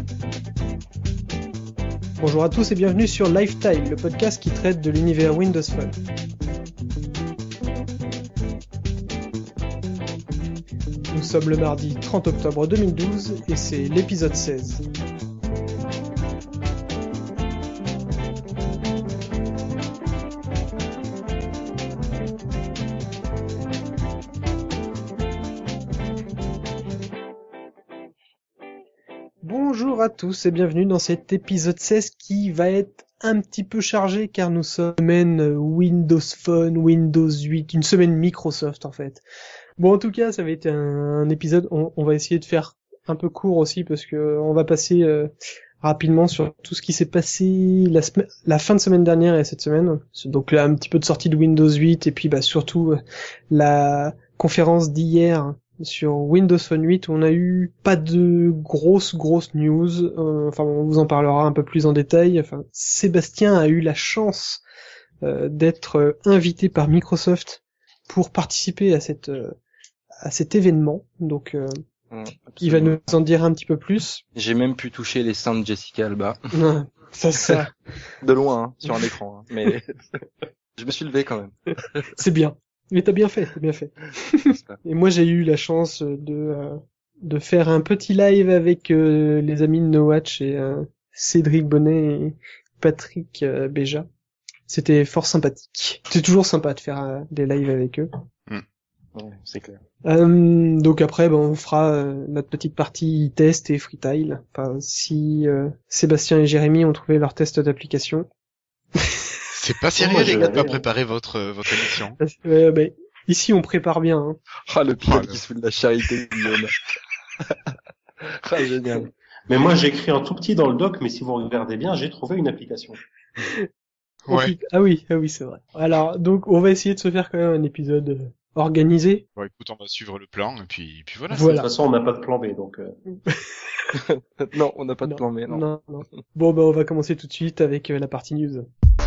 Bonjour à tous et bienvenue sur Lifetime, le podcast qui traite de l'univers Windows Phone. Nous sommes le mardi 30 octobre 2012 et c'est l'épisode 16. Bonjour à tous et bienvenue dans cet épisode 16 qui va être un petit peu chargé car nous sommes une semaine Windows Phone, Windows 8, une semaine Microsoft en fait. Bon, en tout cas, ça va être un épisode, on va essayer de faire un peu court aussi parce que on va passer rapidement sur tout ce qui s'est passé la fin de semaine dernière et cette semaine. Donc là, un petit peu de sortie de Windows 8 et puis surtout la conférence d'hier sur Windows Phone 8 où on a eu pas de grosses news. On vous en parlera un peu plus en détail. Enfin, Sébastien a eu la chance d'être invité par Microsoft pour participer à cet événement. Donc, il va nous en dire un petit peu plus. J'ai même pu toucher les seins de Jessica Alba. Ça. De loin, sur un écran. Mais je me suis levé quand même. C'est bien. Mais t'as bien fait. Et moi, j'ai eu la chance de faire un petit live avec les amis de No Watch et Cédric Bonnet et Patrick Béja. C'était fort sympathique. C'est toujours sympa de faire des lives avec eux. Ouais, c'est clair. Donc après, on fera notre petite partie test et freetile. Enfin, si Sébastien et Jérémy ont trouvé leur test d'application. C'est pas sérieux, les gars, de pas préparer votre émission. Ici, on prépare bien. Hein. Ah, le pilote qui se fout de la charité, Guillaume. Ah, génial. Mais moi, j'écris en tout petit dans le doc, mais si vous regardez bien, j'ai trouvé une application. Ouais. Ah oui, c'est vrai. Alors, donc, on va essayer de se faire quand même un épisode organisé. Bon, écoute, on va suivre le plan, et puis voilà. De toute façon, on n'a pas de plan B, donc... Non, on n'a pas de plan B, non. Non. Bon, on va commencer tout de suite avec la partie news.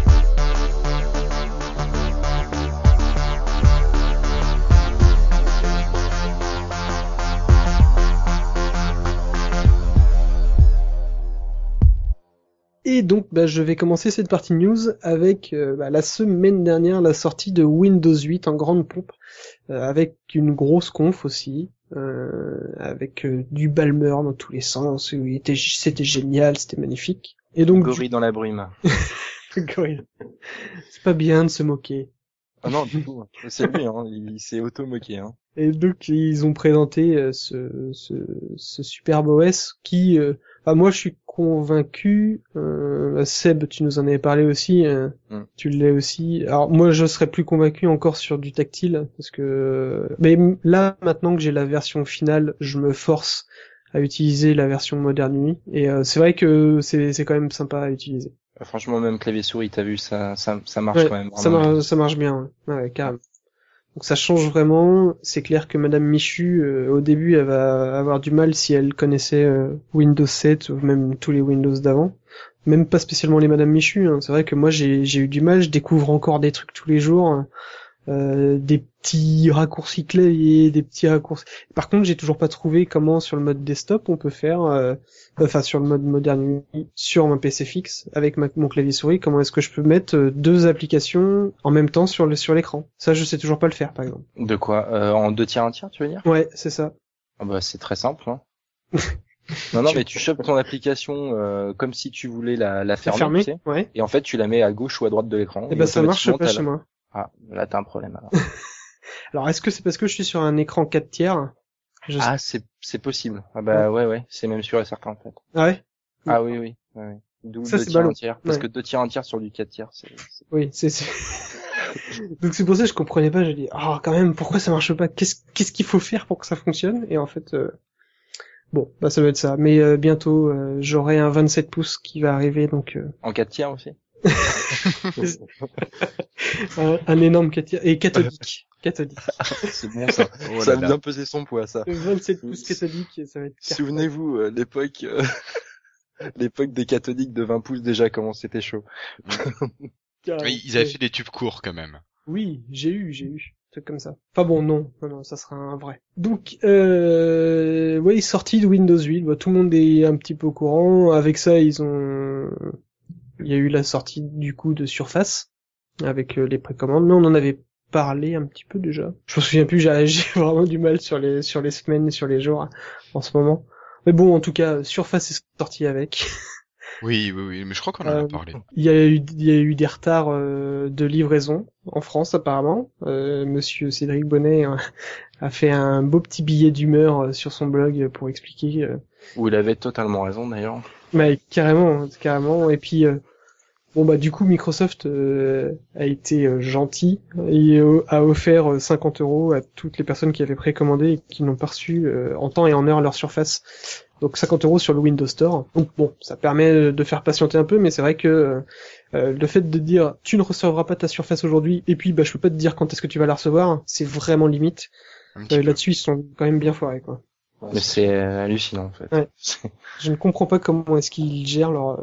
Et donc, je vais commencer cette partie news avec la semaine dernière la sortie de Windows 8 en grande pompe, avec une grosse conf aussi, avec du Balmer dans tous les sens. C'était génial, c'était magnifique. Et donc Gorille dans la brume. Gorille. C'est pas bien de se moquer. Ah non, du tout. C'est lui, il s'est auto-moqué. Et donc ils ont présenté ce superbe OS qui, moi je suis convaincu. Seb, tu nous en avais parlé aussi. Tu l'es aussi. Alors moi je serais plus convaincu encore sur du tactile parce que. Mais là maintenant que j'ai la version finale, je me force à utiliser la version Modern UI et c'est vrai que c'est quand même sympa à utiliser. Franchement, même clavier souris, t'as vu, ça marche quand même. Ça marche bien. Ouais, carrément. Donc ça change vraiment. C'est clair que Madame Michu, au début, elle va avoir du mal si elle connaissait Windows 7 ou même tous les Windows d'avant. Même pas spécialement les Madame Michu. Hein. C'est vrai que moi j'ai eu du mal. Je découvre encore des trucs tous les jours. Des petits raccourcis clavier, des petits raccourcis. Par contre, j'ai toujours pas trouvé comment sur le mode desktop on peut faire, sur le mode moderne sur mon PC fixe avec mon clavier souris. Comment est-ce que je peux mettre deux applications en même temps sur l'écran? Ça, je sais toujours pas le faire, par exemple. De quoi en 2 tiers 1 tiers, tu veux dire? Ouais, c'est ça. Ah c'est très simple. Non, mais tu chopes ton application comme si tu voulais la fermer, tu sais. Ouais. Et en fait, tu la mets à gauche ou à droite de l'écran. Et ça marche pas chez moi. Ah, là t'as un problème alors. Alors est-ce que c'est parce que je suis sur un écran 4 tiers? C'est possible. Ah ouais, c'est même sûr et certain en fait. Ah ouais? Ah oui. D'où ça, 2 tiers 1 tiers. Parce que 2 tiers 1 tiers sur du 4 tiers, c'est... Oui, c'est... Donc c'est pour ça que je comprenais pas, je dis quand même, pourquoi ça marche pas? Qu'est-ce qu'il faut faire pour que ça fonctionne? Et en fait ça doit être ça. Mais bientôt j'aurai un 27 pouces qui va arriver donc En 4 tiers aussi. un énorme 4 tiers et cathodique. C'est bon ça. Ça a bien pesé son poids ça. 27 pouces cathodique, ça va être. Souvenez-vous l'époque des cathodiques de 20 pouces déjà comment c'était chaud. Ils avaient fait des tubes courts quand même. Oui, j'ai eu. truc comme ça. Enfin bon, non, ça sera un vrai. Donc, sortie de Windows 8, tout le monde est un petit peu au courant. Avec ça, il y a eu la sortie du coup de Surface avec les précommandes, mais on en avait parlé un petit peu déjà. Je me souviens plus, j'ai vraiment du mal sur les semaines et sur les jours en ce moment. Mais bon, en tout cas, Surface est sorti avec. Oui, mais je crois qu'on en a parlé. Il y a eu des retards de livraison en France apparemment. Monsieur Cédric Bonnet a fait un beau petit billet d'humeur sur son blog pour expliquer. Où il avait totalement raison d'ailleurs. Mais carrément. Et puis du coup Microsoft a été gentil et a offert 50 € à toutes les personnes qui avaient précommandé et qui n'ont pas reçu en temps et en heure leur Surface. Donc 50 € sur le Windows Store. Donc bon, ça permet de faire patienter un peu, mais c'est vrai que le fait de dire tu ne recevras pas ta Surface aujourd'hui et puis je peux pas te dire quand est-ce que tu vas la recevoir, c'est vraiment limite. Là-dessus ils sont quand même bien foirés quoi. Mais c'est hallucinant en fait. Ouais. Je ne comprends pas comment est-ce qu'ils gèrent leur.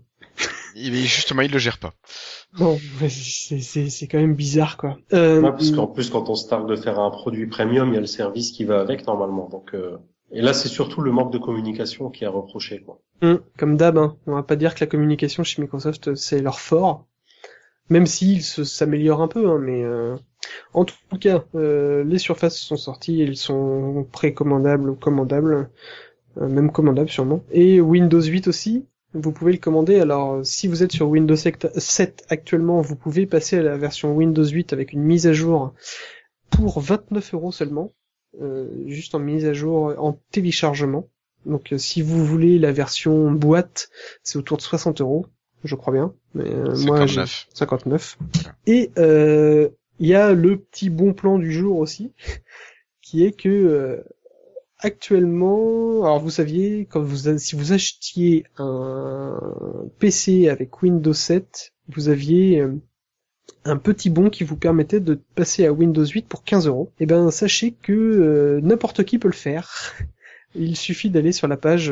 Justement, ils le gèrent pas. Non, c'est quand même bizarre quoi. Parce qu'en plus quand on se targue de faire un produit premium, il y a le service qui va avec normalement. Donc et là c'est surtout le manque de communication qui est reproché quoi. Comme d'hab, on va pas dire que la communication chez Microsoft c'est leur fort, même s'ils s'améliorent un peu, mais en tout cas les Surfaces sont sorties, elles sont précommandables ou commandables, même commandables sûrement. Et Windows 8 aussi. Vous pouvez le commander. Alors, si vous êtes sur Windows 7 actuellement, vous pouvez passer à la version Windows 8 avec une mise à jour pour 29 € seulement, juste en mise à jour en téléchargement. Donc, si vous voulez la version boîte, c'est autour de 60 €, je crois bien. Mais moi, j'ai 59. Et il y a le petit bon plan du jour aussi, qui est que actuellement, alors vous saviez, si vous achetiez un PC avec Windows 7, vous aviez un petit bon qui vous permettait de passer à Windows 8 pour 15 €. Eh ben, sachez que n'importe qui peut le faire. Il suffit d'aller sur la page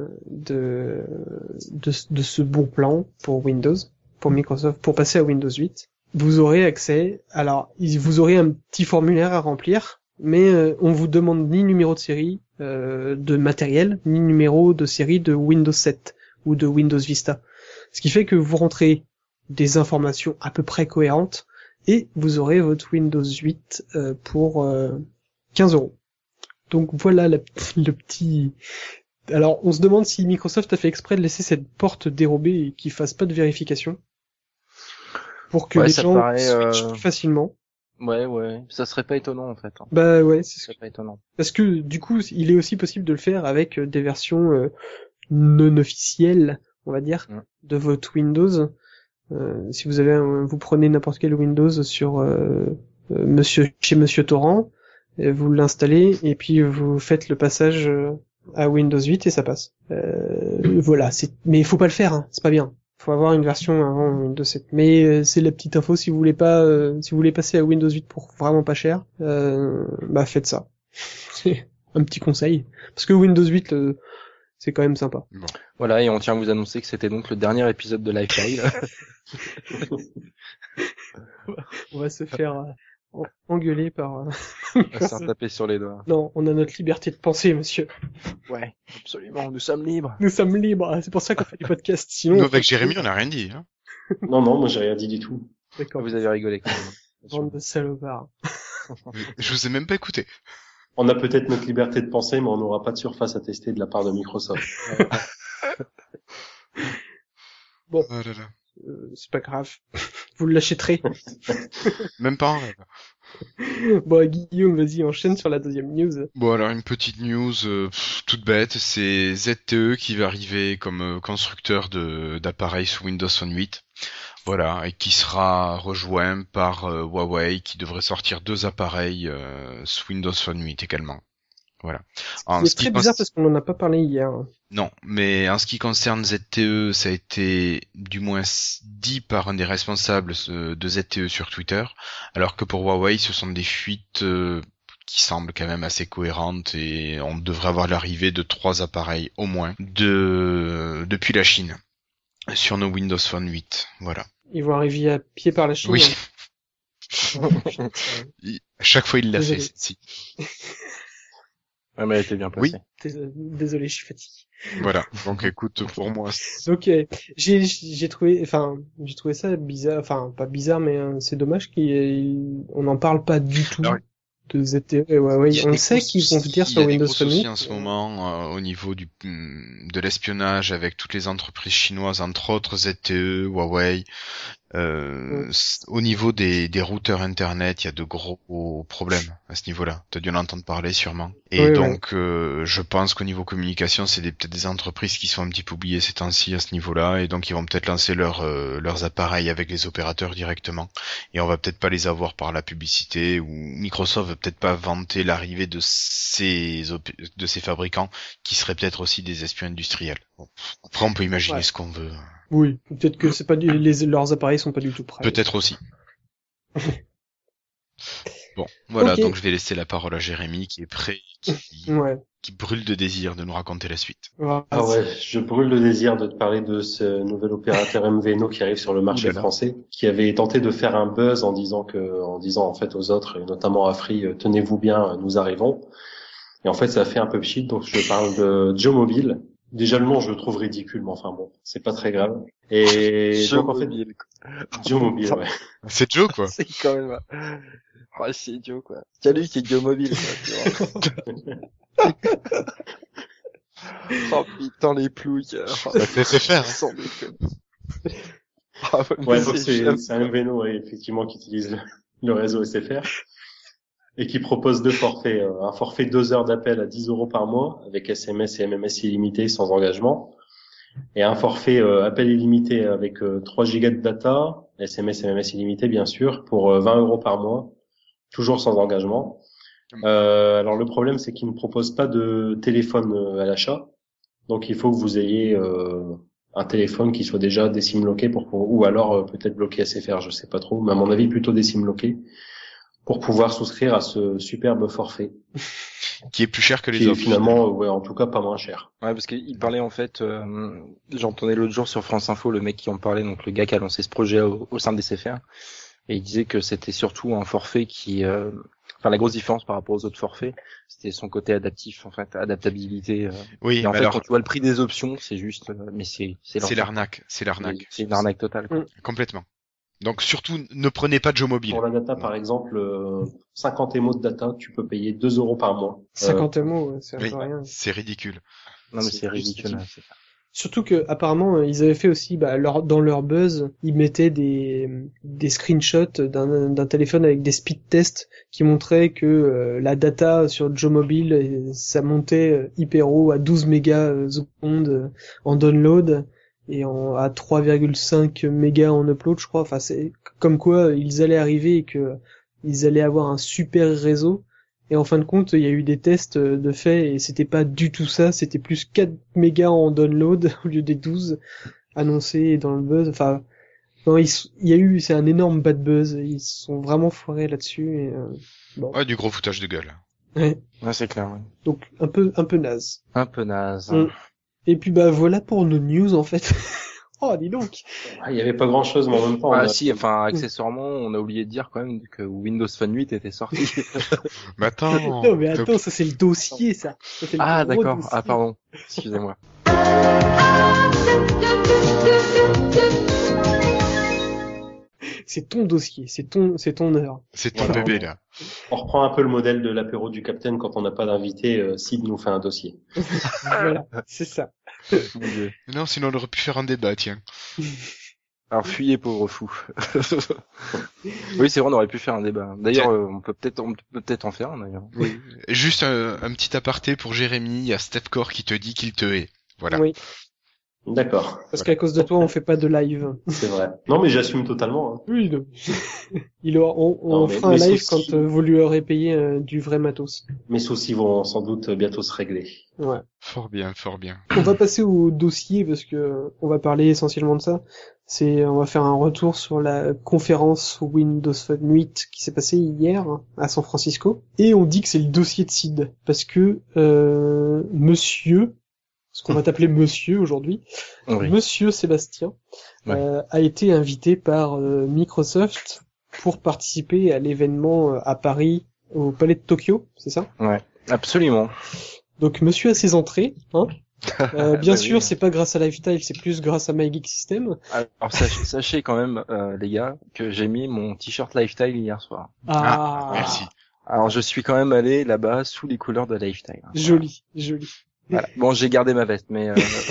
de ce bon plan pour Windows, pour Microsoft, pour passer à Windows 8. Vous aurez accès, alors vous aurez un petit formulaire à remplir, mais on vous demande ni numéro de série de matériel, ni numéro de série de Windows 7 ou de Windows Vista. Ce qui fait que vous rentrez des informations à peu près cohérentes et vous aurez votre Windows 8 pour 15 €. Donc voilà le petit... Alors on se demande si Microsoft a fait exprès de laisser cette porte dérobée et qu'il fasse pas de vérification pour que les gens switchent plus facilement. Ouais, ça serait pas étonnant en fait. Bah ouais, serait pas étonnant. Parce que du coup, il est aussi possible de le faire avec des versions non officielles, on va dire, de votre Windows. Si vous prenez n'importe quel Windows sur chez Monsieur Torrent, vous l'installez et puis vous faites le passage à Windows 8 et ça passe. Voilà, mais il faut pas le faire, c'est pas bien. Faut avoir une version avant Windows 7. Mais c'est la petite info, si vous voulez passer à Windows 8 pour vraiment pas cher, faites ça. C'est un petit conseil. Parce que Windows 8, c'est quand même sympa. Bon. Voilà, et on tient à vous annoncer que c'était donc le dernier épisode de Live. On va se faire engueuler par... se faire taper sur les doigts. Non, on a notre liberté de penser, monsieur. Ouais, absolument, nous sommes libres. Nous sommes libres, c'est pour ça qu'on fait du podcast. Sinon, nous, avec Jérémy, on n'a rien dit. Hein. Non, moi j'ai rien dit du tout. D'accord. Vous avez rigolé quand même. Bande de salopards. Je vous ai même pas écouté. On a peut-être notre liberté de penser, mais on n'aura pas de Surface à tester de la part de Microsoft. Bon, oh là là. C'est pas grave. Vous l'achèterez. Même pas en rêve. Bon, Guillaume, vas-y, enchaîne sur la deuxième news. Bon, alors une petite news toute bête, c'est ZTE qui va arriver comme constructeur d'appareils sous Windows Phone 8. Voilà, et qui sera rejoint par Huawei, qui devrait sortir 2 appareils sous Windows Phone 8 également. Voilà. C'est très bizarre parce qu'on en a pas parlé hier. Non, mais en ce qui concerne ZTE, ça a été du moins dit par un des responsables de ZTE sur Twitter, alors que pour Huawei, ce sont des fuites qui semblent quand même assez cohérentes et on devrait avoir l'arrivée de 3 appareils au moins depuis la Chine sur nos Windows Phone 8. Voilà. Ils vont arriver à pied par la Chine. Oui. À chaque fois, il l'a fait, Désolé. si. Ouais, mais elle était bien Oui. placée. Désolé, je suis fatigué. Voilà. Donc, écoute, pour moi, Donc j'ai trouvé ça bizarre, enfin pas bizarre, mais c'est dommage qu'on n'en parle pas du tout Alors, de ZTE et Huawei. il y a On des sait gros qu'ils vont soucis- venir il y sur a des Windows gros Phone soucis 8. en ce moment au niveau de l'espionnage avec toutes les entreprises chinoises, entre autres ZTE, Huawei. Au niveau des routeurs internet, il y a de gros problèmes à ce niveau-là. T'as dû en entendre parler sûrement. Et Oui, donc, je pense qu'au niveau communication, c'est peut-être des entreprises qui sont un petit peu oubliées ces temps-ci à ce niveau-là, et donc ils vont peut-être lancer leurs appareils avec les opérateurs directement. Et on va peut-être pas les avoir par la publicité, ou Microsoft va peut-être pas vanter l'arrivée de ces fabricants qui seraient peut-être aussi des espions industriels. Bon. Après, on peut imaginer Ouais. ce qu'on veut. Oui, peut-être que c'est pas leurs appareils sont pas du tout prêts. Peut-être aussi. Bon, voilà, Ok. donc je vais laisser la parole à Jérémy qui est prêt, Ouais. qui brûle de désir de nous raconter la suite. Ah ouais, je brûle le désir de te parler de ce nouvel opérateur MVNO qui arrive sur le marché Ouh là là. français, qui avait tenté de faire un buzz en disant en fait aux autres, et notamment à Free, tenez-vous bien, nous arrivons. Et en fait, ça a fait un peu pchit, donc je parle de Joe Mobile. Déjà le nom, je le trouve ridicule, mais enfin bon, c'est pas très grave. Et donc en fait, Mobile, Joe Mobile, ouais. C'est Joe, quoi. c'est quand même... Oh, c'est Joe, quoi. C'est lui qui est Joe Mobile, quoi, tu vois. Oh putain, les ploucs. Oh, Ça fait faire. sans déconner. Ah, Ouais, mais donc j'aime. c'est un MVNO, ouais, effectivement, qui utilise le réseau SFR et qui propose deux forfaits. Un forfait 2 heures d'appel à 10 € par mois avec SMS et MMS illimité sans engagement. Et un forfait appel illimité avec 3 gigas de data, SMS et MMS illimité bien sûr, pour 20 € par mois, toujours sans engagement. Alors le problème, c'est qu'ils ne proposent pas de téléphone à l'achat. Donc il faut que vous ayez un téléphone qui soit déjà des SIM lockés ou alors peut-être bloqué SFR, je sais pas trop, mais à mon avis plutôt des SIM lockés pour pouvoir souscrire à ce superbe forfait Qui est plus cher que les qui est autres. finalement ouais, en tout cas pas moins cher. Ouais, parce qu'il parlait en fait, j'entendais l'autre jour sur France Info le mec qui en parlait, donc le gars qui a lancé ce projet au sein des SFR, et il disait que c'était surtout un forfait qui, enfin la grosse différence par rapport aux autres forfaits, c'était son côté adaptif, en fait, adaptabilité. Oui, Et en mais fait, alors, quand tu vois le prix des options, c'est juste, mais c'est l'arnaque. C'est l'arnaque. C'est une arnaque totale, quoi. Complètement. Donc surtout, ne prenez pas Joe Mobile. Pour la data par exemple, 50 émo de data, tu peux payer 2 € par mois. 50 MO, ouais, c'est Oui, un peu rien. c'est ridicule. Non, mais C'est c'est ridicule. juste- Hein, c'est ça. Surtout que apparemment ils avaient fait aussi dans leur buzz, ils mettaient des screenshots d'un téléphone avec des speed tests qui montraient que la data sur Joe Mobile ça montait hyper haut à 12 mégas secondes en download et à 3,5 mégas en upload, je crois. Enfin c'est comme quoi ils allaient arriver et que ils allaient avoir un super réseau. Et en fin de compte, il y a eu des tests de fait et c'était pas du tout ça, c'était plus 4 mégas en download au lieu des 12 annoncés dans le buzz. Enfin, non, c'est un énorme bad buzz, ils se sont vraiment foirés là-dessus et bon. Ouais, du gros foutage de gueule. Ouais. Ouais, c'est clair. Ouais. Donc un peu naze. Un peu naze. Et puis voilà pour nos news en fait. Oh, dis donc. Ah, il y avait pas grand chose, mais en même temps. Ah si, enfin accessoirement, on a oublié de dire quand même que Windows Phone 8 était sorti. Mais attends. Non mais attends, ça c'est le dossier ça. Ça, c'est le Ah gros d'accord. dossier. Ah pardon. Excusez-moi. C'est ton dossier, c'est ton heure. C'est ton Voilà. bébé, là. On reprend un peu le modèle de l'apéro du Capitaine quand on n'a pas d'invité, Sid nous fait un dossier. Voilà, c'est ça. Mon Dieu. Non, sinon on aurait pu faire un débat, tiens. Alors fuyez pauvre fou. Oui, c'est vrai, on aurait pu faire un débat. D'ailleurs, on peut peut-être en faire un d'ailleurs. Oui. Juste un petit aparté pour Jérémy, il y a Stepcore qui te dit qu'il te hait. Voilà. Oui, D'accord, parce qu'à cause de toi, on fait pas de live. c'est vrai. Non mais j'assume totalement. Hein. Oui, non. On Non, mais fera un mes live soucis- quand vous lui aurez payé du vrai matos. Mes soucis vont sans doute bientôt se régler. Ouais. Fort bien, fort bien. On va passer au dossier parce que on va parler essentiellement de ça. On va faire un retour sur la conférence Windows Phone 8 qui s'est passée hier à San Francisco. Et on dit que c'est le dossier de Sid parce que monsieur, ce qu'on va t'appeler monsieur aujourd'hui, Oui. monsieur Sébastien, Ouais. a été invité par Microsoft pour participer à l'événement à Paris, au Palais de Tokyo, c'est ça? Ouais, absolument. Donc monsieur a ses entrées, hein. Bien Bah sûr, oui. c'est pas grâce à Lifetime, c'est plus grâce à My Geek System. Alors sachez quand même, les gars, que j'ai mis mon t-shirt Lifestyle hier soir. Merci. Alors je suis quand même allé là-bas sous les couleurs de Lifestyle. Hein. Joli, joli. Voilà. Bon, j'ai gardé ma veste, mais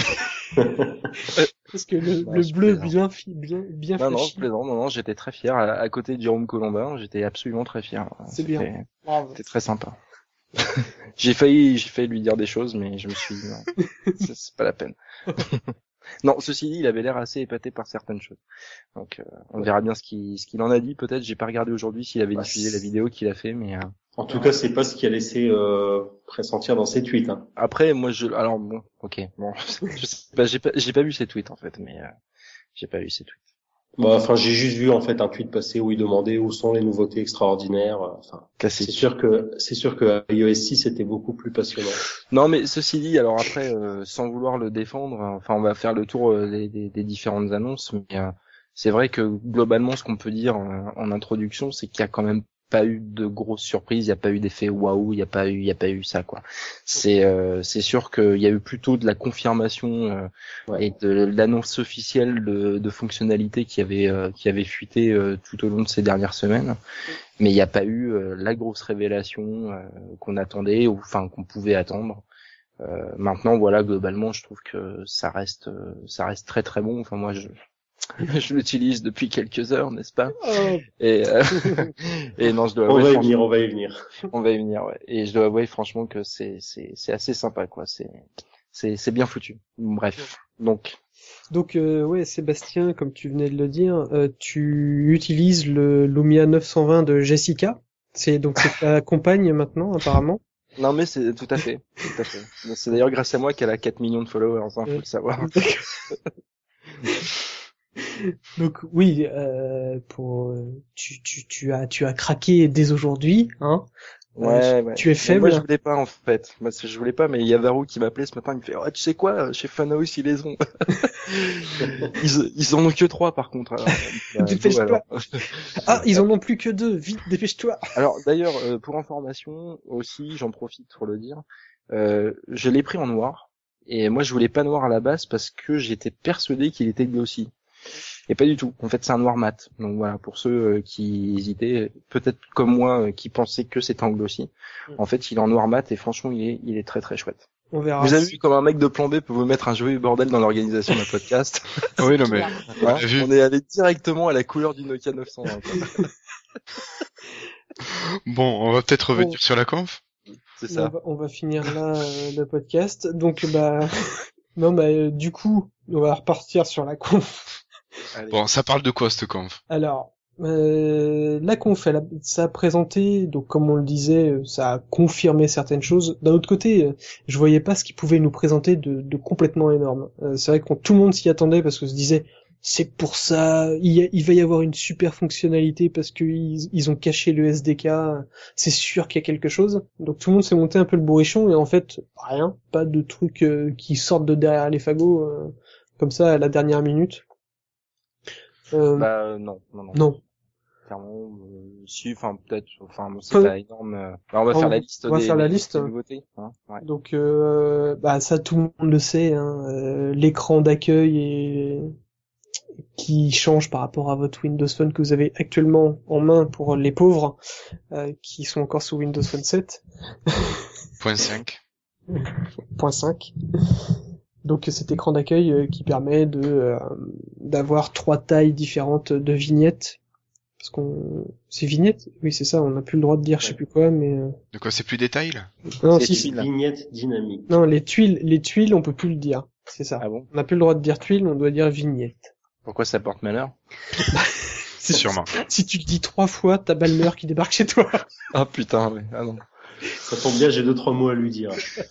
Parce que le je bleu plaisante. bien non, je flashy. plaisante. Non, j'étais très fier. À côté de Jérôme Colombin, j'étais absolument très fier. C'est bien. Bravo. C'était très sympa. J'ai failli lui dire des choses, mais je me suis dit, non, c'est pas la peine. Non, ceci dit, il avait l'air assez épaté par certaines choses. Donc, on verra bien ce qu'il en a dit. Peut-être, j'ai pas regardé aujourd'hui s'il avait diffusé la vidéo qu'il a fait, mais En tout cas, c'est pas ce qu'il a laissé pressentir dans ses tweets. Hein. après, moi, alors bon, ok, bon, je sais pas, j'ai pas vu ses tweets en fait, mais j'ai pas vu ses tweets. Bah, enfin, j'ai juste vu en fait un tweet passer où il demandait où sont les nouveautés extraordinaires. Enfin, Classique. c'est sûr que iOS 6 était beaucoup plus passionnant. Non, mais ceci dit, alors après, sans vouloir le défendre, enfin, on va faire le tour des différentes annonces, mais c'est vrai que globalement, ce qu'on peut dire en introduction, c'est qu'il y a quand même pas eu de grosses surprises, il y a pas eu d'effet waouh, il y a pas eu ça, quoi. C'est sûr qu'il y a eu plutôt de la confirmation Ouais. et de l'annonce officielle de fonctionnalités qui avait fuité tout au long de ces dernières semaines. Mais il n'y a pas eu la grosse révélation qu'on attendait, ou enfin qu'on pouvait attendre. Maintenant, voilà, globalement, je trouve que ça reste très très bon. Enfin, moi, je l'utilise depuis quelques heures, n'est-ce pas? Oh. Et et non, je dois On avouer, va y venir. on va y venir, ouais. Et je dois avouer franchement que c'est assez sympa, quoi. C'est bien foutu. Bref, donc. Donc ouais, Sébastien, comme tu venais de le dire, tu utilises le Lumia 920 de Jessica. C'est ta compagne maintenant, apparemment. Non mais c'est tout à fait. C'est d'ailleurs grâce à moi qu'elle a 4 millions de followers, hein, faut le savoir. Donc oui, tu as craqué dès aujourd'hui, hein. Ouais. Tu es faible. Moi je voulais pas en fait. Moi je voulais pas, mais il y a Varou qui m'appelait ce matin, il me fait oh, tu sais quoi, chez Funhouse ils les ont. ils en ont que 3 par contre. Alors, Dépêche-toi. Ah, ils en ont plus que 2. Vite, dépêche-toi. Alors d'ailleurs pour information aussi, j'en profite pour le dire, je l'ai pris en noir et moi je voulais pas noir à la base parce que j'étais persuadé qu'il était glossy. Et pas du tout. En fait, c'est un noir mat. Donc voilà, pour ceux qui hésitaient, peut-être comme moi, qui pensaient que c'était en glossy. En fait, il est en noir mat et franchement, il est très très chouette. On verra. Vous avez vu comme un mec de plan B peut vous mettre un joli bordel dans l'organisation d'un podcast. Oui, non mais Hein, vu. on est allé directement à la couleur du Nokia 920. Quoi. Bon, on va peut-être revenir sur la conf. C'est ça. On va finir là le podcast. Donc non du coup, on va repartir sur la conf. Allez. Bon, ça parle de quoi cette conf? Alors, la conf, ça a présenté, donc comme on le disait, ça a confirmé certaines choses. D'un autre côté, je voyais pas ce qu'ils pouvaient nous présenter de complètement énorme. C'est vrai que tout le monde s'y attendait parce que se disait, c'est pour ça, il va y avoir une super fonctionnalité parce que ils ont caché le SDK, c'est sûr qu'il y a quelque chose. Donc tout le monde s'est monté un peu le bourrichon et en fait, rien, pas de trucs qui sortent de derrière les fagots comme ça à la dernière minute. Non. Non. Clairement, si, enfin peut-être, enfin bon, c'est Enfin, pas énorme. On va faire la liste on va faire la liste. des nouveautés. Hein, ouais. Donc ça tout le monde le sait, hein, l'écran d'accueil qui change par rapport à votre Windows Phone que vous avez actuellement en main pour les pauvres qui sont encore sous Windows Phone 7. Point 5. Point 5. Donc cet écran d'accueil qui permet d'avoir 3 tailles différentes de vignettes. Parce c'est vignettes? Oui, c'est ça, on n'a plus le droit de dire je sais plus quoi, mais De quoi, c'est plus détail là? non, C'est si, utile. Vignette dynamique. non, les tuiles, on peut plus le dire. C'est ça. Ah bon? On n'a plus le droit de dire tuiles, on doit dire vignette. Pourquoi ça porte malheur? C'est Sûrement. Si tu le dis 3 fois, t'as Balmer qui débarque chez toi. Ah putain, ouais. Ah non. Ça tombe bien, j'ai 2-3 mots à lui dire.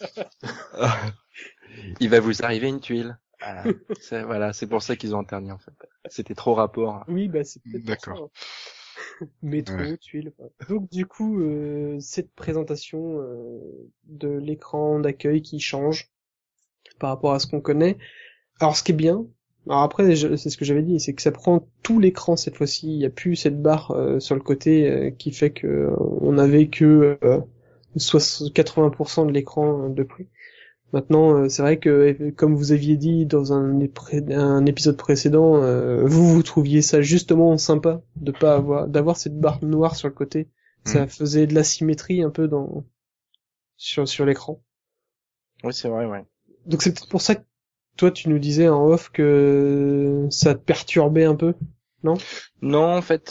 Il va vous arriver une tuile. Voilà, c'est pour ça qu'ils ont interdit en fait. C'était trop rapport. Oui, c'est peut-être D'accord. pour ça. Métro, Ouais. tuiles. Donc du coup, cette présentation de l'écran d'accueil qui change par rapport à ce qu'on connaît. Alors ce qui est bien, Alors après, c'est ce que j'avais dit, c'est que ça prend tout l'écran cette fois-ci. Il y a plus cette barre sur le côté qui fait que on avait que 80% de l'écran de plus. Maintenant, c'est vrai que comme vous aviez dit dans un épisode précédent, vous trouviez ça justement sympa de pas d'avoir cette barre noire sur le côté. Ça faisait de l'asymétrie un peu sur l'écran. Oui, c'est vrai, ouais. Donc c'est peut-être pour ça que toi tu nous disais en off que ça te perturbait un peu, non? Non, en fait,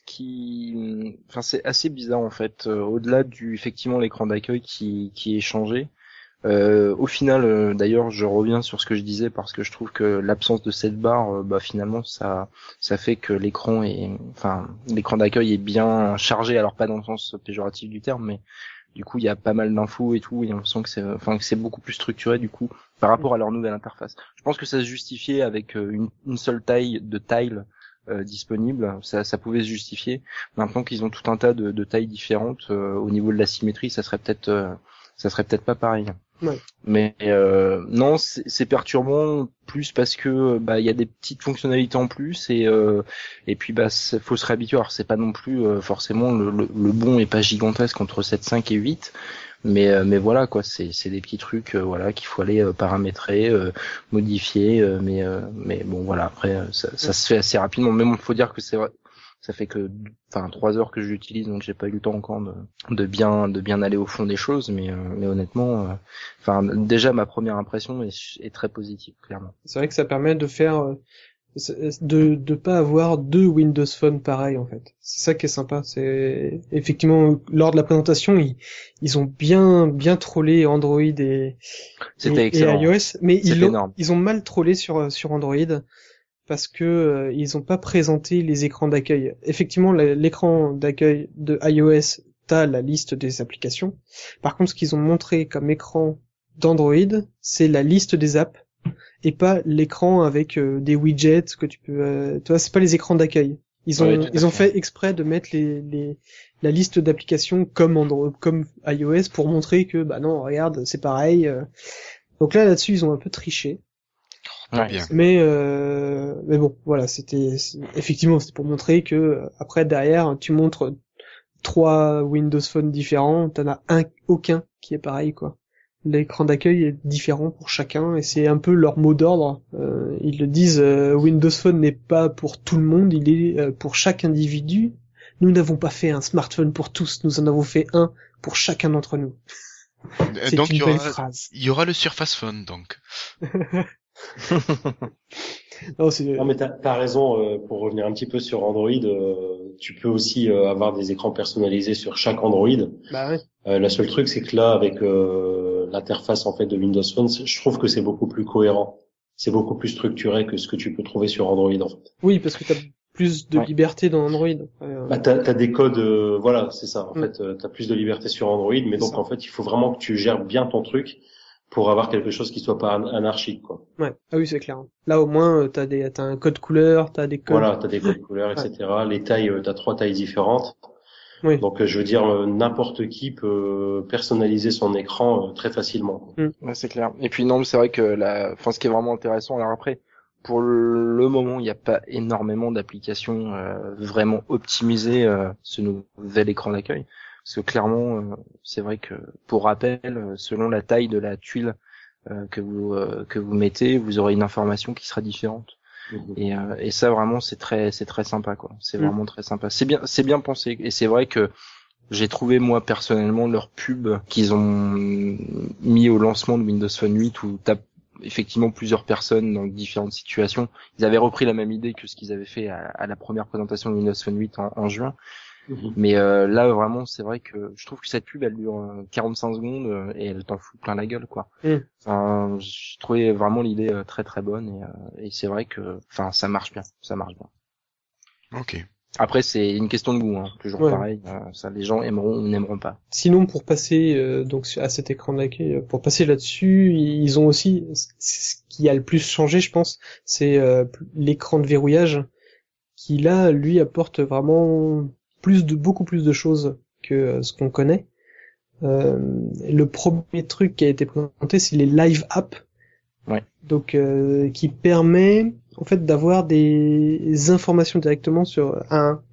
c'est assez bizarre en fait. Au-delà du effectivement l'écran d'accueil qui est changé. Au final, d'ailleurs, je reviens sur ce que je disais parce que je trouve que l'absence de cette barre, finalement, ça fait que l'écran d'accueil est bien chargé. Alors pas dans le sens péjoratif du terme, mais du coup, il y a pas mal d'infos et tout, et on sent que c'est beaucoup plus structuré du coup par rapport à leur nouvelle interface. Je pense que ça se justifiait avec une seule taille de tile disponible, ça pouvait se justifier. Maintenant qu'ils ont tout un tas de tailles différentes, au niveau de la symétrie, ça serait peut-être pas pareil. Ouais. Mais non, c'est perturbant plus parce que il y a des petites fonctionnalités en plus et puis faut se réhabituer. Alors c'est pas non plus forcément le bond est pas gigantesque entre 7, 5 et 8, mais voilà quoi, c'est des petits trucs voilà qu'il faut aller paramétrer, modifier, mais bon voilà, après ça se fait assez rapidement. Mais bon, faut dire que c'est vrai. Ça fait que 3 heures que je l'utilise, donc j'ai pas eu le temps encore de bien aller au fond des choses, mais honnêtement, déjà ma première impression est très positive, clairement. C'est vrai que ça permet de faire de pas avoir deux Windows Phone pareils en fait. C'est ça qui est sympa. C'est effectivement lors de la présentation ils ont bien trollé Android et iOS, mais ils ont mal trollé sur Android. Parce que ils ont pas présenté les écrans d'accueil. Effectivement, l'écran d'accueil de iOS, t'as la liste des applications. Par contre, ce qu'ils ont montré comme écran d'Android, c'est la liste des apps et pas l'écran avec des widgets que tu peux. Tu vois, c'est pas les écrans d'accueil. Ils ont fait exprès de mettre la liste d'applications comme iOS pour montrer que non, regarde, c'est pareil. Donc là-dessus, ils ont un peu triché. Ouais. Bien. Mais bon, voilà, effectivement c'était pour montrer que après derrière tu montres 3 Windows Phone différents, t'en as aucun qui est pareil quoi. L'écran d'accueil est différent pour chacun et c'est un peu leur mot d'ordre. Ils le disent, Windows Phone n'est pas pour tout le monde, il est pour chaque individu. Nous n'avons pas fait un smartphone pour tous, nous en avons fait un pour chacun d'entre nous. C'est donc une belle phrase. Il y aura le Surface Phone donc. Non mais t'as raison, pour revenir un petit peu sur Android, tu peux aussi avoir des écrans personnalisés sur chaque Android. Bah ouais. La seule truc c'est que là avec l'interface en fait de Windows Phone, je trouve que c'est beaucoup plus cohérent. C'est beaucoup plus structuré que ce que tu peux trouver sur Android en fait. Oui, parce que t'as plus de liberté dans Android. T'as des codes, voilà, c'est ça. En fait, t'as plus de liberté sur Android, mais donc en fait, il faut vraiment que tu gères bien ton truc pour avoir quelque chose qui soit pas anarchique, quoi. Ouais. Ah oui, c'est clair. Là, au moins, t'as un code couleur, t'as des codes. Voilà, t'as des codes couleurs, etc. Ouais. Les tailles, t'as 3 tailles différentes. Oui. Donc, je veux dire, n'importe qui peut personnaliser son écran très facilement. Ouais, c'est clair. Et puis non, c'est vrai que ce qui est vraiment intéressant, alors après, pour le moment, il n'y a pas énormément d'applications vraiment optimisées ce nouvel écran d'accueil. Parce que clairement, c'est vrai que, pour rappel, selon la taille de la tuile que vous mettez, vous aurez une information qui sera différente. Et ça vraiment, c'est très sympa quoi. C'est vraiment très sympa. C'est bien pensé. Et c'est vrai que j'ai trouvé moi personnellement leur pub qu'ils ont mis au lancement de Windows Phone 8 où t'as effectivement plusieurs personnes dans différentes situations. Ils avaient repris la même idée que ce qu'ils avaient fait à la première présentation de Windows Phone 8 en juin. Mais là vraiment c'est vrai que je trouve que cette pub elle dure 45 secondes et elle t'en fout plein la gueule quoi. Enfin, je trouvais vraiment l'idée très très bonne et c'est vrai que ça marche bien. Ok. Après c'est une question de goût toujours pareil, ça les gens aimeront ou n'aimeront pas. Sinon pour passer donc à cet écran d'accueil, pour passer là-dessus, ils ont aussi ce qui a le plus changé je pense, c'est l'écran de verrouillage qui là lui apporte vraiment beaucoup plus de choses que ce qu'on connaît. Le premier truc qui a été présenté, c'est les live apps. Ouais. Donc qui permet en fait, d'avoir des informations directement sur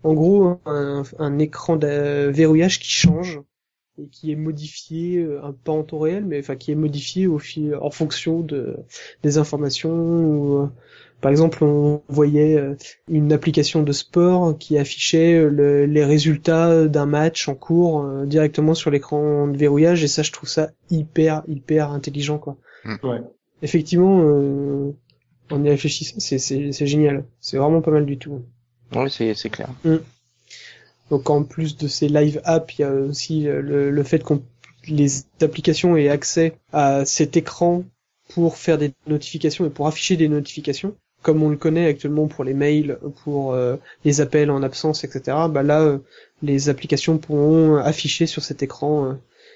un écran de verrouillage qui change et qui est modifié, pas en temps réel, mais enfin qui est modifié en fonction des informations. Par exemple, on voyait une application de sport qui affichait les résultats d'un match en cours directement sur l'écran de verrouillage, et ça, je trouve ça hyper intelligent, quoi. Ouais. Effectivement, en y réfléchissant, c'est génial. C'est vraiment pas mal du tout. Oui, c'est clair. Donc en plus de ces live apps, il y a aussi le fait que les applications aient accès à cet écran pour faire des notifications et pour afficher des notifications, comme on le connaît actuellement pour les mails, pour les appels en absence, etc. Bah là, les applications pourront afficher sur cet écran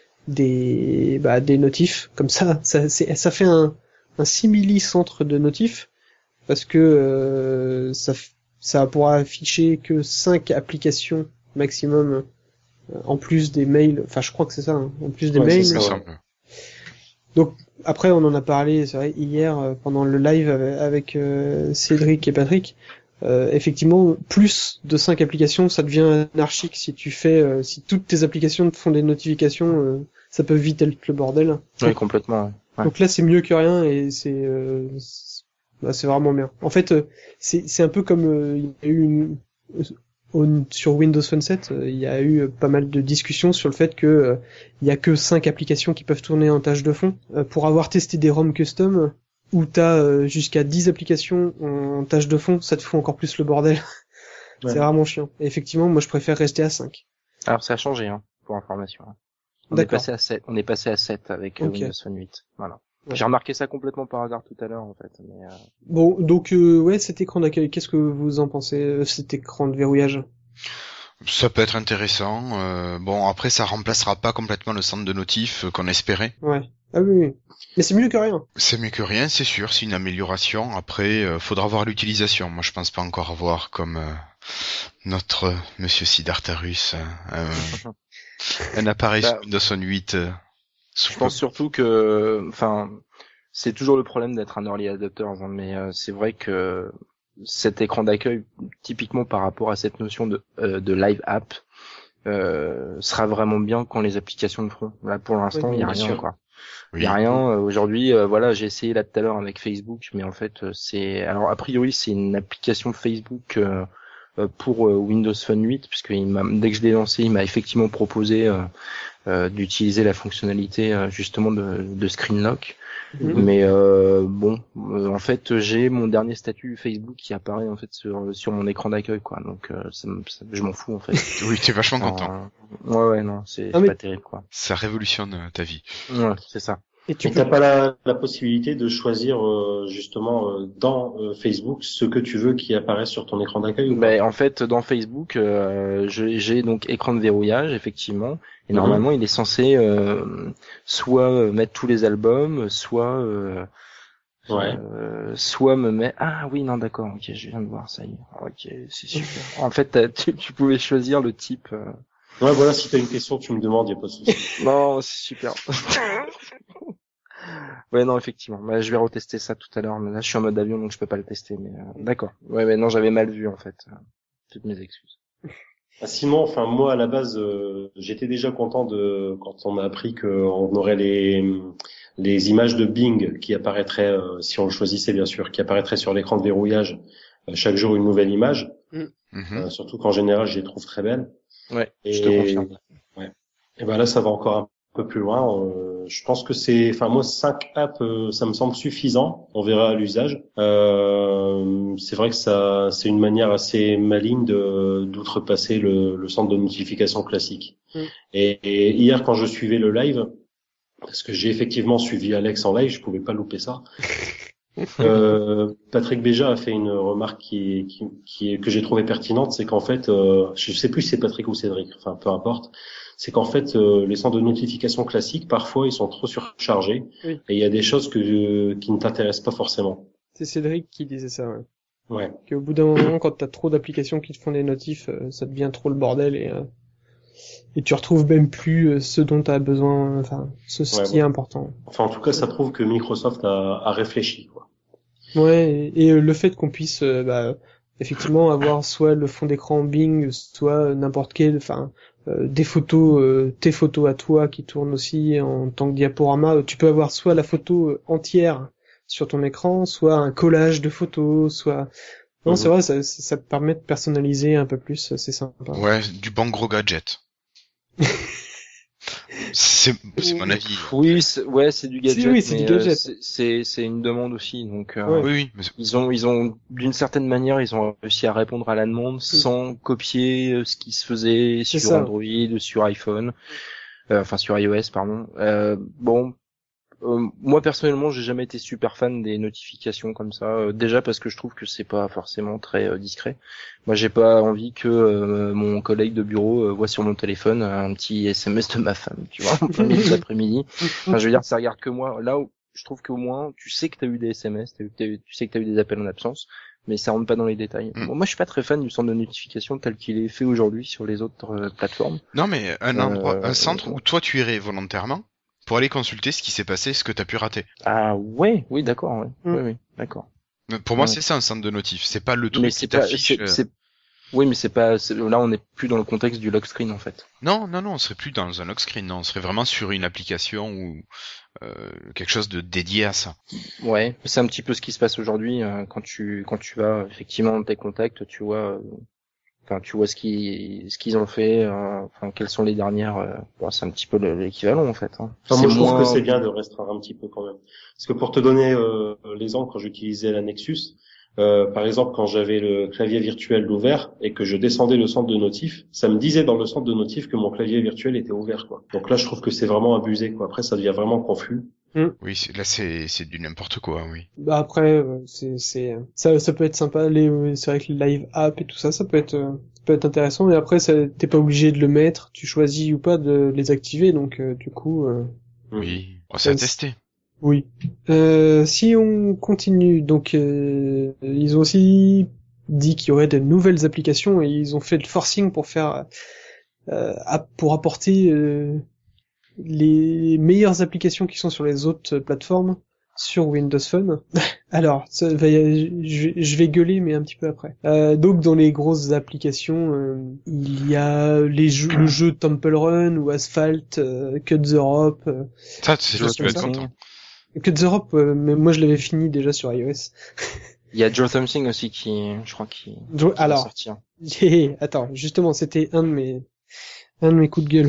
des notifs. Comme ça fait un simili centre de notifs, parce que ça pourra afficher que 5 applications maximum en plus des mails. Enfin, je crois que c'est ça, hein, en plus des mails. C'est ça, ouais. Donc après, on en a parlé, c'est vrai, hier pendant le live avec Cédric et Patrick. Effectivement, plus de 5 applications, ça devient anarchique. Si tu fais, si toutes tes applications te font des notifications, ça peut vite être le bordel. Oui, complètement. Ouais. Donc là, c'est mieux que rien et c'est vraiment bien. En fait, c'est un peu comme il y a eu sur Windows Phone 7, il y a eu pas mal de discussions sur le fait que il y a que 5 applications qui peuvent tourner en tâche de fond. Pour avoir testé des ROM custom où t'as jusqu'à 10 applications en tâche de fond, ça te fout encore plus le bordel. Ouais. C'est vraiment chiant. Et effectivement, moi je préfère rester à 5. Alors ça a changé, hein, pour information. On est D'accord. passé à 7. On est passé à 7 avec Ok. Windows Phone 8. Voilà. Ouais. J'ai remarqué ça complètement par hasard tout à l'heure, en fait. Mais, Bon, donc ouais, cet écran d'accueil, qu'est-ce que vous en pensez, cet écran de verrouillage? Ça peut être intéressant. Bon, après, ça remplacera pas complètement le centre de notif qu'on espérait. Ouais. Ah oui. Mais c'est mieux que rien. C'est mieux que rien, c'est sûr, c'est une amélioration. Après, faudra voir l'utilisation. Moi, je pense pas encore avoir comme notre Monsieur Siddhartharus un appareil Bah, sur Windows Phone 8. je pense surtout que, enfin, c'est toujours le problème d'être un early adopter, hein, mais c'est vrai que cet écran d'accueil, typiquement par rapport à cette notion de live app, sera vraiment bien quand les applications le feront. Là, pour l'instant, il y a bien rien, sûr. quoi. Oui. Il y a rien. Aujourd'hui, voilà, j'ai essayé là tout à l'heure avec Facebook, mais en fait, alors a priori, c'est une application Facebook pour Windows Phone 8, puisque dès que je l'ai lancé, il m'a effectivement proposé d'utiliser la fonctionnalité justement de screen lock. Mais bon, en fait, j'ai mon dernier statut Facebook qui apparaît en fait sur mon écran d'accueil, quoi. Donc je m'en fous en fait. Oui, t'es vachement content. Ouais, non, c'est Ah, mais- pas terrible, quoi. Ça révolutionne ta vie. Ouais, c'est ça. Et tu Mais peux... t'as pas la possibilité de choisir justement dans Facebook ce que tu veux qui apparaisse sur ton écran d'accueil ou pas? Ben en fait, dans Facebook, j'ai donc écran de verrouillage effectivement, et Mhm. normalement il est censé soit mettre tous les albums, soit Ouais. soit me met. Ah oui, non, d'accord, ok, je viens de voir, ça y est. Ok, c'est super. En fait, tu pouvais choisir le type. Ouais, voilà, si t'as une question, tu me demandes, y a pas de souci. Non, c'est super. Ouais, non, effectivement. Bah, je vais retester ça tout à l'heure, mais là je suis en mode avion donc je peux pas le tester. Mais d'accord. Ouais, mais non, j'avais mal vu en fait. Toutes mes excuses. Ah, sinon, enfin moi à la base, j'étais déjà content de quand on a appris qu'on aurait les images de Bing qui apparaîtraient, si on le choisissait bien sûr, qui apparaîtraient sur l'écran de verrouillage chaque jour une nouvelle image. Mhm. Surtout qu'en général, je les trouve très belles. Ouais, Et, je te confirme. Et ben là, ça va encore un peu plus loin. Je pense que enfin moi 5 apps, ça me semble suffisant. On verra à l'usage. C'est vrai que c'est une manière assez maligne d'outrepasser le centre de notification classique. Et hier, quand je suivais le live, parce que j'ai effectivement suivi Alex en live, je pouvais pas louper ça. Patrick Béja a fait une remarque que j'ai trouvé pertinente, c'est qu'en fait, je sais plus si c'est Patrick ou Cédric, enfin peu importe, c'est qu'en fait les centres de notification classiques parfois ils sont trop surchargés Oui. et il y a des choses qui ne t'intéressent pas forcément. C'est Cédric qui disait ça, ouais. Ouais. Qu'au bout d'un moment, quand t'as trop d'applications qui te font des notifs, ça devient trop le bordel et tu retrouves même plus ce dont t'as besoin, enfin, ce Ouais, qui est important. Enfin en tout cas ça prouve que Microsoft a réfléchi quoi. Ouais, et le fait qu'on puisse effectivement avoir soit le fond d'écran Bing, soit n'importe quel, enfin des photos, tes photos à toi qui tournent aussi en tant que diaporama. Tu peux avoir soit la photo entière sur ton écran, soit un collage de photos, soit non, c'est vrai, ça te permet de personnaliser un peu plus, c'est sympa. Ouais, du bon gros gadget. C'est mon avis. Oui, c'est du gadget, oui, c'est mais du gadget. c'est une demande aussi. Donc Ouais. Oui, mais ils ont d'une certaine manière, ils ont réussi à répondre à la demande sans copier ce qui se faisait C'est sur ça. Android, sur iPhone, enfin sur iOS, pardon. Moi personnellement, j'ai jamais été super fan des notifications comme ça. Déjà parce que je trouve que c'est pas forcément très discret. Moi, j'ai pas envie que mon collègue de bureau voit sur mon téléphone un petit SMS de ma femme, tu vois, en plein milieu de l'après-midi. Enfin, je veux dire, ça regarde que moi. Là, je trouve qu'au moins, tu sais que t'as eu des SMS, tu sais que t'as eu des appels en absence, mais ça rentre pas dans les détails. Bon, moi, je suis pas très fan du centre de notification tel qu'il est fait aujourd'hui sur les autres plateformes. non, mais un centre où toi tu irais volontairement pour aller consulter ce qui s'est passé, ce que t'as pu rater. Ah ouais, oui, d'accord, ouais. Oui, d'accord. Pour moi, Ouais. c'est ça un centre de notif. C'est pas le truc Mais qui c'est pas, t'affiche. oui, mais là, on n'est plus dans le contexte du lock screen en fait. Non, on serait plus dans un lock screen. Non, on serait vraiment sur une application ou quelque chose de dédié à ça. Ouais, c'est un petit peu ce qui se passe aujourd'hui quand tu vas effectivement dans tes contacts, tu vois. Enfin, tu vois ce qu'ils ont fait, enfin, quelles sont les dernières. C'est un petit peu l'équivalent en fait. Hein. Enfin, moi, je trouve moins- que c'est bien de restreindre un petit peu quand même. Parce que pour te donner l'exemple, quand j'utilisais la Nexus, par exemple, quand j'avais le clavier virtuel ouvert et que je descendais le centre de notif, ça me disait dans le centre de notif que mon clavier virtuel était ouvert, quoi. Donc là, je trouve que c'est vraiment abusé, quoi. Après, ça devient vraiment confus. Oui, c'est du n'importe quoi, oui. Bah après, ça peut être sympa. C'est vrai que les live app et tout ça, ça peut être intéressant. Et après, t'es pas obligé de le mettre. Tu choisis ou pas de les activer. Donc du coup, Oui, c'est à tester. oui. Si on continue, donc ils ont aussi dit qu'il y aurait de nouvelles applications et ils ont fait le forcing pour faire pour apporter les meilleures applications qui sont sur les autres plateformes sur Windows Phone. Alors, je vais gueuler, mais un petit peu après. Donc, dans les grosses applications, il y a le jeu Temple Run ou Asphalt, Cut the Rope. Ça, c'est là que tu vas être ça. content. Cut the Rope, mais moi je l'avais fini déjà sur iOS. Il y a Draw Something aussi je crois qui va sortir. Attends, justement, c'était un de mes coups de gueule.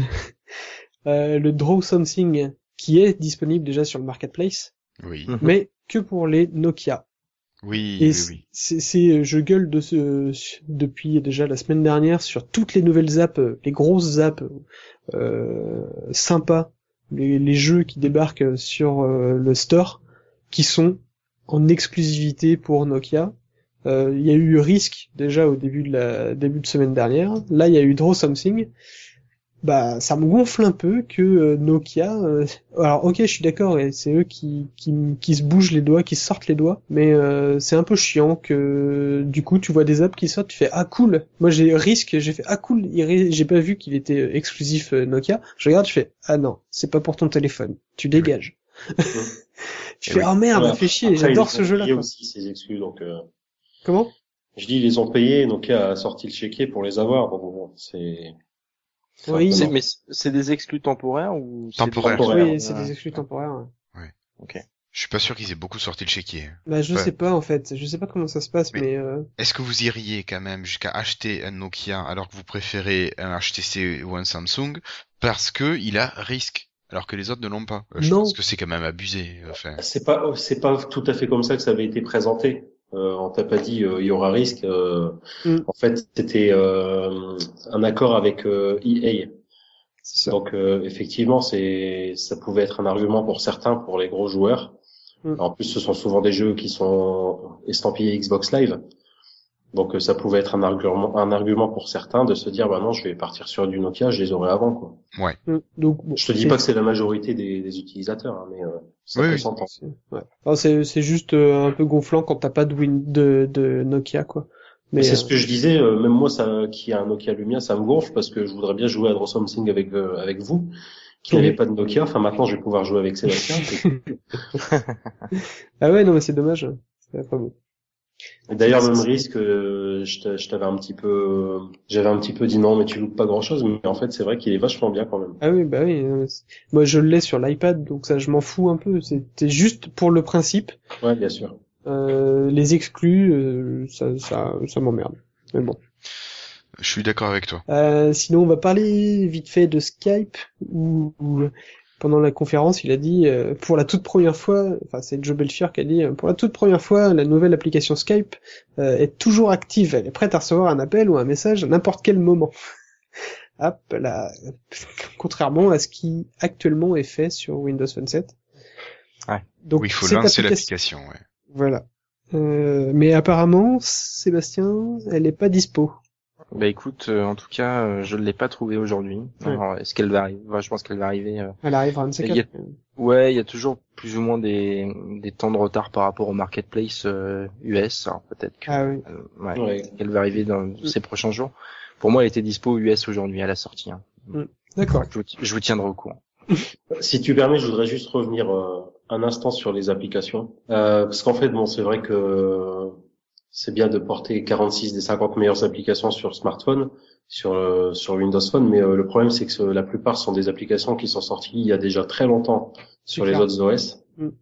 Le Draw Something qui est disponible déjà sur le marketplace, Oui. mais que pour les Nokia. Oui, Et oui. je gueule depuis déjà la semaine dernière sur toutes les nouvelles apps, les grosses apps sympas, les jeux qui débarquent sur le store, qui sont en exclusivité pour Nokia. Il y a eu Risk déjà au début de semaine dernière. Là, il y a eu Draw Something. Bah, ça me gonfle un peu que Nokia. Alors, ok, je suis d'accord, et c'est eux qui se bougent les doigts, qui se sortent les doigts, mais c'est un peu chiant que du coup tu vois des apps qui sortent, tu fais ah cool. Moi j'ai Risk, j'ai fait ah cool. J'ai pas vu qu'il était exclusif Nokia. Je regarde, je fais ah non, c'est pas pour ton téléphone. Tu dégages. Tu fais oh merde, Voilà. fait chier. Après, J'adore ils ce ont jeu-là. payé Quoi. aussi ces exclus, donc. Comment? Je dis ils les ont payés, donc a sorti le chéquier pour les avoir. Donc bon, c'est. Oui. Mais c'est des exclus temporaires ou Temporaires. Oui, c'est des exclus temporaires. Ouais. Ok. Je suis pas sûr qu'ils aient beaucoup sorti le chéquier. Bah je Ouais. sais pas en fait, je sais pas comment ça se passe, mais Est-ce que vous iriez quand même jusqu'à acheter un Nokia alors que vous préférez un HTC ou un Samsung parce que il a Risk alors que les autres ne l'ont pas? Je Non. pense que c'est quand même abusé. Enfin, C'est pas tout à fait comme ça que ça avait été présenté. On t'a pas dit il y aura Risk. En fait, c'était un accord avec EA. c'est ça. Donc effectivement, ça pouvait être un argument pour certains, pour les gros joueurs. En plus, ce sont souvent des jeux qui sont estampillés Xbox Live. Donc ça pouvait être un argument pour certains de se dire bah non, je vais partir sur du Nokia, je les aurai avant quoi. ouais. Donc bon, Je te dis pas que c'est la majorité des utilisateurs, hein, mais ça Oui, peut oui. s'entendre. Ouais. Alors, c'est juste un peu gonflant quand t'as pas de Nokia quoi. Mais C'est ce que je disais, même moi qui a un Nokia Lumia, ça me gonfle parce que je voudrais bien jouer à Draw Something avec vous, qui n'avez pas de Nokia. Enfin maintenant je vais pouvoir jouer avec Sébastien. Ah ouais non mais c'est dommage. Enfin bon. Et d'ailleurs, même risque, j'avais un petit peu dit non, mais tu loupes pas grand chose, mais en fait, c'est vrai qu'il est vachement bien quand même. Ah oui, bah oui. Moi, je l'ai sur l'iPad, donc ça, je m'en fous un peu. C'était juste pour le principe. Ouais, bien sûr. Les exclus, ça m'emmerde. Mais bon. Je suis d'accord avec toi. Sinon, on va parler vite fait de Skype, où pendant la conférence, il a dit, pour la toute première fois, enfin c'est Joe Belfiore qui a dit, pour la toute première fois, la nouvelle application Skype est toujours active, elle est prête à recevoir un appel ou un message à n'importe quel moment. Hop là, contrairement à ce qui actuellement est fait sur Windows Phone 7. Ouais. Donc, oui, il faut cette lancer l'application, ouais. Voilà. Mais apparemment, Sébastien, elle est pas dispo. Bah écoute, en tout cas, je ne l'ai pas trouvée aujourd'hui. Ouais. Alors, est-ce qu'elle va arriver? Je pense qu'elle va arriver. Elle arrivera un de ces il y a- quatre. Ouais, il y a toujours plus ou moins des temps de retard par rapport au marketplace US. Alors peut-être que Ah oui. ouais, Ouais. qu'elle va arriver dans ces prochains jours. Pour moi, elle était dispo US aujourd'hui à la sortie. Hein. D'accord. Je vous tiendrai au courant. Si tu permets, je voudrais juste revenir un instant sur les applications. Parce qu'en fait, bon, c'est vrai que c'est bien de porter 46 des 50 meilleures applications sur smartphone, sur Windows Phone, mais le problème, c'est que la plupart sont des applications qui sont sorties il y a déjà très longtemps sur les clair. autres OS.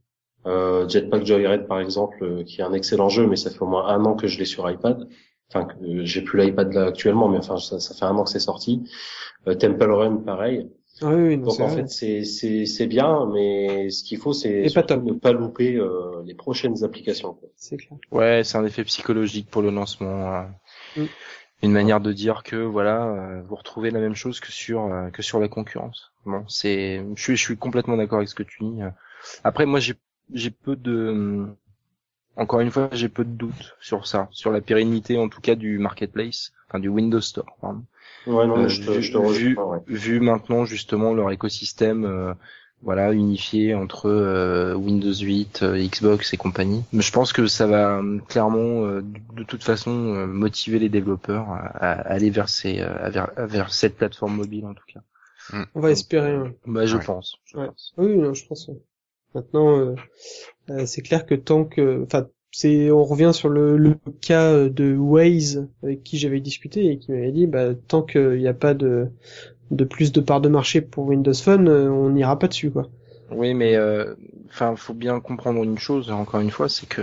Jetpack Joyride, par exemple, qui est un excellent jeu, mais ça fait au moins 1 an que je l'ai sur iPad. Enfin, j'ai plus l'iPad là actuellement, mais enfin, ça fait 1 an que c'est sorti. Temple Run, pareil. Ah oui, oui, non, Donc c'est en vrai. fait c'est bien, mais ce qu'il faut c'est Et pas surtout top. ne pas louper les prochaines applications, quoi. C'est clair. Ouais, c'est un effet psychologique pour le lancement. Mm. Une manière de dire que voilà, vous retrouvez la même chose que sur la concurrence. Bon, je suis complètement d'accord avec ce que tu dis. Après, moi, j'ai peu de, encore une fois, j'ai peu de doutes sur ça, sur la pérennité en tout cas du marketplace, enfin du Windows Store. Pardon. Ouais, non, je te rejoins, ouais. Vu maintenant justement leur écosystème, voilà, unifié entre Windows 8, Xbox et compagnie. Mais je pense que ça va clairement, de toute façon, motiver les développeurs à aller vers vers cette plateforme mobile en tout cas. On va espérer. Hein. Bah, je Ouais. pense. Ouais. Oui, non, je pense. Maintenant, c'est clair que tant que, enfin, on revient sur le cas de Waze avec qui j'avais discuté et qui m'avait dit, bah, tant qu'il n'y a pas de plus de parts de marché pour Windows Phone, on n'ira pas dessus, quoi. Oui, mais enfin, faut bien comprendre une chose. Encore une fois, c'est que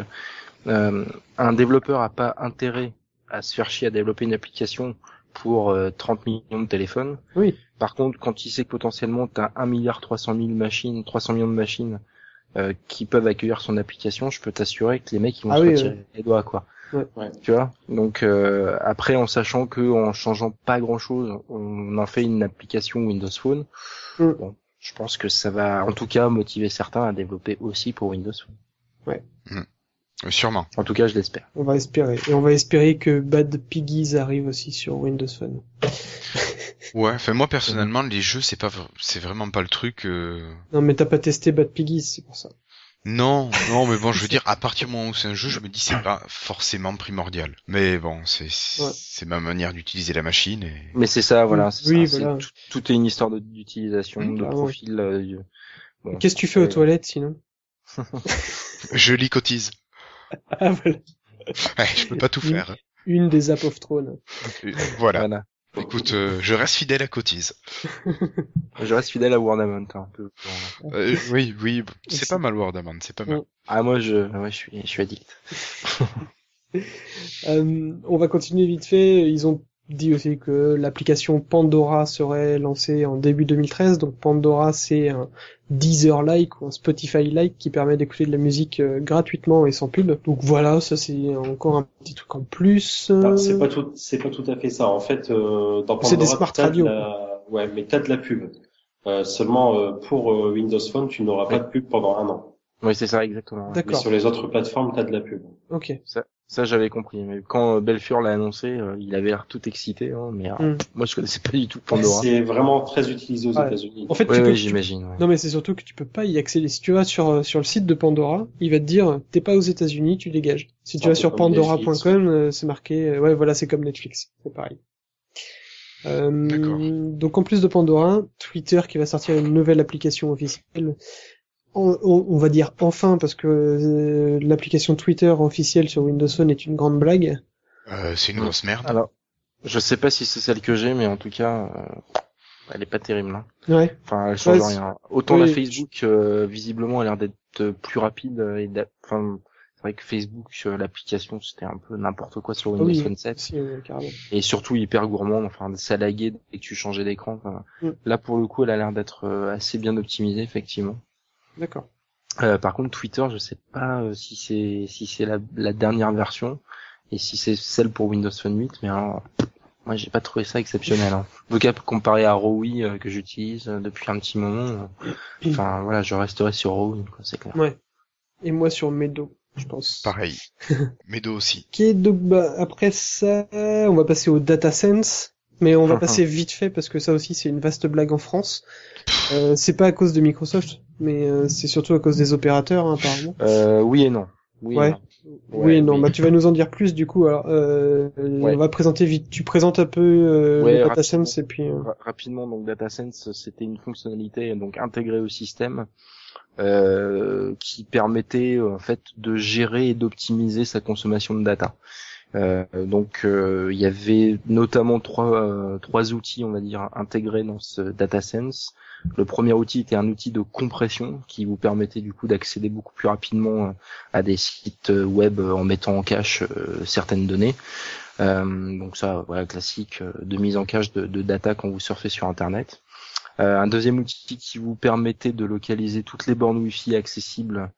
un développeur a pas intérêt à se faire chier à développer une application pour 30 millions de téléphones. Oui. Par contre, quand il sait que potentiellement tu as 1,3 milliard machines, 300 millions de machines qui peuvent accueillir son application, je peux t'assurer que les mecs ils vont se retirer les doigts, quoi. Ouais. Tu vois. Donc après, en sachant que en changeant pas grand-chose, on en fait une application Windows Phone. Bon, je pense que ça va, en tout cas, motiver certains à développer aussi pour Windows Phone. Ouais. Sûrement. En tout cas, je l'espère. On va espérer. Et on va espérer que Bad Piggies arrive aussi sur Windows Phone. Ouais, enfin moi personnellement les jeux c'est vraiment pas le truc. Non mais t'as pas testé Bad Piggies, c'est pour ça. Non, mais bon je veux dire à partir du moment où c'est un jeu je me dis c'est pas forcément primordial. Mais bon c'est ma manière d'utiliser la machine et. Mais c'est ça, voilà. C'est oui, ça, voilà. Tout est une histoire d'utilisation, de Ah, profil. Bon, qu'est-ce que tu fais aux toilettes sinon? Je licotise. Ah voilà. Ouais, je peux pas tout faire. Une des apps of Thrones. Voilà. Écoute, je reste fidèle à Cotise. Je reste fidèle à Wordament un peu. Oui, c'est pas mal Wordament, c'est pas mal. Ah moi je suis addict. On va continuer vite fait. Ils ont dit aussi que l'application Pandora serait lancée en début 2013. Donc Pandora, c'est un Deezer-like ou un Spotify-like qui permet d'écouter de la musique gratuitement et sans pub. Donc voilà, ça c'est encore un petit truc en plus. Non, c'est pas tout à fait ça. En fait, dans Pandora, c'est des smart radios. Ouais, mais t'as de la pub. Seulement pour Windows Phone, tu n'auras pas de pub pendant 1 an. Oui, c'est ça exactement. Ouais. D'accord. Mais sur les autres plateformes, t'as de la pub. Ok. Ça j'avais compris. Mais quand Belfiore l'a annoncé, il avait l'air tout excité. Hein, mais moi je connaissais pas du tout Pandora. C'est vraiment très utilisé aux États-Unis. En fait, j'imagine. Ouais. Non, mais c'est surtout que tu peux pas y accéder. Si tu vas sur le site de Pandora, il va te dire t'es pas aux États-Unis, tu dégages. Si tu vas sur pandora.com, c'est marqué. Ouais, voilà, c'est comme Netflix, c'est pareil. D'accord. Donc en plus de Pandora, Twitter qui va sortir une nouvelle application officielle on va dire enfin, parce que l'application Twitter officielle sur Windows Phone est une grande blague. C'est une grosse merde. Alors, je sais pas si c'est celle que j'ai, mais en tout cas, elle est pas terrible. Hein. Ouais. Enfin, elle change Ouais, rien. Autant oui. la Facebook, visiblement, a l'air d'être plus rapide. Enfin, c'est vrai que Facebook, l'application, c'était un peu n'importe quoi sur Ah Windows oui, Phone 7. si, carrément. Et surtout hyper gourmande. Enfin, ça laguait dès que tu changeais d'écran. Enfin, Là, pour le coup, elle a l'air d'être assez bien optimisée, effectivement. D'accord. Par contre, Twitter, je sais pas si c'est la dernière version et si c'est celle pour Windows Phone 8, mais alors, moi j'ai pas trouvé ça exceptionnel. Hein. En tout cas, comparé à Rowi que j'utilise depuis un petit moment, enfin voilà, je resterai sur Rowi, quoi, c'est clair. Ouais. Et moi sur Meadow, je pense. Pareil. Meadow aussi. Ok, donc bah après ça, on va passer au DataSense, mais on va passer vite fait parce que ça aussi c'est une vaste blague en France. C'est pas à cause de Microsoft, mais c'est surtout à cause des opérateurs hein, apparemment. Oui et non. Oui Ouais. et non. Oui et non. Oui. Bah tu vas nous en dire plus du coup. Alors, on va présenter vite. Tu présentes un peu le DataSense et puis. Rapidement, donc DataSense, c'était une fonctionnalité donc intégrée au système. Qui permettait en fait de gérer et d'optimiser sa consommation de data. Donc il y avait notamment trois outils, on va dire, intégrés dans ce DataSense. Le premier outil était un outil de compression qui vous permettait du coup d'accéder beaucoup plus rapidement à des sites web en mettant en cache certaines données. Donc ça, voilà, classique de mise en cache de data quand vous surfez sur Internet. Un deuxième outil qui vous permettait de localiser toutes les bornes Wi-Fi accessibles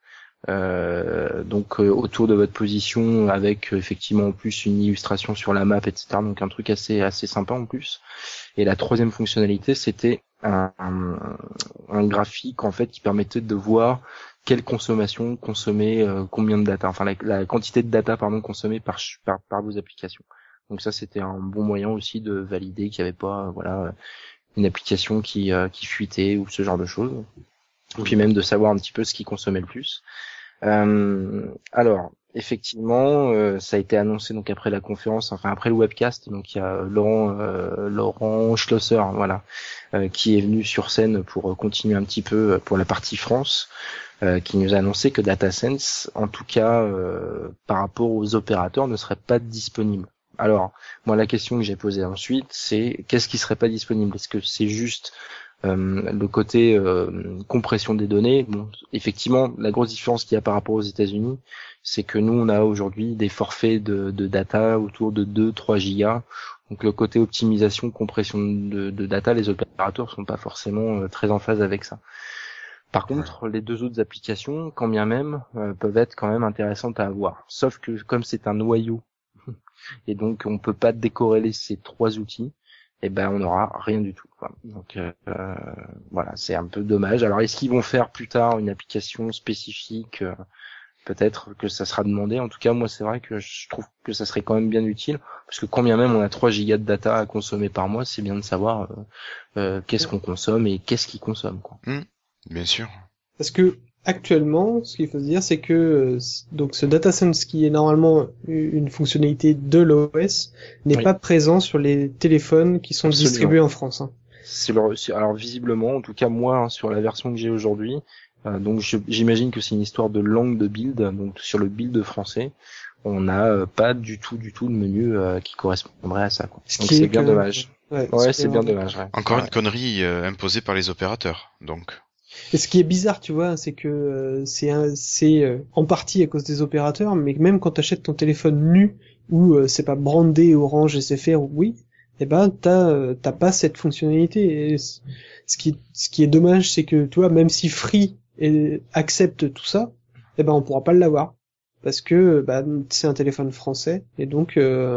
autour de votre position avec effectivement en plus une illustration sur la map, etc. Donc un truc assez sympa en plus. Et la troisième fonctionnalité, c'était un graphique en fait qui permettait de voir quelle consommation consommait combien de data, enfin la quantité de data consommée par vos applications. Donc ça c'était un bon moyen aussi de valider qu'il n'y avait pas une application qui fuitait ou ce genre de choses. Et puis même de savoir un petit peu ce qui consommait le plus. Alors, effectivement, ça a été annoncé donc après la conférence, enfin après le webcast. Donc il y a Laurent Schlosser, voilà, qui est venu sur scène pour continuer un petit peu pour la partie France, qui nous a annoncé que DataSense, en tout cas par rapport aux opérateurs, ne serait pas disponible. Alors, moi, la question que j'ai posée ensuite, c'est qu'est-ce qui serait pas disponible? Est-ce que c'est juste le côté compression des données? Bon, effectivement, la grosse différence qu'il y a par rapport aux États-Unis, c'est que nous, on a aujourd'hui des forfaits de data autour de 2-3 gigas. Donc, le côté optimisation, compression de data, les opérateurs sont pas forcément très en phase avec ça. Par contre, les deux autres applications, quand bien même, peuvent être quand même intéressantes à avoir. Sauf que comme c'est un noyau et donc on peut pas décorréler ces trois outils, et ben on n'aura rien du tout, quoi. Donc voilà, c'est un peu dommage. Alors est-ce qu'ils vont faire plus tard une application spécifique? Peut-être que ça sera demandé. En tout cas, moi c'est vrai que je trouve que ça serait quand même bien utile, parce que quand bien même on a 3 gigas de data à consommer par mois, c'est bien de savoir qu'est-ce qu'on consomme et qu'est-ce qu'ils consomment, quoi. Bien sûr. Parce que actuellement, ce qu'il faut se dire, c'est que donc ce DataSense qui est normalement une fonctionnalité de l'OS n'est pas présent sur les téléphones qui sont distribués en France. Hein. Alors visiblement, en tout cas moi, sur la version que j'ai aujourd'hui, donc j'imagine que c'est une histoire de langue de build. Donc sur le build français, on n'a pas du tout de menu qui correspondrait à ça, quoi. Donc c'est bien dommage. Ouais, c'est bien dommage. Ouais. Encore une connerie imposée par les opérateurs, donc. Et ce qui est bizarre, tu vois, c'est que c'est en partie à cause des opérateurs, mais même quand t'achètes ton téléphone nu ou c'est pas brandé Orange SFR ou oui, eh ben t'as pas cette fonctionnalité. Et ce qui est dommage, c'est que tu vois, même si Free accepte tout ça, eh ben on pourra pas l'avoir parce que c'est un téléphone français et donc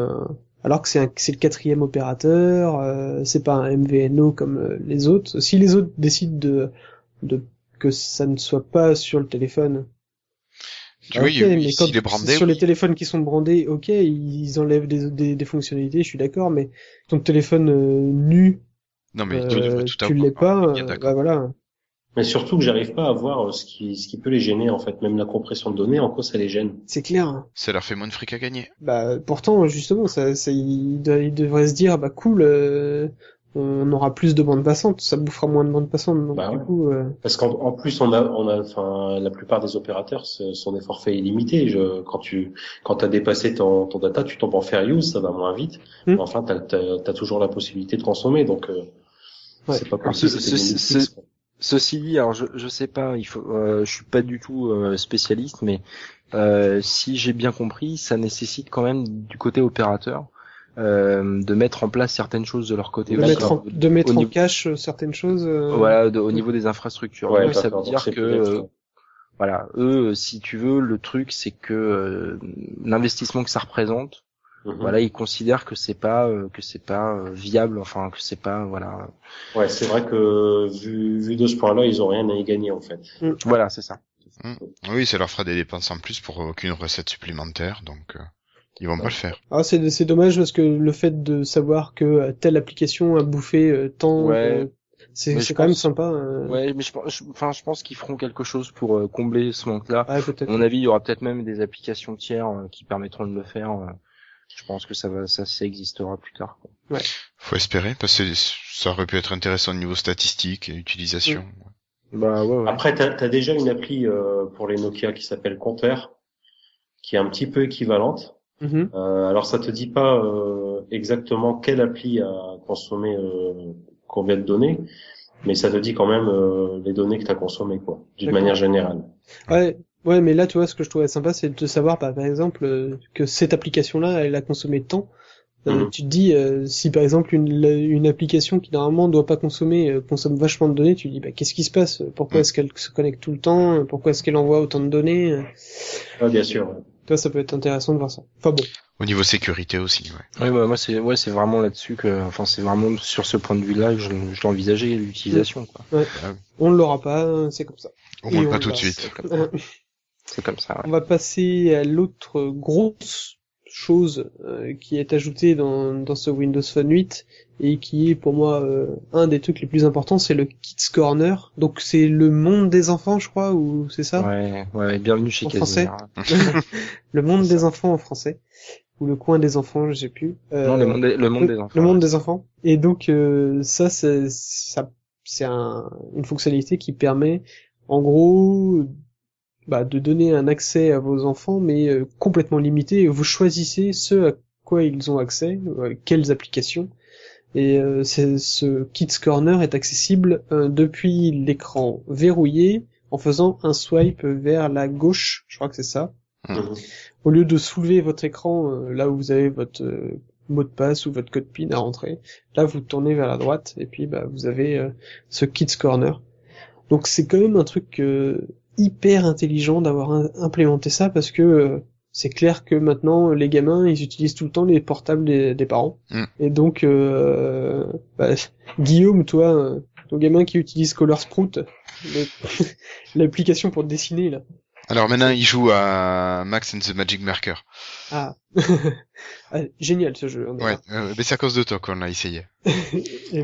alors que c'est le quatrième opérateur, c'est pas un MVNO comme les autres. Si les autres décident de que ça ne soit pas sur le téléphone. Oui, okay, mais quand s'il est brandé, sur les téléphones qui sont brandés, ok, ils enlèvent des fonctionnalités, je suis d'accord, mais ton téléphone nu, non mais tu l'es pas, voilà. Mais surtout que j'arrive pas à voir ce qui peut les gêner, en fait, même la compression de données, en quoi ça les gêne. C'est clair. Hein. Ça leur fait moins de fric à gagner. Pourtant, justement, ils devraient se dire, cool, on aura plus de bandes passantes, ça bouffera moins de bandes passantes. Donc, Bah du ouais. coup, Parce qu'en plus, enfin, la plupart des opérateurs sont des forfaits illimités. Quand t'as dépassé ton data, tu tombes en fair use, ça va moins vite. Mais enfin, t'as toujours la possibilité de consommer, donc, c'est pas comme Alors, si c'était des Netflix, quoi. Ceci dit, alors je sais pas, je suis pas du tout spécialiste, mais si j'ai bien compris, ça nécessite quand même du côté opérateur de mettre en place certaines choses de leur côté. de aussi. mettre Au en niveau, cache certaines choses. voilà, au niveau des infrastructures. Ouais, Donc ça veut d'accord. dire Donc, c'est que peut-être, voilà, eux, si tu veux, le truc c'est que l'investissement que ça représente, voilà, ils considèrent que c'est pas viable, enfin que c'est pas voilà. Ouais, c'est vrai que vu de ce point-là, ils ont rien à y gagner en fait. Voilà, c'est ça. Oui, ça leur fera des dépenses en plus pour aucune recette supplémentaire, donc ils vont pas le faire. Ah, c'est dommage parce que le fait de savoir que telle application a bouffé tant, Ouais. c'est Mais je quand même pense- sympa. Ouais, mais je pense qu'ils feront quelque chose pour combler ce manque-là. Ouais, peut-être. À mon avis, il y aura peut-être même des applications tiers qui permettront de le faire. Je pense que ça existera plus tard, quoi. Faut espérer, parce que ça aurait pu être intéressant au niveau statistique et utilisation. Bah ouais. Après, t'as déjà une appli pour les Nokia qui s'appelle Compare, qui est un petit peu équivalente. Mhm. Alors ça te dit pas exactement quelle appli a consommé combien de données, mais ça te dit quand même les données que t'as consommées, quoi, d'une D'accord. manière générale. Ouais, mais là, tu vois, ce que je trouvais sympa, c'est de savoir, par exemple, que cette application-là, elle a consommé tant. Tu te dis, si par exemple une application qui normalement doit pas consommer consomme vachement de données, tu te dis, bah qu'est-ce qui se passe? Pourquoi est-ce qu'elle se connecte tout le temps? Pourquoi est-ce qu'elle envoie autant de données? Ah, bien sûr. Ouais. Tu vois, ça peut être intéressant de voir ça. Enfin bon. Au niveau sécurité aussi, ouais. Ouais, bah, moi c'est vraiment là-dessus que, enfin c'est vraiment sur ce point de vue-là que je l'envisageais l'utilisation, quoi. Ouais. On ne l'aura pas, c'est comme ça. Au moins Et pas on tout de va- suite. C'est comme ça. Ouais. On va passer à l'autre grosse chose qui est ajoutée dans ce Windows Phone 8 et qui est pour moi un des trucs les plus importants, c'est le Kids Corner. Donc c'est le monde des enfants, je crois, ou c'est ça? Ouais, bienvenue chez En français. Casimir. Le monde des enfants en français. Ou le coin des enfants, je sais plus. Non, le monde des enfants. Le monde des enfants. Et donc ça c'est une fonctionnalité qui permet en gros de donner un accès à vos enfants, mais complètement limité. Vous choisissez ce à quoi ils ont accès, quelles applications. Et ce Kids Corner est accessible depuis l'écran verrouillé en faisant un swipe vers la gauche, je crois que c'est ça. Au lieu de soulever votre écran là où vous avez votre mot de passe ou votre code PIN à rentrer, là vous tournez vers la droite et puis vous avez ce Kids Corner. Donc c'est quand même un truc hyper intelligent d'avoir implémenté ça parce que c'est clair que maintenant les gamins ils utilisent tout le temps les portables des parents et donc Guillaume, toi ton gamin qui utilise Color Sprout, l'application pour dessiner là. Alors maintenant il joue à Max and the Magic Marker. Ah, génial ce jeu. Ouais, mais c'est à cause de toi qu'on l'a essayé. Et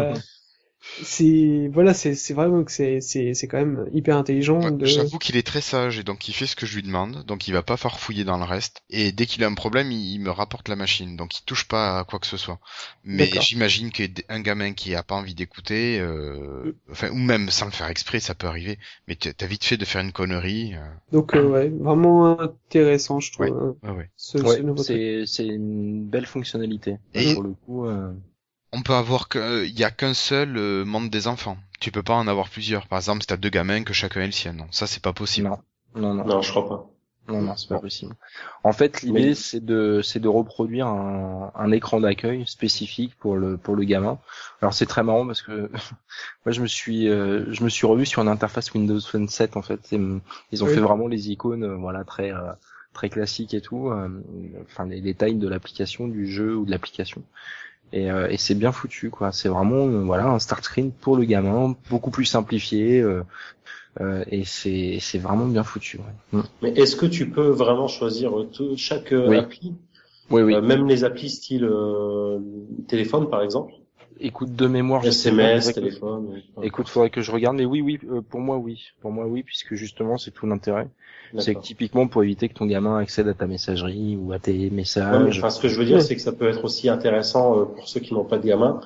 c'est vraiment que c'est quand même hyper intelligent. Ouais, j'avoue qu'il est très sage et donc il fait ce que je lui demande, donc il va pas farfouiller dans le reste. Et dès qu'il a un problème, il me rapporte la machine, donc il touche pas à quoi que ce soit. Mais j'imagine qu'un gamin qui a pas envie d'écouter, ou même sans le faire exprès, ça peut arriver. Mais t'as vite fait de faire une connerie. Donc vraiment intéressant, je trouve. Ouais. Ce nouveau truc. C'est une belle fonctionnalité. Et pour le coup. On peut avoir il y a qu'un seul monde des enfants. Tu peux pas en avoir plusieurs. Par exemple, si t'as deux gamins, que chacun ait le sien. Non, ça c'est pas possible. Non, je crois pas. Non, c'est pas possible. En fait, l'idée c'est de reproduire un écran d'accueil spécifique pour le gamin. Alors c'est très marrant parce que moi je me suis revu sur une interface Windows Phone 7 en fait. Ils ont fait vraiment les icônes très classiques et tout. Enfin les tailles de l'application, du jeu ou de l'application. Et c'est bien foutu quoi. C'est vraiment un start screen pour le gamin, beaucoup plus simplifié. Et c'est vraiment bien foutu. Ouais. Mais est-ce que tu peux vraiment choisir chaque appli? Oui. Même les applis style téléphone par exemple? Écoute, de mémoire, SMS, téléphone. Écoute, faudrait que je regarde, mais oui, pour moi oui, puisque justement c'est tout l'intérêt. C'est que typiquement pour éviter que ton gamin accède à ta messagerie ou à tes messages. Ce que je veux dire, c'est que ça peut être aussi intéressant pour ceux qui n'ont pas de gamin,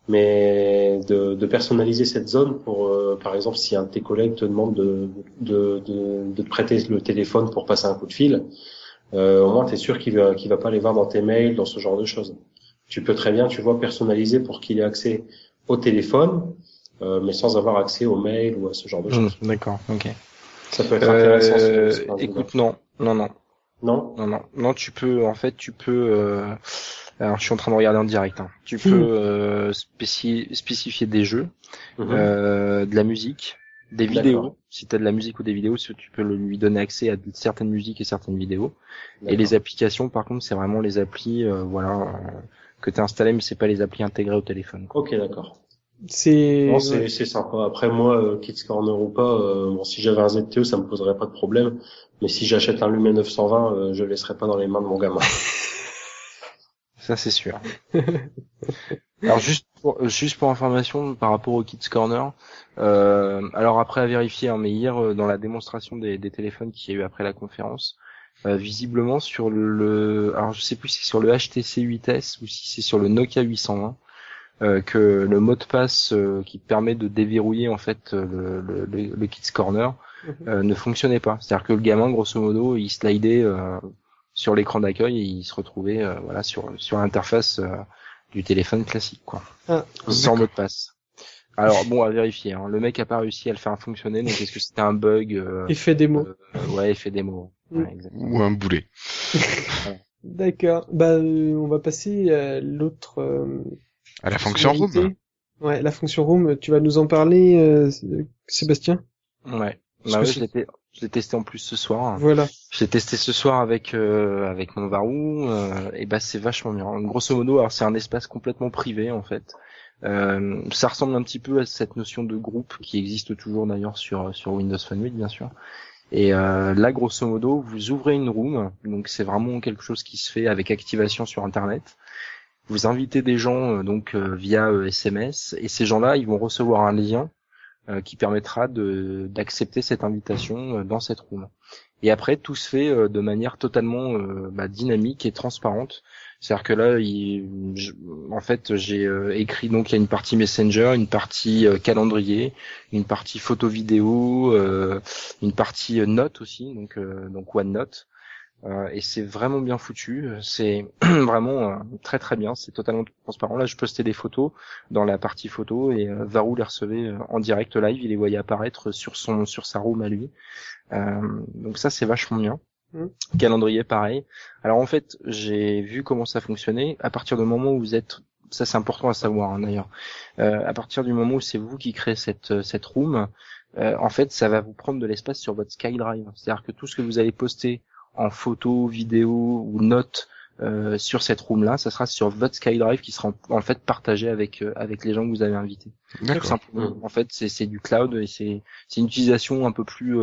mais de personnaliser cette zone pour, par exemple, si un de tes collègues te demande de te prêter le téléphone pour passer un coup de fil, au moins t'es sûr qu'il va pas les voir dans tes mails, dans ce genre de choses. Tu peux très bien, tu vois, personnaliser pour qu'il ait accès au téléphone, mais sans avoir accès aux mails ou à ce genre de choses. D'accord, ok. Ça peut être intéressant. Écoute, non, Non. tu peux, en fait, alors je suis en train de regarder en direct, hein. Tu peux spécifier des jeux, de la musique, des vidéos. D'accord. Si tu as de la musique ou des vidéos, tu peux lui donner accès à certaines musiques et certaines vidéos. D'accord. Et les applications, par contre, c'est vraiment les applis, que tu as installées, mais c'est pas les applis intégrées au téléphone, quoi. Ok, d'accord. C'est Non, c'est sympa. Après, moi, Kids Corner ou pas, bon, si j'avais un ZTE, ça me poserait pas de problème. Mais si j'achète un Lumia 920, je le laisserai pas dans les mains de mon gamin. Ça, c'est sûr. Alors juste pour information par rapport au Kids Corner, alors après à vérifier, hein, mais hier dans la démonstration des téléphones qu'il y a eu après la conférence, visiblement sur alors je sais plus si c'est sur le HTC 8S ou si c'est sur le Nokia 820, que le mot de passe qui permet de déverrouiller en fait le Kids Corner ne fonctionnait pas. C'est-à-dire que le gamin grosso modo il slidait sur l'écran d'accueil et il se retrouvait voilà sur l'interface du téléphone classique, quoi. Sans mot de passe. Alors bon, à vérifier, hein. Le mec a pas réussi à le faire fonctionner, donc est-ce que c'était un bug effet démo. Ouais, effet démo. Ouais, exactement. Ou un boulet. D'accord. Bah, on va passer à l'autre. À la fonction room. Ouais, la fonction room. Tu vas nous en parler, Sébastien? Ouais. Bah ouais, je l'ai testé en plus ce soir. Voilà. Je l'ai testé ce soir avec mon Varou, et bah c'est vachement bien. Grosso modo, alors c'est un espace complètement privé en fait. Ça ressemble un petit peu à cette notion de groupe qui existe toujours d'ailleurs sur Windows Phone 8 bien sûr. Et là grosso modo, vous ouvrez une room, donc c'est vraiment quelque chose qui se fait avec activation sur internet. Vous invitez des gens via SMS et ces gens-là, ils vont recevoir un lien qui permettra d'accepter cette invitation dans cette room. Et après, tout se fait de manière totalement dynamique et transparente. C'est-à-dire que là, en fait, j'ai écrit, donc il y a une partie Messenger, une partie calendrier, une partie photo-vidéo, une partie notes aussi, donc OneNote. Et c'est vraiment bien foutu, c'est vraiment très très bien, c'est totalement transparent. Là, je postais des photos dans la partie photo et Varou les recevait en direct live, il les voyait apparaître sur sa room à lui. Donc ça, c'est vachement bien. Calendrier, pareil. Alors en fait, j'ai vu comment ça fonctionnait. À partir du moment où vous êtes, ça c'est important à savoir hein, d'ailleurs, à partir du moment où c'est vous qui créez cette room, en fait, ça va vous prendre de l'espace sur votre SkyDrive. C'est-à-dire que tout ce que vous allez poster en photo, vidéo ou notes sur cette room-là, ça sera sur votre SkyDrive qui sera en fait partagé avec les gens que vous avez invités. D'accord. Tout simplement. En fait, c'est du cloud et c'est une utilisation un peu plus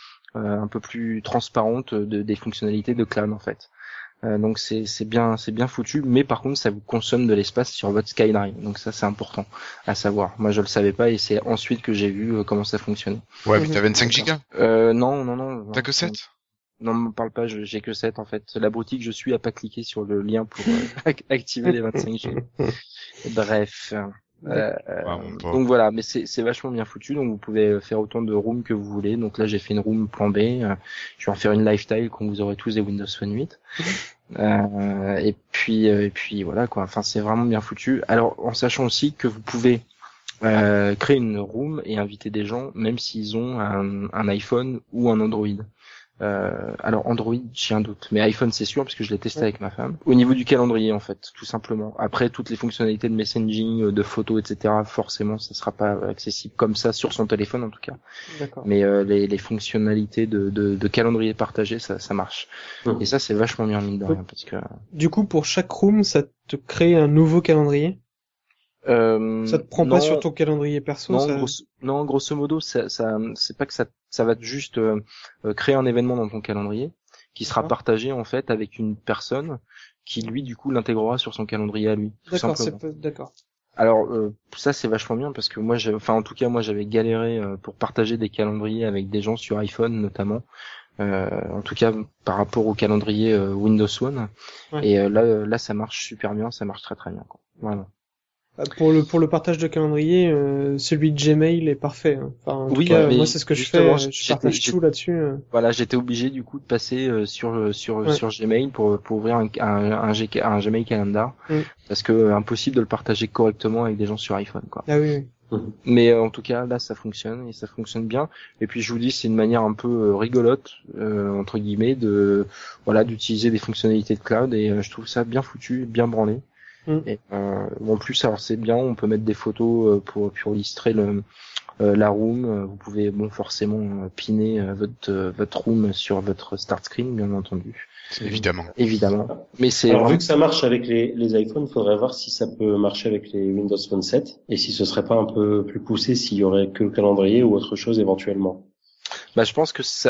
transparente des fonctionnalités de cloud en fait. Donc c'est bien foutu, mais par contre ça vous consomme de l'espace sur votre SkyDrive. Donc ça c'est important à savoir. Moi je le savais pas et c'est ensuite que j'ai vu comment ça fonctionnait. Ouais, mais t'as 25 gigas. Non. T'as que 7? Non, me parle pas, j'ai que 7 en fait. L'abruti que je suis a pas cliqué sur le lien pour activer les 25 Go. Bref. Donc voilà, mais c'est vachement bien foutu, donc vous pouvez faire autant de rooms que vous voulez. Donc là j'ai fait une room plan B, je vais en faire une lifestyle quand vous aurez tous des Windows Phone 8. Et puis voilà quoi, enfin c'est vraiment bien foutu. Alors en sachant aussi que vous pouvez créer une room et inviter des gens même s'ils ont un iPhone ou un Android. Alors Android, j'ai un doute, mais iPhone c'est sûr parce que je l'ai testé avec ma femme. Au niveau du calendrier en fait, tout simplement. Après toutes les fonctionnalités de messaging, de photos, etc. Forcément, ça sera pas accessible comme ça sur son téléphone en tout cas. D'accord. Mais les fonctionnalités de calendrier partagé, ça marche. Et ça c'est vachement bien mine de rien parce que. Du coup, pour chaque room, ça te crée un nouveau calendrier. Ça te prend pas sur ton calendrier perso. Non, grosso modo, ça c'est pas que ça va juste créer un événement dans ton calendrier qui sera partagé en fait avec une personne qui lui du coup l'intégrera sur son calendrier à lui. D'accord. Alors ça c'est vachement bien parce que moi en tout cas moi j'avais galéré pour partager des calendriers avec des gens sur iPhone notamment. En tout cas par rapport au calendrier Windows One. Ouais. Et là ça marche super bien, ça marche très très bien quoi. Voilà. Pour le partage de calendrier, celui de Gmail est parfait. Hein. Enfin, en Oui, tout cas, mais moi c'est ce que je justement, fais. Je partage tout là-dessus. Voilà, j'étais obligé du coup de passer Ouais. sur Gmail pour ouvrir un Gmail Calendar Mm. parce que impossible de le partager correctement avec des gens sur iPhone quoi. Ah oui. Mais en tout cas là ça fonctionne et ça fonctionne bien. Et puis je vous dis c'est une manière un peu rigolote entre guillemets de voilà d'utiliser des fonctionnalités de cloud et je trouve ça bien foutu, bien branlé. Mm. Et en plus alors c'est bien, on peut mettre des photos pour illustrer la room. Vous pouvez forcément piner votre room sur votre start screen bien entendu. Évidemment. Mais c'est Alors, vraiment... vu que ça marche avec les iPhones, faudrait voir si ça peut marcher avec les Windows Phone 7 et si ce serait pas un peu plus poussé s'il y aurait que le calendrier ou autre chose éventuellement. Bah, je pense que ça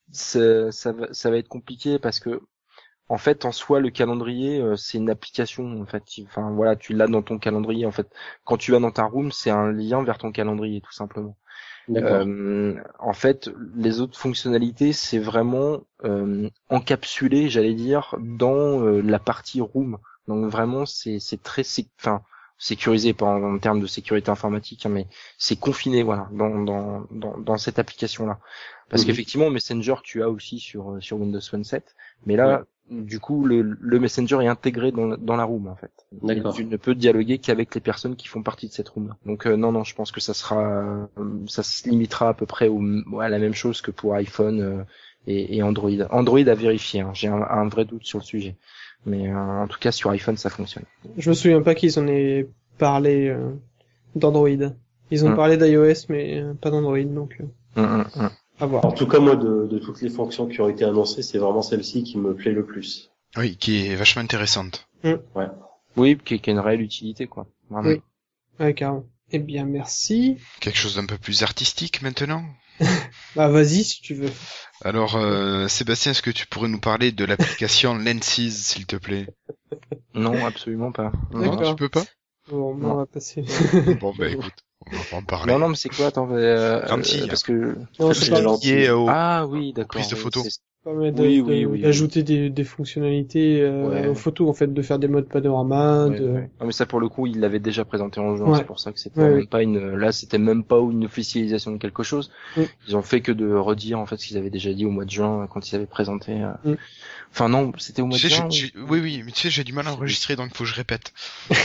va être compliqué parce que en fait, en soi, le calendrier, c'est une application. En fait, enfin voilà, tu l'as dans ton calendrier. En fait, quand tu vas dans ta room, c'est un lien vers ton calendrier, tout simplement. D'accord. En fait, les autres fonctionnalités, c'est vraiment encapsulé, j'allais dire, dans la partie room. Donc vraiment, c'est très, enfin, sécurisé, pas en termes de sécurité informatique, hein, mais c'est confiné, voilà, dans cette application-là. Parce qu'effectivement, Messenger, tu as aussi sur Windows Phone 7, mais là, du coup, le Messenger est intégré dans la room, en fait. D'accord. Et tu ne peux dialoguer qu'avec les personnes qui font partie de cette room. Donc non, je pense que ça se limitera à peu près à la même chose que pour iPhone et Android. Android à vérifier, hein. J'ai un vrai doute sur le sujet. Mais en tout cas, sur iPhone, ça fonctionne. Je me souviens pas qu'ils en aient parlé d'Android. Ils ont parlé d'iOS, mais pas d'Android, donc à voir. En tout cas, moi, de toutes les fonctions qui ont été annoncées, c'est vraiment celle-ci qui me plaît le plus. Oui, qui est vachement intéressante. Ouais. Oui, qui a une réelle utilité, quoi. Vraiment. Oui. Ouais, carrément. Eh bien, merci. Quelque chose d'un peu plus artistique maintenant. Bah, vas-y, si tu veux. Alors, Sébastien, est-ce que tu pourrais nous parler de l'application Lenses, s'il te plaît? Non, absolument pas. Non, tu peux pas? Bon, on va passer. Bon, bah écoute, on va pas en parler. Non, mais c'est quoi, attends, Lentilles. parce que... Non, c'est pas Lié au Ah oui, d'accord. prise de photos. permet Oui. d'ajouter des fonctionnalités aux photos, en fait, de faire des modes panorama, Ouais. Non, mais ça, pour le coup, il l'avait déjà présenté en juin, Ouais. c'est pour ça que c'était même pas c'était même pas une officialisation de quelque chose. Ils ont fait que de redire, en fait, ce qu'ils avaient déjà dit au mois de juin, quand ils avaient présenté, Enfin, non, c'était au mois de juin. Oui, mais tu sais, j'ai du mal à enregistrer, donc faut que je répète.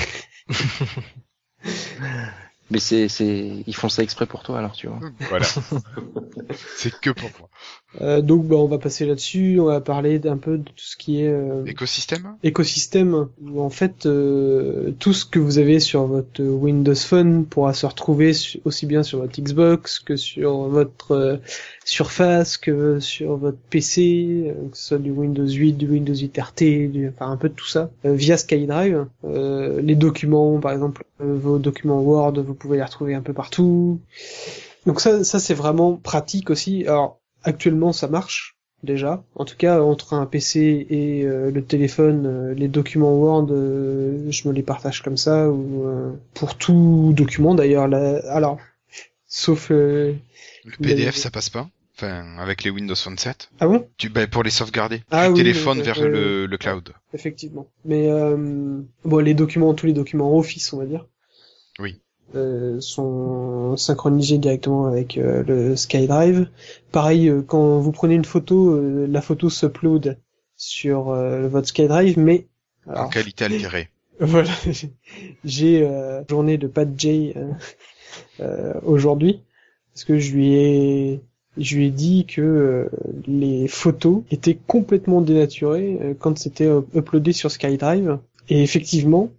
Mais ils font ça exprès pour toi, alors, tu vois. Voilà. C'est que pour moi. Donc, on va passer là-dessus. On va parler d'un peu de tout ce qui est écosystème. Où, en fait, tout ce que vous avez sur votre Windows Phone pourra se retrouver aussi bien sur votre Xbox que sur votre Surface, que sur votre PC, que ce soit du Windows 8, du Windows 8 RT, enfin un peu de tout ça, via SkyDrive. Les documents, par exemple, vos documents Word, vous pouvez les retrouver un peu partout. Donc ça c'est vraiment pratique aussi. Alors actuellement ça marche déjà. En tout cas entre un PC et le téléphone, les documents Word, je me les partage comme ça ou pour tout document d'ailleurs. Alors sauf le PDF ça passe pas. Enfin, avec les Windows Phone 7. Ah bon? Pour les sauvegarder. Ah, du oui, téléphone vers le cloud. Effectivement. Mais tous les documents Office, on va dire. Oui. Sont synchronisés directement avec le SkyDrive. Pareil, quand vous prenez une photo, la photo s'upload sur votre SkyDrive, mais en qualité altérée. Voilà, j'ai journée de Pat J aujourd'hui parce que je lui ai dit que les photos étaient complètement dénaturées quand c'était uploadé sur SkyDrive. Et effectivement,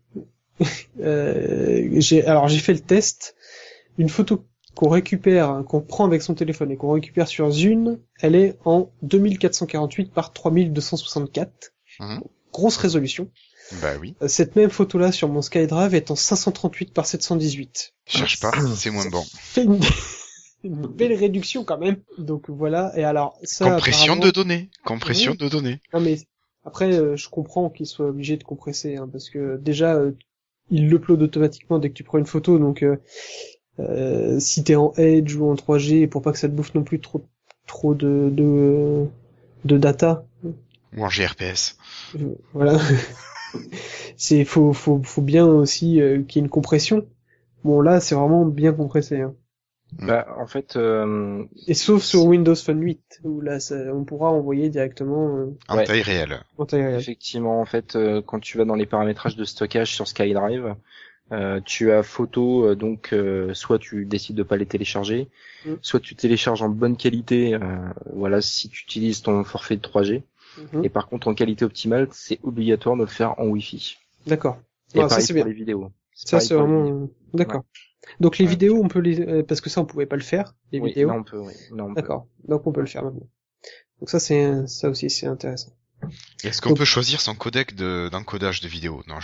j'ai fait le test. Une photo qu'on récupère, qu'on prend avec son téléphone et qu'on récupère sur Zune, elle est en 2448 par 3264. Grosse résolution. Bah oui. Cette même photo-là sur mon SkyDrive est en 538 par 718. Cherche pas, c'est moins bon. Fait une belle réduction quand même. Donc voilà. Et alors ça. Compression de données. De données. Non mais après, je comprends qu'ils soient obligés de compresser, hein, parce que déjà il l'upload automatiquement dès que tu prends une photo. Donc si t'es en Edge ou en 3G, pour pas que ça te bouffe non plus trop de data. Ou en GRPS. Voilà. Faut bien aussi qu'il y ait une compression. Bon, là, c'est vraiment bien compressé, hein. Bah, en fait, Et sauf sur Windows Phone 8, où là, on pourra envoyer directement En Ouais. taille réelle. en taille réelle. effectivement, en fait, quand tu vas dans les paramétrages de stockage sur SkyDrive, tu as photo, donc soit tu décides de pas les télécharger, soit tu télécharges en bonne qualité, voilà, si tu utilises ton forfait de 3G. Mhm. Et par contre, en qualité optimale, c'est obligatoire de le faire en Wi-Fi. D'accord. Et Ah, ça pareil c'est pour bien. les vidéos. Ça pareil c'est pour les vraiment vidéos. d'accord. Donc les Ouais. vidéos, on peut les parce que ça on pouvait pas le faire, les Oui, vidéos. là on peut, oui. Là, on peut. D'accord. Donc on peut le faire maintenant. Donc ça aussi c'est intéressant. Est-ce qu'on Donc- peut choisir son codec d'encodage de vidéo? Non,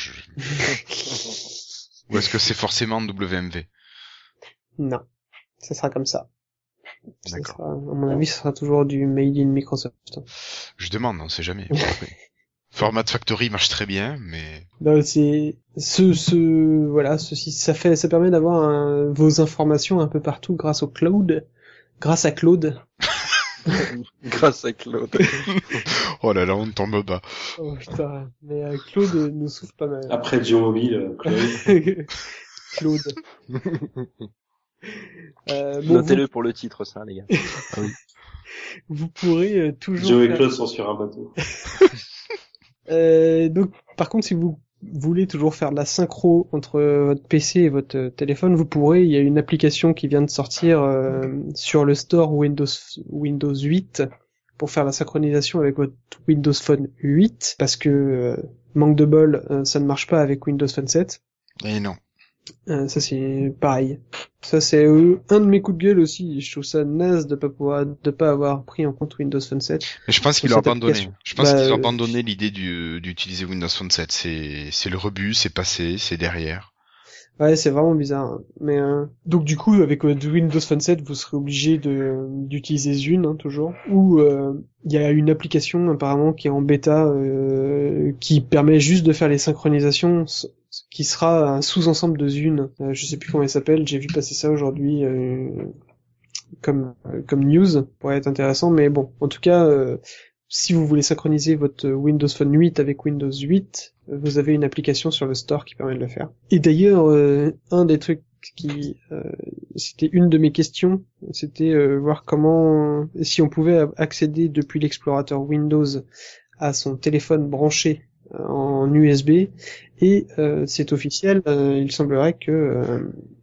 Ou est-ce que c'est forcément WMV? Non, ça sera comme ça. Ça D'accord. sera, à mon avis, ça sera toujours du made in Microsoft. Je demande, on sait jamais. Après. Format Factory marche très bien, mais Non, c'est voilà, ça permet d'avoir vos informations un peu partout grâce à Claude. Grâce à Claude. oh là là, on tombe bas. Oh putain, mais Claude nous souffle pas mal. Après Joe Mobile, Claude. Claude. Notez-le pour le titre, ça, les gars. vous pourrez toujours Joe et faire- Claude sont sur un bateau. donc, par contre, si vous voulez toujours faire de la synchro entre votre PC et votre téléphone, vous pourrez. Il y a une application qui vient de sortir sur le store Windows 8 pour faire la synchronisation avec votre Windows Phone 8, parce que manque de bol, ça ne marche pas avec Windows Phone 7. Et non. Ça c'est pareil. Ça c'est un de mes coups de gueule aussi. Je trouve ça naze de pas avoir pris en compte Windows Phone 7. Mais je pense qu'ils Cette l'ont abandonné. application. Je pense Bah, qu'ils ont abandonné l'idée d'utiliser Windows Phone 7. C'est le rebut, c'est passé, c'est derrière. Ouais, c'est vraiment bizarre, hein. Mais donc du coup, avec Windows Phone 7, vous serez obligé d'utiliser Zune, hein, toujours. Ou il y a une application apparemment qui est en bêta qui permet juste de faire les synchronisations, qui sera un sous-ensemble de Zune. Je sais plus comment elle s'appelle. J'ai vu passer ça aujourd'hui comme news, pourrait être intéressant. Mais bon, en tout cas. Si vous voulez synchroniser votre Windows Phone 8 avec Windows 8, vous avez une application sur le store qui permet de le faire. Et d'ailleurs, un des trucs c'était une de mes questions, c'était voir comment, si on pouvait accéder depuis l'explorateur Windows à son téléphone branché en USB. Et c'est officiel, il semblerait que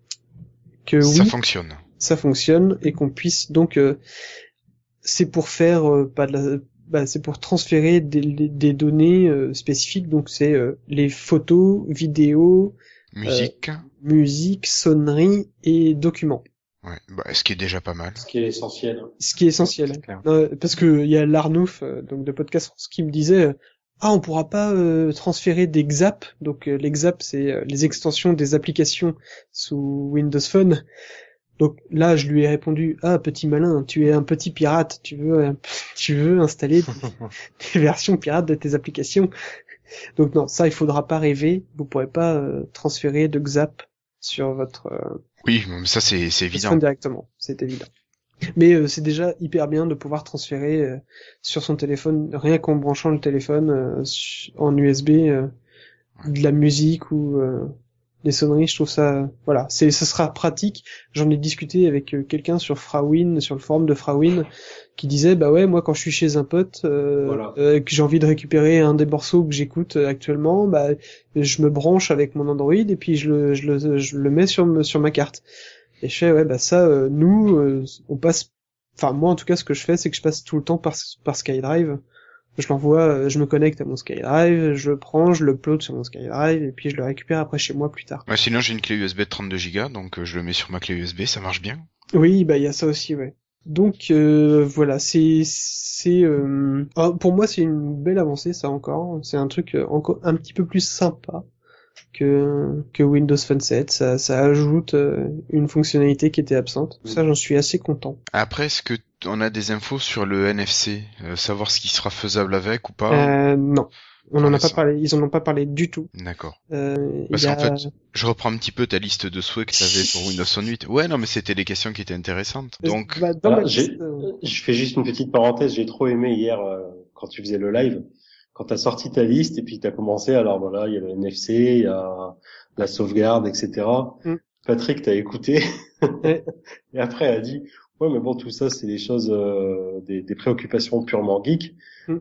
Ça oui, fonctionne. ça fonctionne et qu'on puisse donc c'est pour faire c'est pour transférer des données spécifiques, donc c'est les photos, vidéos, musique, sonnerie et documents. Ouais, bah, ce qui est déjà pas mal. Ce qui est essentiel. Ce qui est essentiel. C'est clair. Parce que il y a l'Arnouf, donc de Podcast France, qui me disait on pourra pas transférer des XAP. Donc les XAP, c'est les extensions des applications sous Windows Phone. Donc là, je lui ai répondu petit malin, tu es un petit pirate, tu veux installer des versions pirates de tes applications. Donc non, ça il faudra pas rêver, vous pourrez pas transférer de XAP sur votre Oui, mais ça c'est évident. téléphone directement, c'est évident. Mais c'est déjà hyper bien de pouvoir transférer sur son téléphone, rien qu'en branchant le téléphone en USB, de la musique ou des sonneries. Je trouve ça, voilà, ça sera pratique. J'en ai discuté avec quelqu'un sur Frawin, sur le forum de Frawin, qui disait bah ouais, moi quand je suis chez un pote, que j'ai envie de récupérer un des morceaux que j'écoute actuellement, bah je me branche avec mon Android et puis je le mets sur ma carte. Et je fais, ouais, bah ça, nous, on passe, enfin, moi, en tout cas, ce que je fais, c'est que je passe tout le temps par SkyDrive. Je l'envoie, je me connecte à mon SkyDrive, je le prends, je l'upload sur mon SkyDrive, et puis je le récupère après chez moi plus tard. Ouais, sinon j'ai une clé USB de 32 Go, donc je le mets sur ma clé USB, ça marche bien. Oui, bah, il y a ça aussi, ouais. Donc, voilà, pour moi, c'est une belle avancée, ça encore. C'est un truc encore un petit peu plus sympa que Windows Phone 7, ça ajoute une fonctionnalité qui était absente. Ça, j'en suis assez content. Après, est-ce que on a des infos sur le NFC, savoir ce qui sera faisable avec ou pas? Non. On en a pas parlé, ils en ont pas parlé du tout. D'accord. Parce qu'en fait, je reprends un petit peu ta liste de souhaits que tu avais pour Windows Phone 8. Ouais, non, mais c'était des questions qui étaient intéressantes. Donc, je fais juste une petite parenthèse, j'ai trop aimé hier quand tu faisais le live. quand t'as sorti ta liste et puis t'as commencé, alors voilà, il y a le NFC, il y a la sauvegarde, etc. Mm. Patrick t'a écouté Ouais. et après a dit, ouais, mais bon, tout ça, c'est des choses, des préoccupations purement geek. Mm.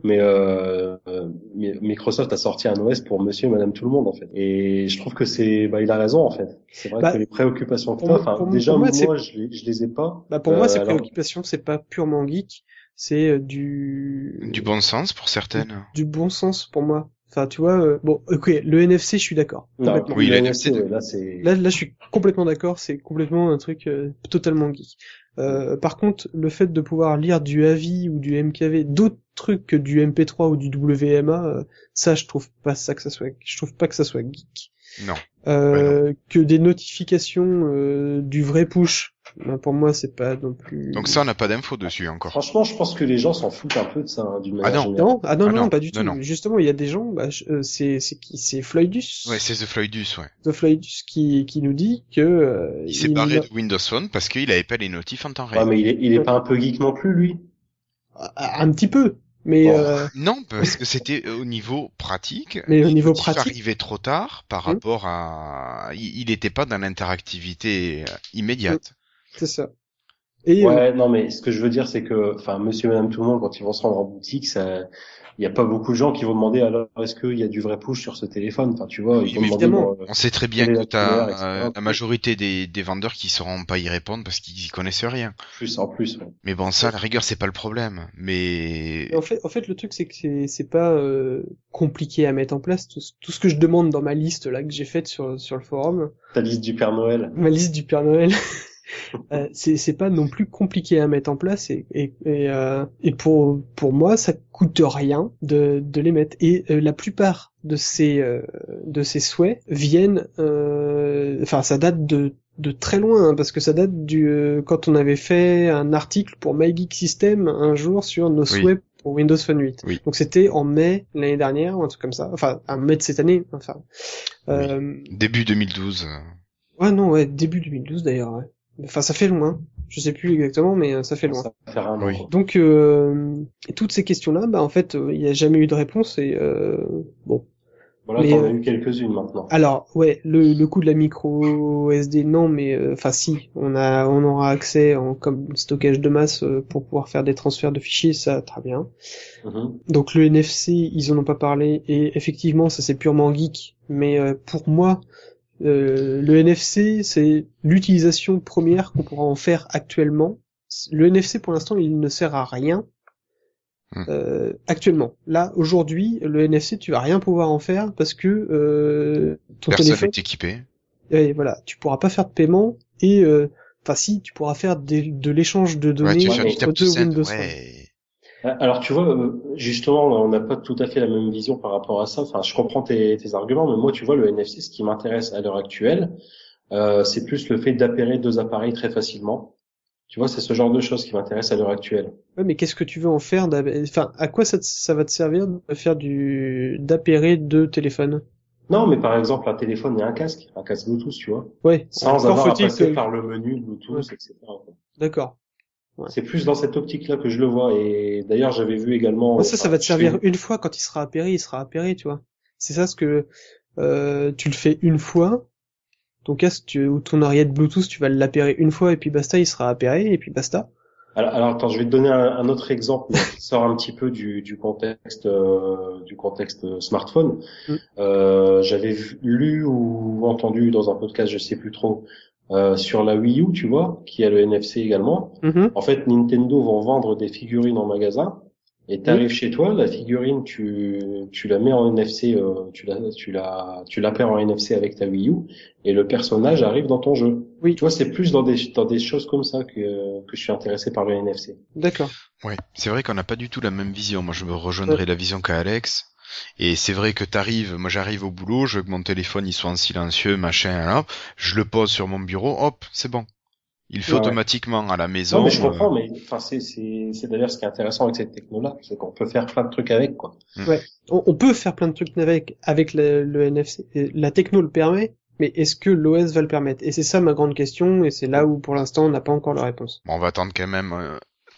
Mais Microsoft a sorti un OS pour Monsieur et Madame tout le monde en fait. Et je trouve que il a raison en fait. C'est vrai Bah, que les préoccupations que pour t'as, moi- enfin, pour déjà moi, moi, je les ai pas. Bah pour moi, ces Alors, préoccupations, c'est pas purement geek, c'est Du bon sens pour certaines. du bon sens pour moi. Enfin, tu vois, bon, ok, le NFC, je suis d'accord. non, Complètement. Oui, le le NFC, NFC, ouais, là c'est. Là, je suis complètement d'accord. C'est complètement un truc totalement geek. Par contre, le fait de pouvoir lire du AVI ou du MKV, d'autres trucs que du MP3 ou du WMA, ça, je trouve pas que ça soit geek. non. Que des notifications du vrai push. Ben, pour moi, c'est pas non plus. Donc ça, on n'a pas d'infos dessus encore. Franchement, je pense que les gens s'en foutent un peu de ça, hein, d'une manière non. générale. Non, ah non, Ah non, non, pas du tout. non, non. Justement, il y a des gens, c'est qui, c'est Floydus, Ouais, c'est The Floydus, ouais. The Floydus qui nous dit que Il s'est barré de Windows Phone parce qu'il avait pas les notifs en temps Ouais, réel. mais il est pas un peu geek non plus, lui. un petit peu, mais Bon. Non, parce que c'était au niveau pratique. Mais au Les niveau notifs pratique. arrivaient trop tard par rapport à... Il n'était pas dans l'interactivité immédiate. c'est ça. Et Ouais, non, mais ce que je veux dire, c'est que, enfin, Monsieur, et Madame, tout le monde, quand ils vont se rendre en boutique, ça, il y a pas beaucoup de gens qui vont demander alors est-ce qu'il y a du vrai push sur ce téléphone. Enfin, tu vois, Oui, ils vont mais demander. évidemment. On sait très bien quelle est que la couleur, t'as etc. la majorité des vendeurs qui sauront pas y répondre parce qu'ils y connaissent rien. Plus en plus. Ouais. Mais bon, ça, à la rigueur, c'est pas le problème. Mais en fait, le truc c'est que c'est pas compliqué à mettre en place. Tout ce que je demande dans ma liste là que j'ai faite sur le forum, Ta liste du Père Noël. ma liste du Père Noël. C'est pas non plus compliqué à mettre en place et pour moi ça coûte rien de les mettre et la plupart de ces souhaits viennent enfin ça date de très loin hein, parce que ça date quand on avait fait un article pour My Geek System un jour sur nos souhaits pour Windows Phone 8. Oui. Donc c'était en mai l'année dernière ou un truc comme ça, enfin en mai de cette année enfin début 2012. Ouais non ouais début 2012 d'ailleurs ouais. Enfin, ça fait loin. Je sais plus exactement, mais ça fait loin. Ça va faire un an. Oui. Quoi. Donc, toutes ces questions-là, bah en fait, il n'y a jamais eu de réponse et bon. Voilà, Mais, t'en as eu quelques-unes maintenant. Alors, ouais, le coût de la micro SD, non, mais enfin si, on aura accès comme stockage de masse pour pouvoir faire des transferts de fichiers, ça très bien. Mhm. Donc le NFC, ils en ont pas parlé et effectivement, ça c'est purement geek, mais pour moi. Le NFC, c'est l'utilisation première qu'on pourra en faire actuellement. Le NFC, pour l'instant, il ne sert à rien. Actuellement. Là, aujourd'hui, le NFC, tu vas rien pouvoir en faire parce que ton Personne téléphone... n'est équipé. Et voilà, tu pourras pas faire de paiement et... Enfin si, tu pourras faire de l'échange de données Ouais, tu vas faire du entre tap to deux send, Windows Phone. ouais. Alors tu vois, justement, on n'a pas tout à fait la même vision par rapport à ça. Enfin, je comprends tes arguments, mais moi, tu vois, le NFC, ce qui m'intéresse à l'heure actuelle, c'est plus le fait d'appairer deux appareils très facilement. Tu vois, c'est ce genre de choses qui m'intéresse à l'heure actuelle. Ouais, mais qu'est-ce que tu veux en faire Enfin, à quoi ça va te servir de faire d'appairer deux téléphones? Non, mais par exemple, un téléphone et un casque Bluetooth, tu vois, Ouais. sans Encore avoir à faut-il passer que... par le menu Bluetooth, Ouais. etc. quoi. D'accord. Ouais. C'est plus dans cette optique-là que je le vois. Et d'ailleurs, j'avais vu également. Ouais, ça va te je servir fais- une fois quand il sera appairé, tu vois. C'est ça ce que tu le fais une fois. Ton casque ou ton oreillette Bluetooth, tu vas l'appairer une fois et puis basta, il sera appairé et puis basta. Alors, attends, je vais te donner un autre exemple mais qui sort un petit peu du contexte smartphone. J'avais lu ou entendu dans un podcast, je sais plus trop, sur la Wii U, tu vois, qui a le NFC également. Mm-hmm. En fait, Nintendo vont vendre des figurines en magasin et t'arrives chez toi, la figurine, tu la mets en NFC, tu l'appaires en NFC avec ta Wii U et le personnage arrive dans ton jeu. Oui. Tu vois, c'est plus dans des choses comme ça que je suis intéressé par le NFC. D'accord. Ouais, c'est vrai qu'on n'a pas du tout la même vision. Moi, je me rejoindrai la vision qu'a Alex. Et c'est vrai que moi j'arrive au boulot, je veux que mon téléphone il soit en silencieux, machin, là, je le pose sur mon bureau, hop, c'est bon. Il fait Ouais. automatiquement à la maison. Non, mais je comprends, mais enfin, c'est d'ailleurs ce qui est intéressant avec cette techno-là, c'est qu'on peut faire plein de trucs avec, quoi. Ouais. On peut faire plein de trucs avec le NFC. Et la techno le permet, mais est-ce que l'OS va le permettre? Et c'est ça ma grande question, et c'est là où pour l'instant on n'a pas encore la réponse. Bon, on va attendre quand même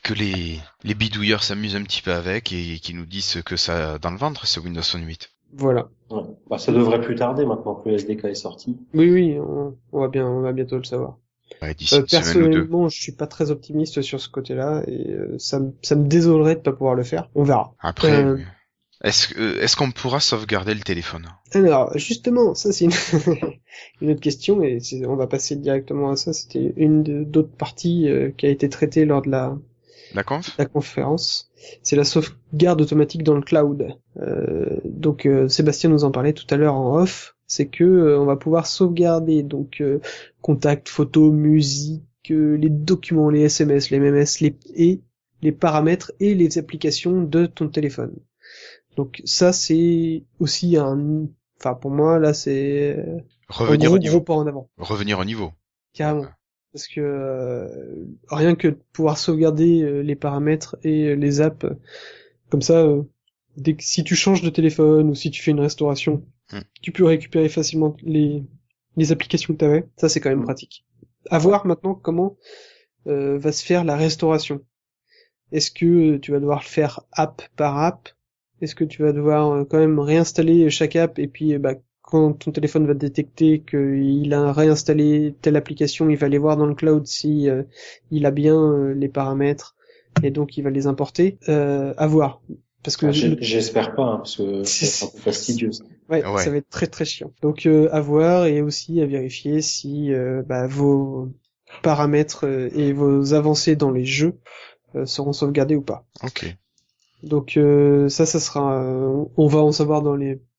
que les bidouilleurs s'amusent un petit peu avec et qui nous disent que ça a dans le ventre, ce Windows Phone 8. Voilà. Ouais. Bah, ça devrait plus tarder maintenant que le SDK est sorti. Oui, on va bientôt le savoir. Ouais, d'ici une semaine ou deux. Personnellement, je suis pas très optimiste sur ce côté-là et ça me désolerait de pas pouvoir le faire. On verra. Après, est-ce qu'on pourra sauvegarder le téléphone? Alors, justement, ça c'est une, une autre question et on va passer directement à ça. C'était d'autres parties qui a été traitée lors de la conférence. C'est la sauvegarde automatique dans le cloud. Donc Sébastien nous en parlait tout à l'heure en off. C'est que on va pouvoir sauvegarder donc contacts, photos, musique, les documents, les SMS, les MMS, les paramètres et les applications de ton téléphone. Donc ça c'est aussi enfin pour moi là c'est revenir un gros pas en avant. Revenir au niveau. Carrément. Parce que rien que de pouvoir sauvegarder les paramètres et les apps comme ça, si tu changes de téléphone ou si tu fais une restauration, tu peux récupérer facilement les applications que tu avais. Ça c'est quand même pratique. À voir maintenant comment va se faire la restauration. Est-ce que tu vas devoir le faire app par app? Est-ce que tu vas devoir quand même réinstaller chaque app et puis quand ton téléphone va détecter qu'il a réinstallé telle application, il va aller voir dans le cloud si il a bien les paramètres et donc il va les importer. À voir. Parce que j'espère pas, parce que c'est un peu fastidieux. Ouais, ça va être très très chiant. Donc à voir et aussi à vérifier si vos paramètres et vos avancées dans les jeux seront sauvegardés ou pas. Ok. Donc ça sera, on va en savoir dans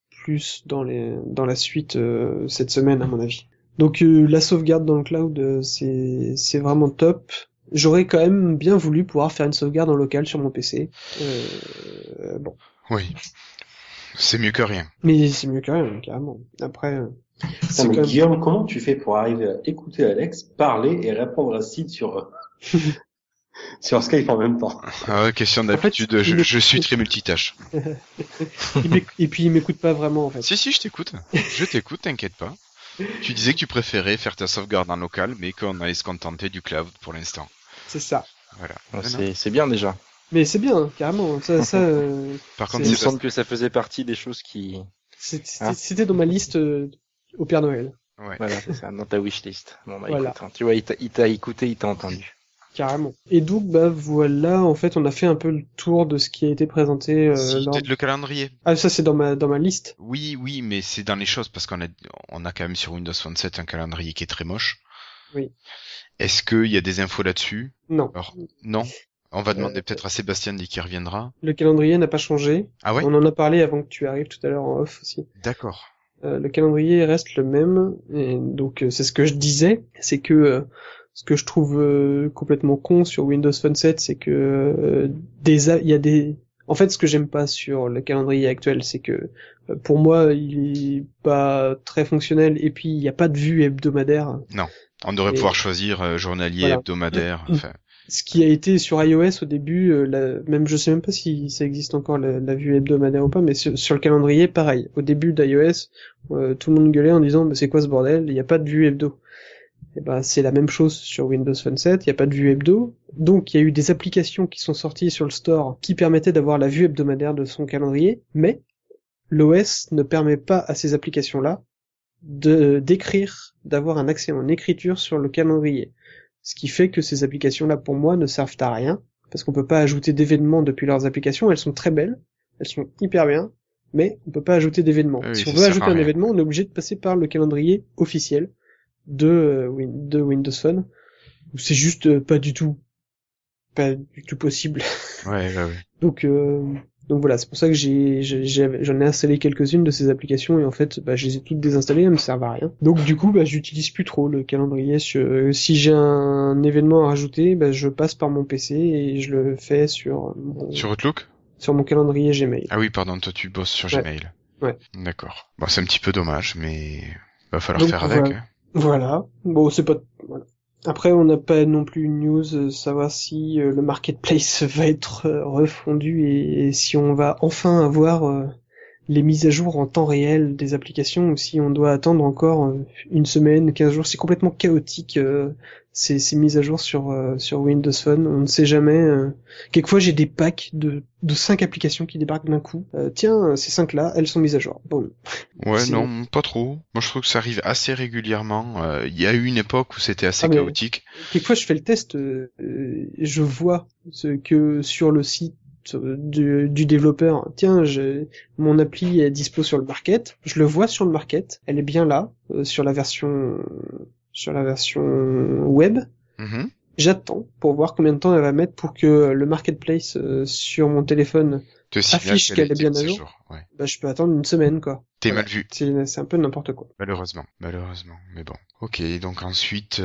la suite cette semaine à mon avis. Donc la sauvegarde dans le cloud c'est vraiment top. J'aurais quand même bien voulu pouvoir faire une sauvegarde en local sur mon PC. Bon. Oui. C'est mieux que rien. Mais c'est mieux que rien, carrément. Après. Guillaume, comment tu fais pour arriver à écouter Alex parler et répondre à Sid sur sur Skype en même temps? Ah ouais, question d'habitude. Je suis très multitâche. Et puis il m'écoute pas vraiment en fait. Si, je t'écoute. Je t'écoute, t'inquiète pas. Tu disais que tu préférais faire ta sauvegarde en local, mais qu'on allait se contenter du cloud pour l'instant. C'est ça. Voilà. C'est bien déjà. Mais c'est bien, carrément. Par contre, il me semble que ça faisait partie des choses qui... C'était dans ma liste au Père Noël. Ouais. Voilà, c'est ça, dans ta wishlist. Bon, voilà. Écoute, hein, tu vois, il t'a écouté, il t'a entendu. Carrément. Et donc, voilà, en fait, on a fait un peu le tour de ce qui a été présenté. Peut-être le calendrier. Ah, ça, c'est dans ma liste. Oui, mais c'est dans les choses, parce qu'on a quand même sur Windows Phone 7 un calendrier qui est très moche. Oui. Est-ce qu'il y a des infos là-dessus? Non. Alors, non. On va demander peut-être à Sébastien dès qu'il reviendra. Le calendrier n'a pas changé. Ah ouais? On en a parlé avant que tu arrives tout à l'heure en off aussi. D'accord. Le calendrier reste le même. Et donc, c'est ce que je disais. C'est que ce que je trouve complètement con sur Windows Phone 7, c'est que il y a des... En fait, ce que j'aime pas sur le calendrier actuel, c'est que pour moi, il est pas très fonctionnel et puis il n'y a pas de vue hebdomadaire. Non. On devrait pouvoir choisir journalier, hebdomadaire, enfin... Ce qui a été sur iOS au début, même je sais même pas si ça existe encore la vue hebdomadaire ou pas, mais sur le calendrier, pareil. Au début d'iOS, tout le monde gueulait en disant c'est quoi ce bordel, il n'y a pas de vue hebdo. Et c'est la même chose sur Windows Phone 7, il n'y a pas de vue hebdo. Donc il y a eu des applications qui sont sorties sur le store qui permettaient d'avoir la vue hebdomadaire de son calendrier, mais l'OS ne permet pas à ces applications-là d'avoir un accès en écriture sur le calendrier. Ce qui fait que ces applications-là, pour moi, ne servent à rien, parce qu'on peut pas ajouter d'événements depuis leurs applications. Elles sont très belles, elles sont hyper bien, mais on peut pas ajouter d'événements. Oui, si on veut ajouter un événement, on est obligé de passer par le calendrier officiel de Windows Phone, où c'est juste pas du tout possible. Ouais. Donc voilà, c'est pour ça que j'en ai installé quelques-unes de ces applications et en fait, je les ai toutes désinstallées, elles me servent à rien. Donc du coup, j'utilise plus trop le calendrier. Si j'ai un événement à rajouter, je passe par mon PC et je le fais sur Outlook? Sur mon calendrier Gmail. Ah oui, pardon, toi tu bosses sur Gmail. Ouais. D'accord. Bon, c'est un petit peu dommage, mais va falloir faire avec. Voilà. Bon, c'est pas... Voilà. Après, on n'a pas non plus une news, savoir si le marketplace va être refondu et si on va enfin avoir les mises à jour en temps réel des applications ou si on doit attendre encore une semaine, 15 jours. C'est complètement chaotique ces mises à jour sur Windows Phone. On ne sait jamais. Quelquefois j'ai des packs de 5 applications qui débarquent d'un coup. Tiens, ces 5 là, elles sont mises à jour. Bon. Ouais, non, pas trop. Moi, je trouve que ça arrive assez régulièrement. Il y a eu une époque où c'était assez mais chaotique. Quelquefois je fais le test, je vois ce que sur le site du développeur, tiens, mon appli est dispo sur le market, je le vois sur le market, elle est bien là, sur la version web. Mhm. J'attends pour voir combien de temps elle va mettre pour que le marketplace sur mon téléphone Te signale affiche qu'elle est bien mise à jour. Ouais. Bah, je peux attendre une semaine, quoi. T'es Voilà. mal vu. C'est un peu n'importe quoi. Malheureusement. Mais bon. Ok, donc ensuite,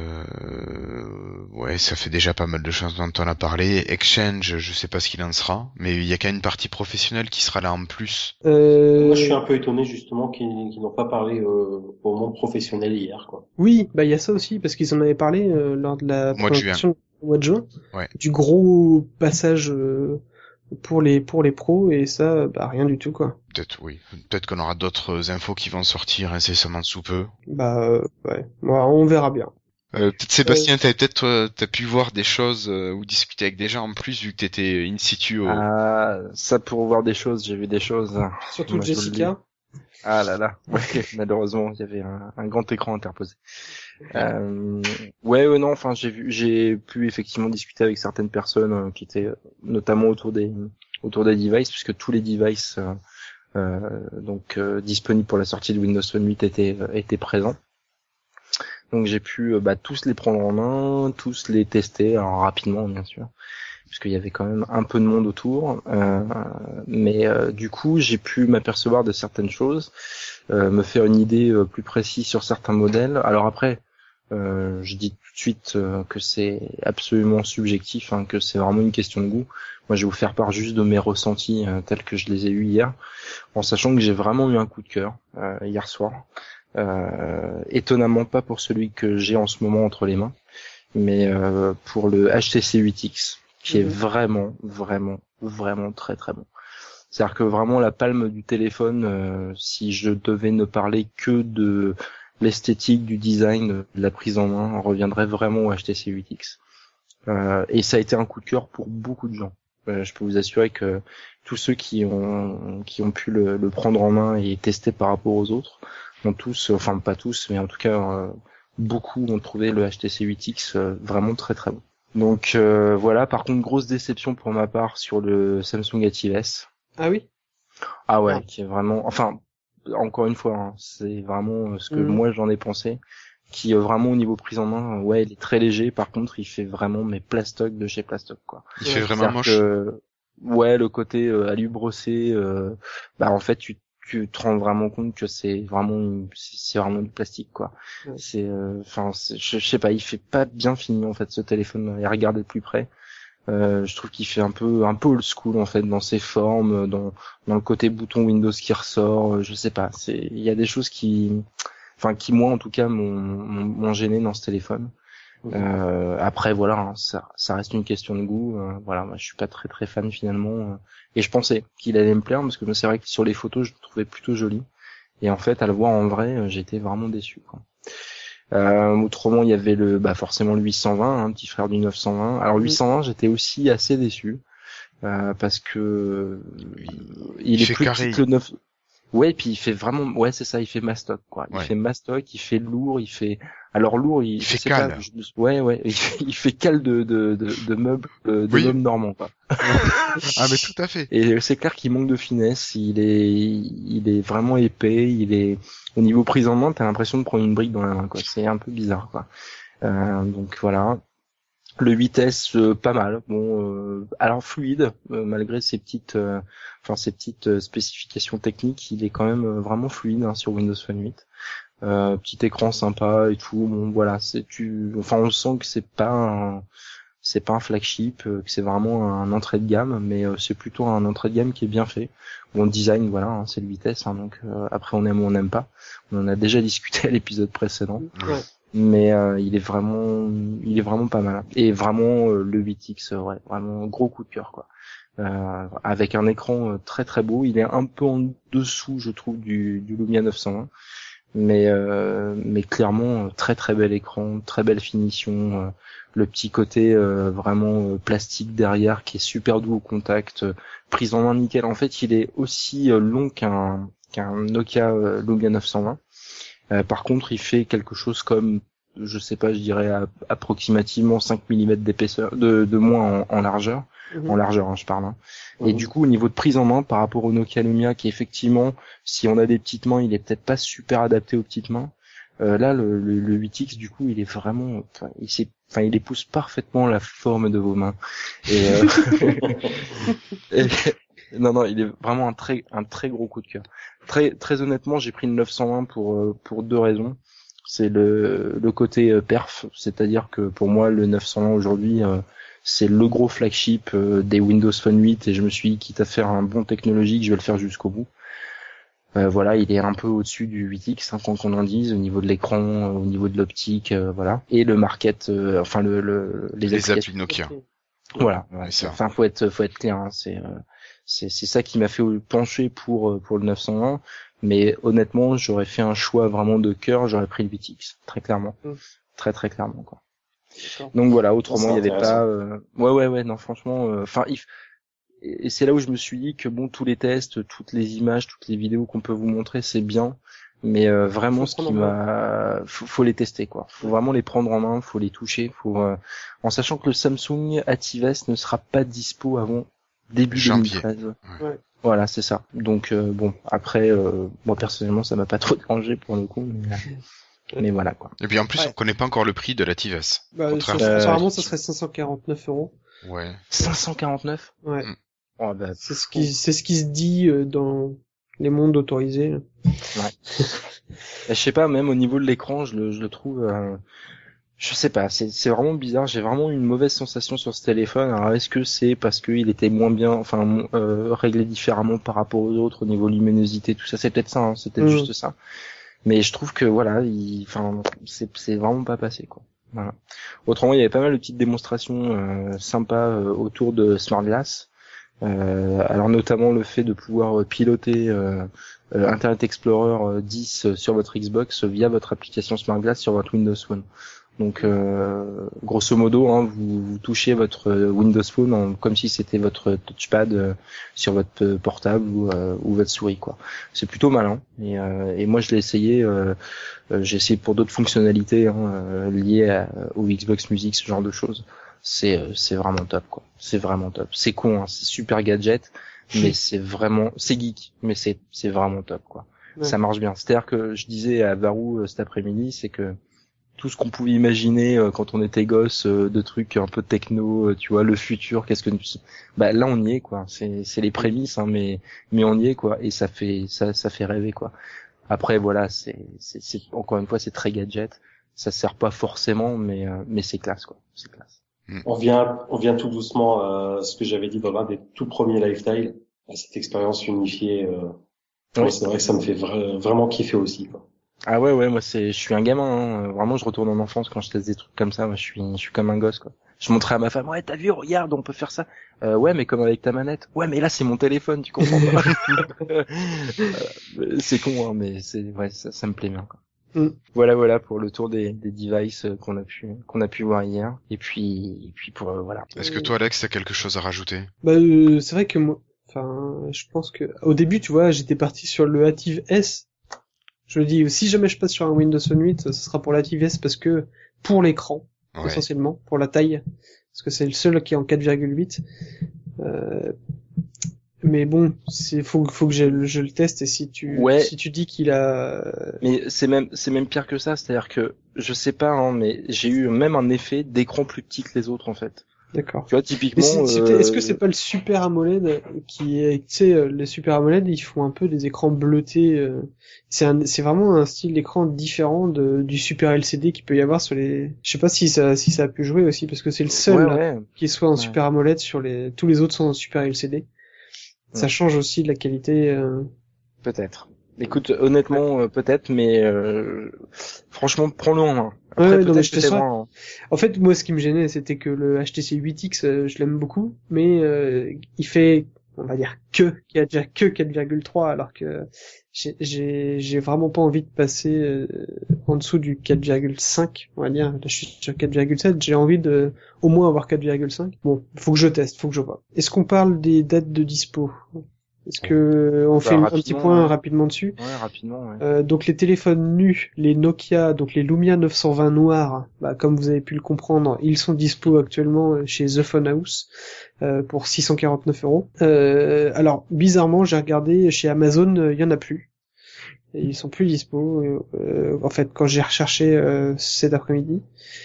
ouais, ça fait déjà pas mal de choses dont on a parlé. Exchange, je sais pas ce qu'il en sera, mais il y a quand même une partie professionnelle qui sera là en plus. Moi, je suis un peu étonné justement qu'ils n'ont pas parlé au monde professionnel hier, quoi. Oui, bah il y a ça aussi, parce qu'ils en avaient parlé lors de la Au mois de juin. présentation au mois de juin, Ouais. du gros passage pour les pros, et ça, bah rien du tout, quoi. Peut-être, oui. Peut-être qu'on aura d'autres infos qui vont sortir incessamment sous peu. Bah ouais, bon, on verra bien. Peut-être Sébastien, t'as pu voir des choses ou discuter avec des gens en plus vu que t'étais in situ au... Ah, ça pour voir des choses, j'ai vu des choses. Surtout Moi, je vous le dis. Jessica. Ah là là, ouais, malheureusement, il y avait un grand écran interposé. Ouais, non, enfin, j'ai pu effectivement discuter avec certaines personnes qui étaient notamment autour des devices, puisque tous les devices disponibles pour la sortie de Windows Phone 8 étaient présents. Donc j'ai pu tous les prendre en main, tous les tester, alors rapidement bien sûr, puisqu'il y avait quand même un peu de monde autour, mais du coup j'ai pu m'apercevoir de certaines choses, me faire une idée plus précise sur certains modèles. Alors après, je dis tout de suite que c'est absolument subjectif, hein, que c'est vraiment une question de goût. Moi je vais vous faire part juste de mes ressentis tels que je les ai eus hier, en sachant que j'ai vraiment eu un coup de cœur hier soir. Étonnamment pas pour celui que j'ai en ce moment entre les mains, mais pour le HTC 8X, qui est vraiment très très bon. C'est-à-dire que vraiment la palme du téléphone, si je devais ne parler que de l'esthétique, du design, de la prise en main, on reviendrait vraiment au HTC 8X. Et ça a été un coup de cœur pour beaucoup de gens. Je peux vous assurer que tous ceux qui ont pu le prendre en main et tester par rapport aux autres ont tous, enfin pas tous, mais en tout cas beaucoup ont trouvé le HTC 8X vraiment très très bon. Donc voilà, par contre grosse déception pour ma part sur le Samsung Active S. Ah oui? Ah ouais, qui est vraiment, enfin encore une fois, hein, c'est vraiment ce que moi j'en ai pensé, qui vraiment au niveau prise en main, ouais, il est très léger, par contre il fait vraiment mes plastoc de chez plastoc, quoi. Il fait vraiment moche. Ouais, le côté alu brossé, en fait tu te rends vraiment compte que c'est vraiment du plastique, quoi. Ouais. Je sais pas, il fait pas bien fini en fait ce téléphone, et regarder de plus près. Je trouve qu'il fait un peu old school en fait dans ses formes, dans le côté bouton Windows qui ressort, je sais pas, il y a des choses qui moi en tout cas m'ont gêné dans ce téléphone. Après voilà, hein, ça reste une question de goût. Voilà, moi je suis pas très très fan finalement, et je pensais qu'il allait me plaire parce que c'est vrai que sur les photos je le trouvais plutôt joli, et en fait à le voir en vrai j'étais vraiment déçu, quoi. Autrement il y avait forcément le 820, hein, petit frère du 920. Alors 820 j'étais aussi assez déçu parce que il est plus carré. petit que le 9. Ouais, puis il fait vraiment, ouais, c'est ça, il fait mastoc, quoi. Il ouais. fait mastoc, il fait lourd, il lourd, il fait cale. Ouais, il fait cale de meubles, meubles normands, quoi. Ah, mais tout à fait. Et c'est clair qu'il manque de finesse, il est vraiment épais, au niveau prise en main, t'as l'impression de prendre une brique dans la main, quoi. C'est un peu bizarre, quoi. Donc voilà. Le 8S pas mal, alors fluide malgré ses petites spécifications techniques, il est quand même vraiment fluide, hein, sur Windows Phone 8. Petit écran sympa et tout. Bon voilà, on sent que c'est pas un flagship, que c'est vraiment un entrée de gamme, mais c'est plutôt un entrée de gamme qui est bien fait. Bon, design, voilà, hein, c'est le 8S, hein, donc après on aime ou on n'aime pas. On en a déjà discuté à l'épisode précédent. Ouais. Mais il est vraiment pas mal, et vraiment le 8X, ouais, vraiment gros coup de cœur, quoi. avec un écran très très beau. Il est un peu en dessous, je trouve, du Lumia 920, mais clairement très très bel écran, très belle finition, le petit côté vraiment plastique derrière qui est super doux au contact, prise en main nickel. En fait, il est aussi long qu'un Nokia Lumia 920. Par contre, il fait quelque chose comme, je sais pas, je dirais approximativement 5 mm d'épaisseur, de moins en largeur. En largeur, hein, je parle. Hein. Et du coup, au niveau de prise en main, par rapport au Nokia Lumia, qui effectivement, si on a des petites mains, il est peut-être pas super adapté aux petites mains. Là, le 8X, du coup, il est vraiment, il épouse parfaitement la forme de vos mains. Et, non, il est vraiment un très gros coup de cœur. Très honnêtement, j'ai pris le 920 pour deux raisons. C'est le côté perf, c'est-à-dire que pour moi, le 920 aujourd'hui, c'est le gros flagship des Windows Phone 8 et je me suis dit, quitte à faire un bon technologique, je vais le faire jusqu'au bout. Voilà, il est un peu au-dessus du 8X, hein, qu'on en dise, au niveau de l'écran, au niveau de l'optique, voilà. Et le market, les applis Nokia. Voilà. Enfin, faut être clair, hein, c'est ça qui m'a fait pencher pour le 920. Mais honnêtement, j'aurais fait un choix vraiment de cœur, j'aurais pris le 8X, très clairement. Très très clairement, quoi. Donc voilà, autrement, il y avait pas ouais, non, franchement, et c'est là où je me suis dit que bon, tous les tests, toutes les images, toutes les vidéos qu'on peut vous montrer, c'est bien, mais vraiment faut les tester, quoi. Faut vraiment les prendre en main, faut les toucher, en sachant que le Samsung ActiveS ne sera pas dispo avant début janvier 2013. Ouais. Voilà, c'est ça. Donc bon, après moi personnellement, ça m'a pas trop dérangé pour le coup, mais voilà, quoi. Et puis en plus, on connaît pas encore le prix de la TVS. Apparemment, ça serait 549 €. Ouais. 549? Ouais. Oh, bah, c'est ce qui se dit dans les mondes autorisés. Ouais. Je sais pas, même au niveau de l'écran, je le trouve, je sais pas, c'est vraiment bizarre. J'ai vraiment une mauvaise sensation sur ce téléphone. Alors est-ce que c'est parce qu'il était moins bien, réglé différemment par rapport aux autres au niveau luminosité, tout ça, c'est peut-être ça, hein, c'est peut-être juste ça. Mais je trouve que voilà, c'est vraiment pas passé, quoi. Voilà. Autrement, il y avait pas mal de petites démonstrations sympas autour de Smart Glass. Alors notamment le fait de pouvoir piloter Internet Explorer 10 sur votre Xbox via votre application Smart Glass sur votre Windows Phone. Donc grosso modo, hein, vous touchez votre Windows Phone comme si c'était votre touchpad sur votre portable ou votre souris, quoi. C'est plutôt malin. Et moi je l'ai essayé. J'ai essayé pour d'autres fonctionnalités liées au Xbox Music, ce genre de choses. C'est vraiment top, quoi. C'est vraiment top. C'est con, hein, c'est super gadget, mais c'est geek, mais c'est vraiment top, quoi. Ouais. Ça marche bien. C'est-à-dire que je disais à Varou cet après-midi, c'est que tout ce qu'on pouvait imaginer quand on était gosse, de trucs un peu techno, tu vois, le futur, là on y est, quoi. C'est les prémices, hein, mais on y est, quoi. Et ça fait rêver, quoi. Après voilà, c'est encore une fois, c'est très gadget. Ça sert pas forcément, mais c'est classe, quoi. C'est classe. On vient tout doucement à ce que j'avais dit dans l'un des tout premiers Lifestyle, à cette expérience unifiée. Ouais, c'est vrai que ça me fait vraiment kiffer aussi, quoi. Ah ouais, moi je suis un gamin, hein. Vraiment je retourne en enfance quand je teste des trucs comme ça. Moi je suis comme un gosse, quoi. Je montrais à ma femme, ouais, t'as vu, regarde, on peut faire ça. Ouais, mais comme avec ta manette. Ouais, mais là c'est mon téléphone, tu comprends pas. C'est con, hein, mais ça me plaît bien, quoi. Voilà pour le tour des devices qu'on a pu voir hier. Et puis pour voilà. Est-ce que toi, Alex, t'as quelque chose à rajouter? C'est vrai que moi, je pense que au début, tu vois, j'étais parti sur le Active S. Je me dis, si jamais je passe sur un Windows Phone 8, ce sera pour l'Active S parce que pour l'écran, essentiellement, pour la taille, parce que c'est le seul qui est en 4,8. Mais bon, faut que je le teste, et si tu dis qu'il a... Mais c'est même pire que ça, c'est-à-dire que, je sais pas, hein, mais j'ai eu même un effet d'écran plus petit que les autres, en fait. D'accord. Tu vois, typiquement... Est-ce que c'est pas le Super AMOLED qui est, tu sais, les Super AMOLED, ils font un peu des écrans bleutés, c'est vraiment un style d'écran différent du Super LCD qu'il peut y avoir sur les... Je sais pas si ça a pu jouer aussi, parce que c'est le seul qui soit en Super AMOLED tous les autres sont en Super LCD. Ça change aussi de la qualité. Peut-être. Écoute, honnêtement, peut-être, mais franchement, prends-le en main. Après, Ouais, non, mais peut-être je que te c'est sens. vraiment... En fait, moi, ce qui me gênait, c'était que le HTC 8X, je l'aime beaucoup, mais il fait, on va dire qu'il y a déjà que 4,3, alors que j'ai vraiment pas envie de passer en dessous du 4,5, on va dire. Là, je suis sur 4,7, j'ai envie de au moins avoir 4,5. Bon, faut que je teste, faut que je vois. Est-ce qu'on parle des dates de dispo? Est-ce que on fait un petit rapidement, point ouais. rapidement dessus? Ouais, rapidement, ouais. Donc les téléphones nus, les Nokia, donc les Lumia 920 noirs, bah, comme vous avez pu le comprendre, ils sont dispo actuellement chez The Phone House pour 649 €. Alors bizarrement, j'ai regardé chez Amazon, il y en a plus. Et ils sont plus dispo. En fait, quand j'ai recherché cet après-midi.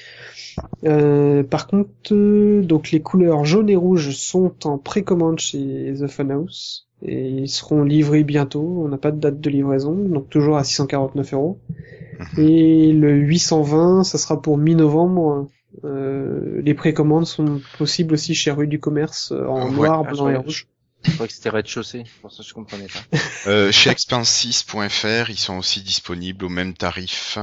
Par contre, donc les couleurs jaune et rouge sont en précommande chez The Phone House et ils seront livrés bientôt. On n'a pas de date de livraison, donc toujours à 649 €. Et le 820, ça sera pour mi-novembre. Les précommandes sont possibles aussi chez Rue du Commerce en Ouais. noir, blanc et rouge. Je crois que c'était rez-de-chaussée, pour ça je comprenais pas. Chez expense6.fr, ils sont aussi disponibles au même tarif.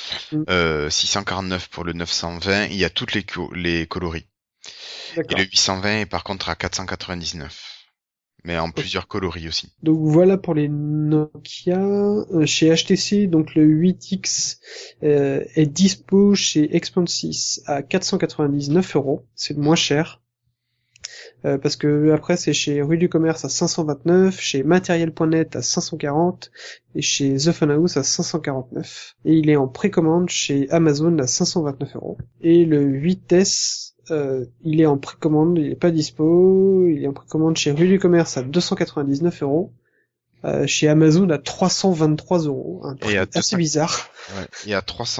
649 pour le 920. Il y a toutes les coloris. Et D'accord. le 820 est par contre à 499. Mais en plusieurs coloris aussi. Donc voilà pour les Nokia. Chez HTC, donc le 8X est dispo chez Expansys à 499 €. C'est le moins cher. Parce que après c'est chez Rue du Commerce à 529, chez Matériel.net à 540 et chez The Phone House à 549. Et il est en précommande chez Amazon à 529 €. Et le 8S, il est en précommande, il est pas dispo, il est en précommande chez Rue du Commerce à 299 €. Chez Amazon à 323 €, un prix assez bizarre. Ouais, et à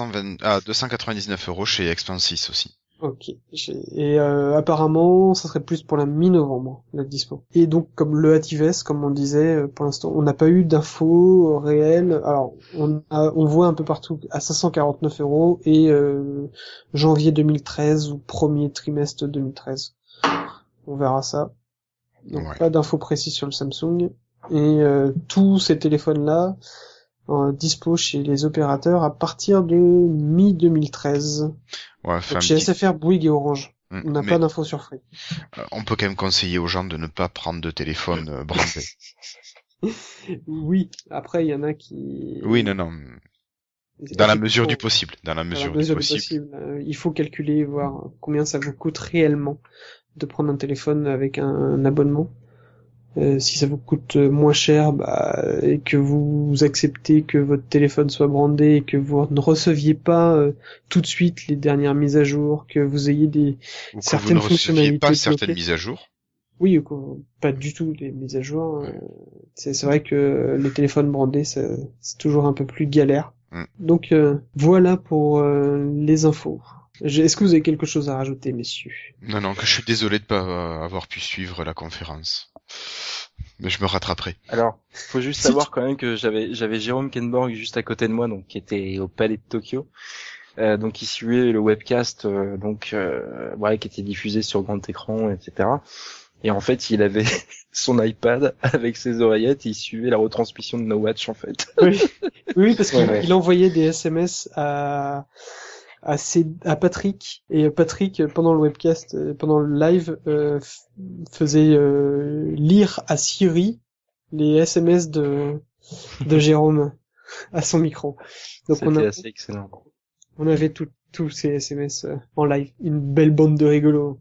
299 € chez Expansys aussi. Ok. Et apparemment, ça serait plus pour la mi-novembre, la dispo. Et donc, comme le Hatives, comme on disait, pour l'instant, on n'a pas eu d'infos réelles. Alors, on voit un peu partout à 549 € et janvier 2013 ou premier trimestre 2013. On verra ça. Donc, Ouais. pas d'infos précises sur le Samsung. Et tous ces téléphones-là dispo chez les opérateurs à partir de mi-2013. Ouais, Donc chez SFR, Bouygues et Orange. On n'a pas d'infos sur Free. On peut quand même conseiller aux gens de ne pas prendre de téléphone brandé. Oui, après il y en a qui... Oui, non. Dans la mesure du possible. Dans la mesure du possible. Il faut calculer, voir combien ça vous coûte réellement de prendre un téléphone avec un abonnement. Si ça vous coûte moins cher, et que vous acceptez que votre téléphone soit brandé et que vous ne receviez pas tout de suite les dernières mises à jour, que vous ayez certaines fonctionnalités pas bloquées. certaines mises à jour. Oui, pas du tout les mises à jour. C'est vrai que les téléphones brandés, c'est toujours un peu plus galère. Donc voilà pour les infos. Est-ce que vous avez quelque chose à rajouter, messieurs? Non, que je suis désolé de pas avoir pu suivre la conférence. Mais je me rattraperai. Alors, faut juste savoir quand même que j'avais Jérôme Kenborg juste à côté de moi, donc qui était au Palais de Tokyo, donc qui suivait le webcast, qui était diffusé sur grand écran, etc. Et en fait, il avait son iPad avec ses oreillettes et il suivait la retransmission de No Watch en fait. Oui, parce qu'il envoyait des SMS à Patrick, et Patrick pendant le webcast, pendant le live, faisait lire à Siri les SMS de Jérôme à son micro. Donc c'était assez excellent. On avait tous ces SMS en live, une belle bande de rigolos.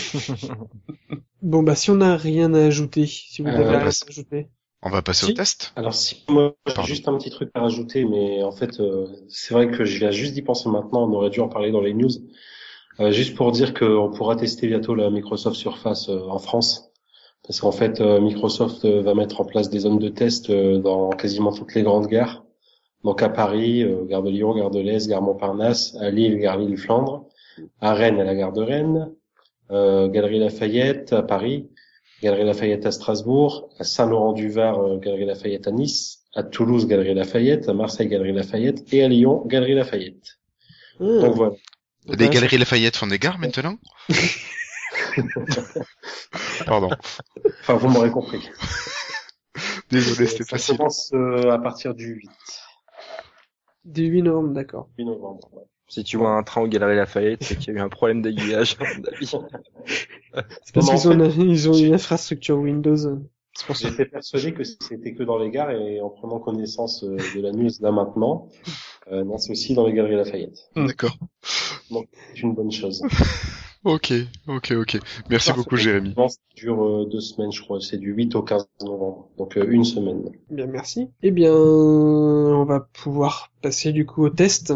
Bon si on n'a rien à ajouter, si vous avez rien à ajouter. On va passer au test. Alors si moi j'ai juste un petit truc à rajouter, mais en fait c'est vrai que je viens juste d'y penser maintenant, on aurait dû en parler dans les news. Juste pour dire qu'on pourra tester bientôt la Microsoft Surface en France, parce qu'en fait Microsoft va mettre en place des zones de test dans quasiment toutes les grandes gares. Donc à Paris, gare de Lyon, gare de l'Est, gare Montparnasse, à Lille, gare Lille-Flandre, à Rennes, à la gare de Rennes, Galerie Lafayette à Paris, Galerie Lafayette à Strasbourg, à Saint-Laurent-du-Var, Galerie Lafayette à Nice, à Toulouse, Galerie Lafayette, à Marseille, Galerie Lafayette, et à Lyon, Galerie Lafayette. Donc voilà. Les Galeries Lafayette font des gares maintenant? Pardon. Enfin, vous m'aurez compris. Désolé, c'était Ça facile. commence à partir du 8. Du 8 novembre, d'accord. 8 novembre. Ouais. Si tu vois un train au Galeries Lafayette, c'est qu'il y a eu un problème d'aiguillage, à mon avis. C'est parce Non, mais qu'ils en ont, fait, ils ont une infrastructure Windows. C'est pour ça. j'étais persuadé que c'était que dans les gares et en prenant connaissance de la news là maintenant, non, c'est aussi dans les Galeries Lafayette. D'accord. C'est une bonne chose. Ok. Merci beaucoup, Jérémy. Ça dure 2 semaines, je crois. C'est du 8 au 15 novembre. Donc une semaine. Bien, merci. Eh bien, on va pouvoir passer du coup au test.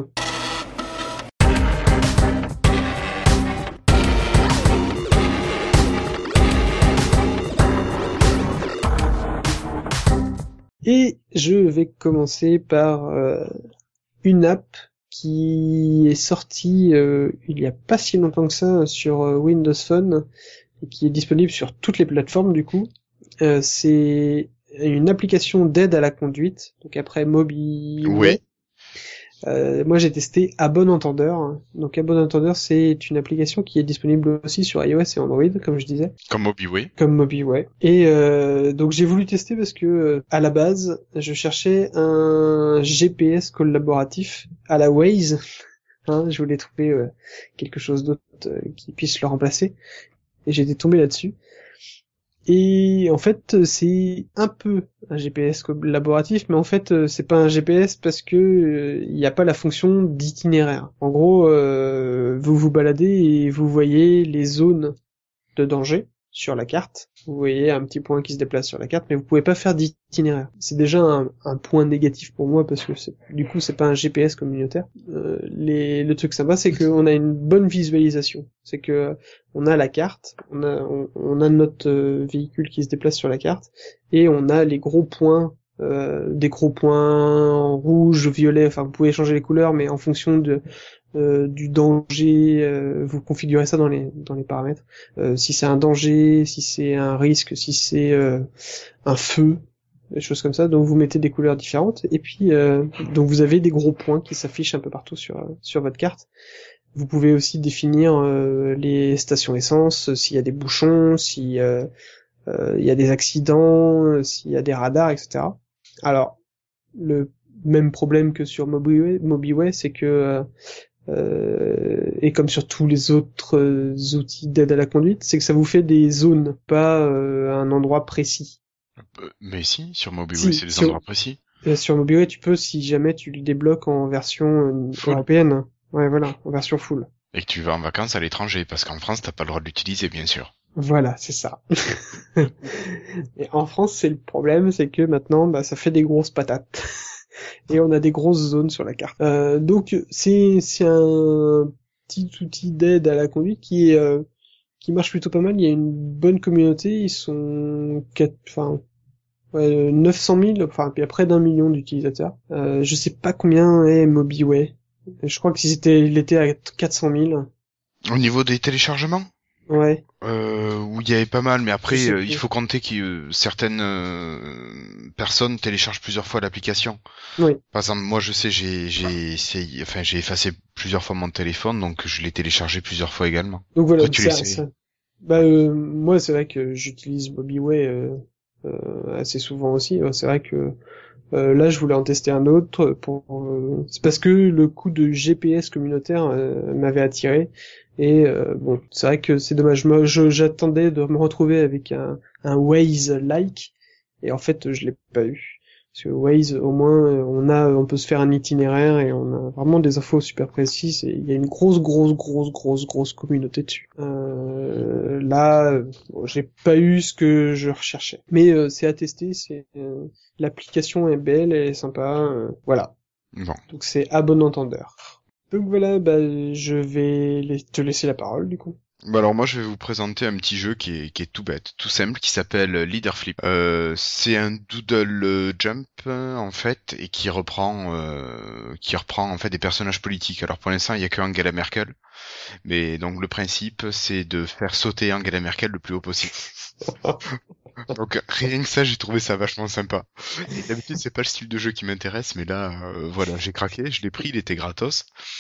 Et je vais commencer par une app qui est sortie il y a pas si longtemps que ça sur Windows Phone et qui est disponible sur toutes les plateformes du coup. C'est une application d'aide à la conduite. Donc après MobiWay. Oui. Moi j'ai testé À Bon Entendeur. Donc À Bon Entendeur c'est une application qui est disponible aussi sur iOS et Android comme je disais. Comme MobiWay. Comme MobiWay. Et donc j'ai voulu tester parce que à la base je cherchais un GPS collaboratif à la Waze. Hein, je voulais trouver quelque chose d'autre qui puisse le remplacer. Et j'étais tombé là-dessus. Et en fait, c'est un peu un GPS collaboratif, mais en fait, c'est pas un GPS parce que il n'y a pas la fonction d'itinéraire. En gros, vous vous baladez et vous voyez les zones de danger sur la carte. Vous voyez un petit point qui se déplace sur la carte, mais vous pouvez pas faire d'itinéraire. C'est déjà un point négatif pour moi parce que du coup, c'est pas un GPS communautaire. Le truc sympa, c'est qu'on a une bonne visualisation. C'est que on a la carte, on a notre véhicule qui se déplace sur la carte, et on a les gros points, des gros points rouge, violet. Enfin, vous pouvez changer les couleurs, mais en fonction du danger, vous configurez ça dans les paramètres. Si c'est un danger, si c'est un risque, si c'est un feu, des choses comme ça. Donc vous mettez des couleurs différentes et puis donc vous avez des gros points qui s'affichent un peu partout sur votre carte. Vous pouvez aussi définir les stations essence, s'il y a des bouchons, s'il y a des accidents, s'il y a des radars, etc. Alors le même problème que sur MobiWay, c'est que et comme sur tous les autres outils d'aide à la conduite, c'est que ça vous fait des zones, pas un endroit précis. Mais si, sur MobiWay, c'est des endroits précis. Sur MobiWay, tu peux, si jamais tu le débloques en version européenne. Ouais, voilà, en version full. Et que tu vas en vacances à l'étranger, parce qu'en France, t'as pas le droit de l'utiliser, bien sûr. Voilà, c'est ça. Et en France, c'est le problème, c'est que maintenant, ça fait des grosses patates. Et on a des grosses zones sur la carte. Donc c'est un petit outil d'aide à la conduite qui marche plutôt pas mal. Il y a une bonne communauté. Ils sont 900 000, enfin il y a près d'1 million d'utilisateurs. Je sais pas combien est MobiWay. Je crois que il était à 400 000. Au niveau des téléchargements? Ouais. Où il y avait pas mal, mais après il faut compter que certaines personnes téléchargent plusieurs fois l'application. Oui. Par exemple, moi je sais, j'ai effacé plusieurs fois mon téléphone, donc je l'ai téléchargé plusieurs fois également. Donc voilà, ça. Moi c'est vrai que j'utilise MobiWay assez souvent aussi. C'est vrai que là je voulais en tester un autre c'est parce que le coup de GPS communautaire m'avait attiré. Et bon, c'est vrai que c'est dommage. Moi, j'attendais de me retrouver avec un Waze-like, et en fait, je l'ai pas eu. Parce que Waze, au moins, on peut se faire un itinéraire et on a vraiment des infos super précises. Et il y a une grosse communauté dessus. Là, j'ai pas eu ce que je recherchais. Mais c'est à tester. L'application est belle, elle est sympa. Voilà. Bon. Donc c'est à bon entendeur. Donc voilà, je vais te laisser la parole du coup. Alors moi je vais vous présenter un petit jeu qui est tout bête, tout simple, qui s'appelle Leader Flip. C'est un doodle jump en fait et qui reprend en fait des personnages politiques. Alors pour l'instant il y a que Angela Merkel, mais donc le principe c'est de faire sauter Angela Merkel le plus haut possible. Donc rien que ça, j'ai trouvé ça vachement sympa. Et d'habitude c'est pas le style de jeu qui m'intéresse, mais là voilà, j'ai craqué, je l'ai pris, il était gratos.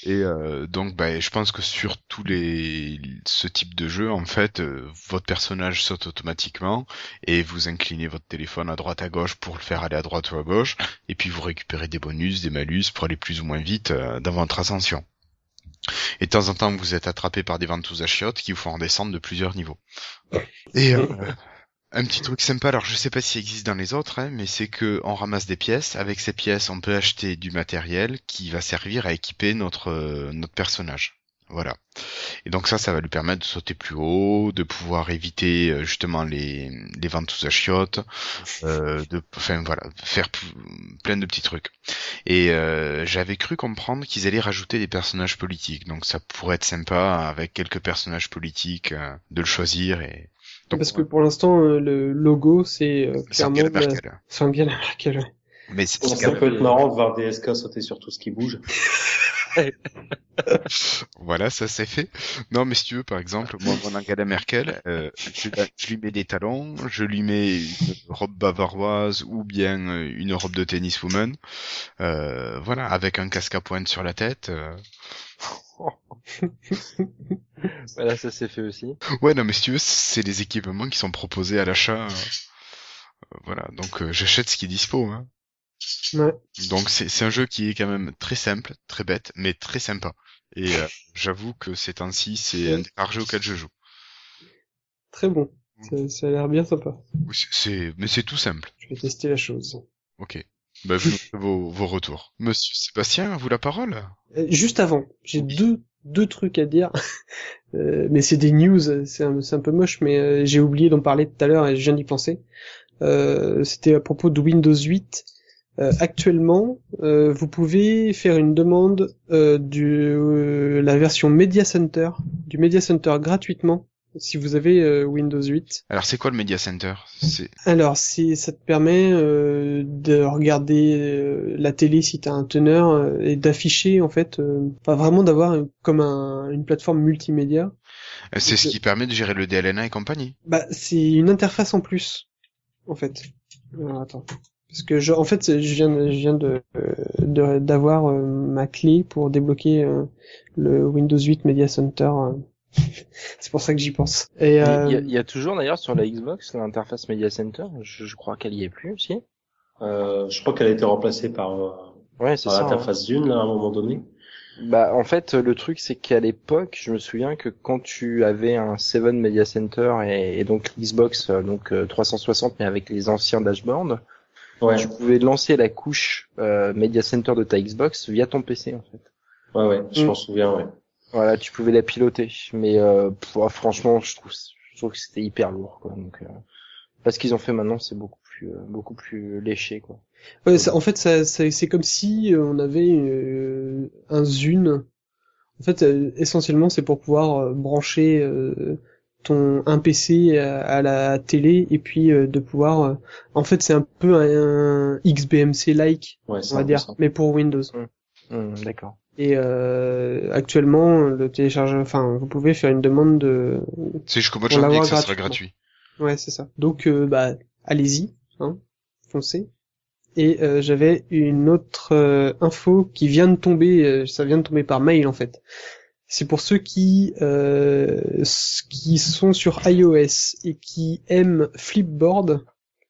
Et donc, je pense que sur ce type de jeu, en fait, votre personnage saute automatiquement et vous inclinez votre téléphone à droite à gauche pour le faire aller à droite ou à gauche, et puis vous récupérez des bonus, des malus pour aller plus ou moins vite dans votre ascension. Et de temps en temps, vous êtes attrapé par des ventouses à chiottes qui vous font redescendre de plusieurs niveaux. Et un petit truc sympa, alors je sais pas s'il existe dans les autres, mais c'est que on ramasse des pièces. Avec ces pièces, on peut acheter du matériel qui va servir à équiper notre personnage. Voilà. Et donc ça va lui permettre de sauter plus haut, de pouvoir éviter justement les ventouses à chiottes, faire plein de petits trucs. Et j'avais cru comprendre qu'ils allaient rajouter des personnages politiques. Donc ça pourrait être sympa avec quelques personnages politiques de le choisir et donc, parce que pour l'instant, le logo, c'est clairement Angela Merkel. C'est Angela Merkel. Ouais. Mais ça peut être marrant de voir DSK sauter sur tout ce qui bouge. Voilà, ça c'est fait. Non, mais si tu veux, par exemple, moi, mon Angela Merkel, je lui mets des talons, je lui mets une robe bavaroise ou bien une robe de tenniswoman, voilà, avec un casque à pointe sur la tête. Voilà, ça c'est fait aussi. Ouais, non, mais si tu veux, c'est des équipements qui sont proposés à l'achat. Voilà, donc j'achète ce qui est dispo. Hein. Ouais. Donc c'est un jeu qui est quand même très simple, très bête, mais très sympa. Et j'avoue que ces temps-ci, c'est un des rares jeux auxquels je joue. Très bon. Ça a l'air bien sympa. Mais c'est tout simple. Je vais tester la chose. Ok. Vous nous vos retours. Monsieur Sébastien, à vous la parole. Juste avant, j'ai deux trucs à dire. Mais c'est des news, c'est un peu moche, mais j'ai oublié d'en parler tout à l'heure et je viens d'y penser. C'était à propos de Windows 8. Actuellement, vous pouvez faire une demande la version Media Center, du Media Center gratuitement si vous avez Windows 8. Alors c'est quoi le Media Center? Alors ça te permet de regarder la télé si t'as un teneur et d'afficher en fait, vraiment d'avoir comme une plateforme multimédia. C'est ce qui permet de gérer le DLNA et compagnie. C'est une interface en plus en fait. Alors, attends. Parce que en fait, je viens d'avoir ma clé pour débloquer le Windows 8 Media Center. C'est pour ça que j'y pense. Et il y a toujours d'ailleurs sur la Xbox l'interface Media Center. Je crois qu'elle y est plus aussi. Je crois qu'elle a été remplacée par l'interface Zune là à un moment donné. En fait, le truc c'est qu'à l'époque, je me souviens que quand tu avais un 7 Media Center et donc Xbox 360 mais avec les anciens dashboards. Ouais. Tu pouvais lancer la couche Media Center de ta Xbox via ton PC en fait. Ouais, je m'en souviens, ouais. Voilà, tu pouvais la piloter, mais franchement, je trouve que c'était hyper lourd quoi. Donc parce qu'ils ont fait maintenant, c'est beaucoup plus léché quoi. Ouais, en fait c'est comme si on avait un Zune. En fait, essentiellement, c'est pour pouvoir brancher un PC à la télé et puis de pouvoir en fait c'est un peu un XBMC like on va dire mais pour Windows. D'accord. Et actuellement le vous pouvez faire une demande de c'est jusqu'au mois de janvier que ça sera gratuit. Ouais, c'est ça. Donc allez-y, hein, foncez. Et j'avais une autre info qui vient de tomber, ça vient de tomber par mail en fait. C'est pour ceux qui sont sur iOS et qui aiment Flipboard.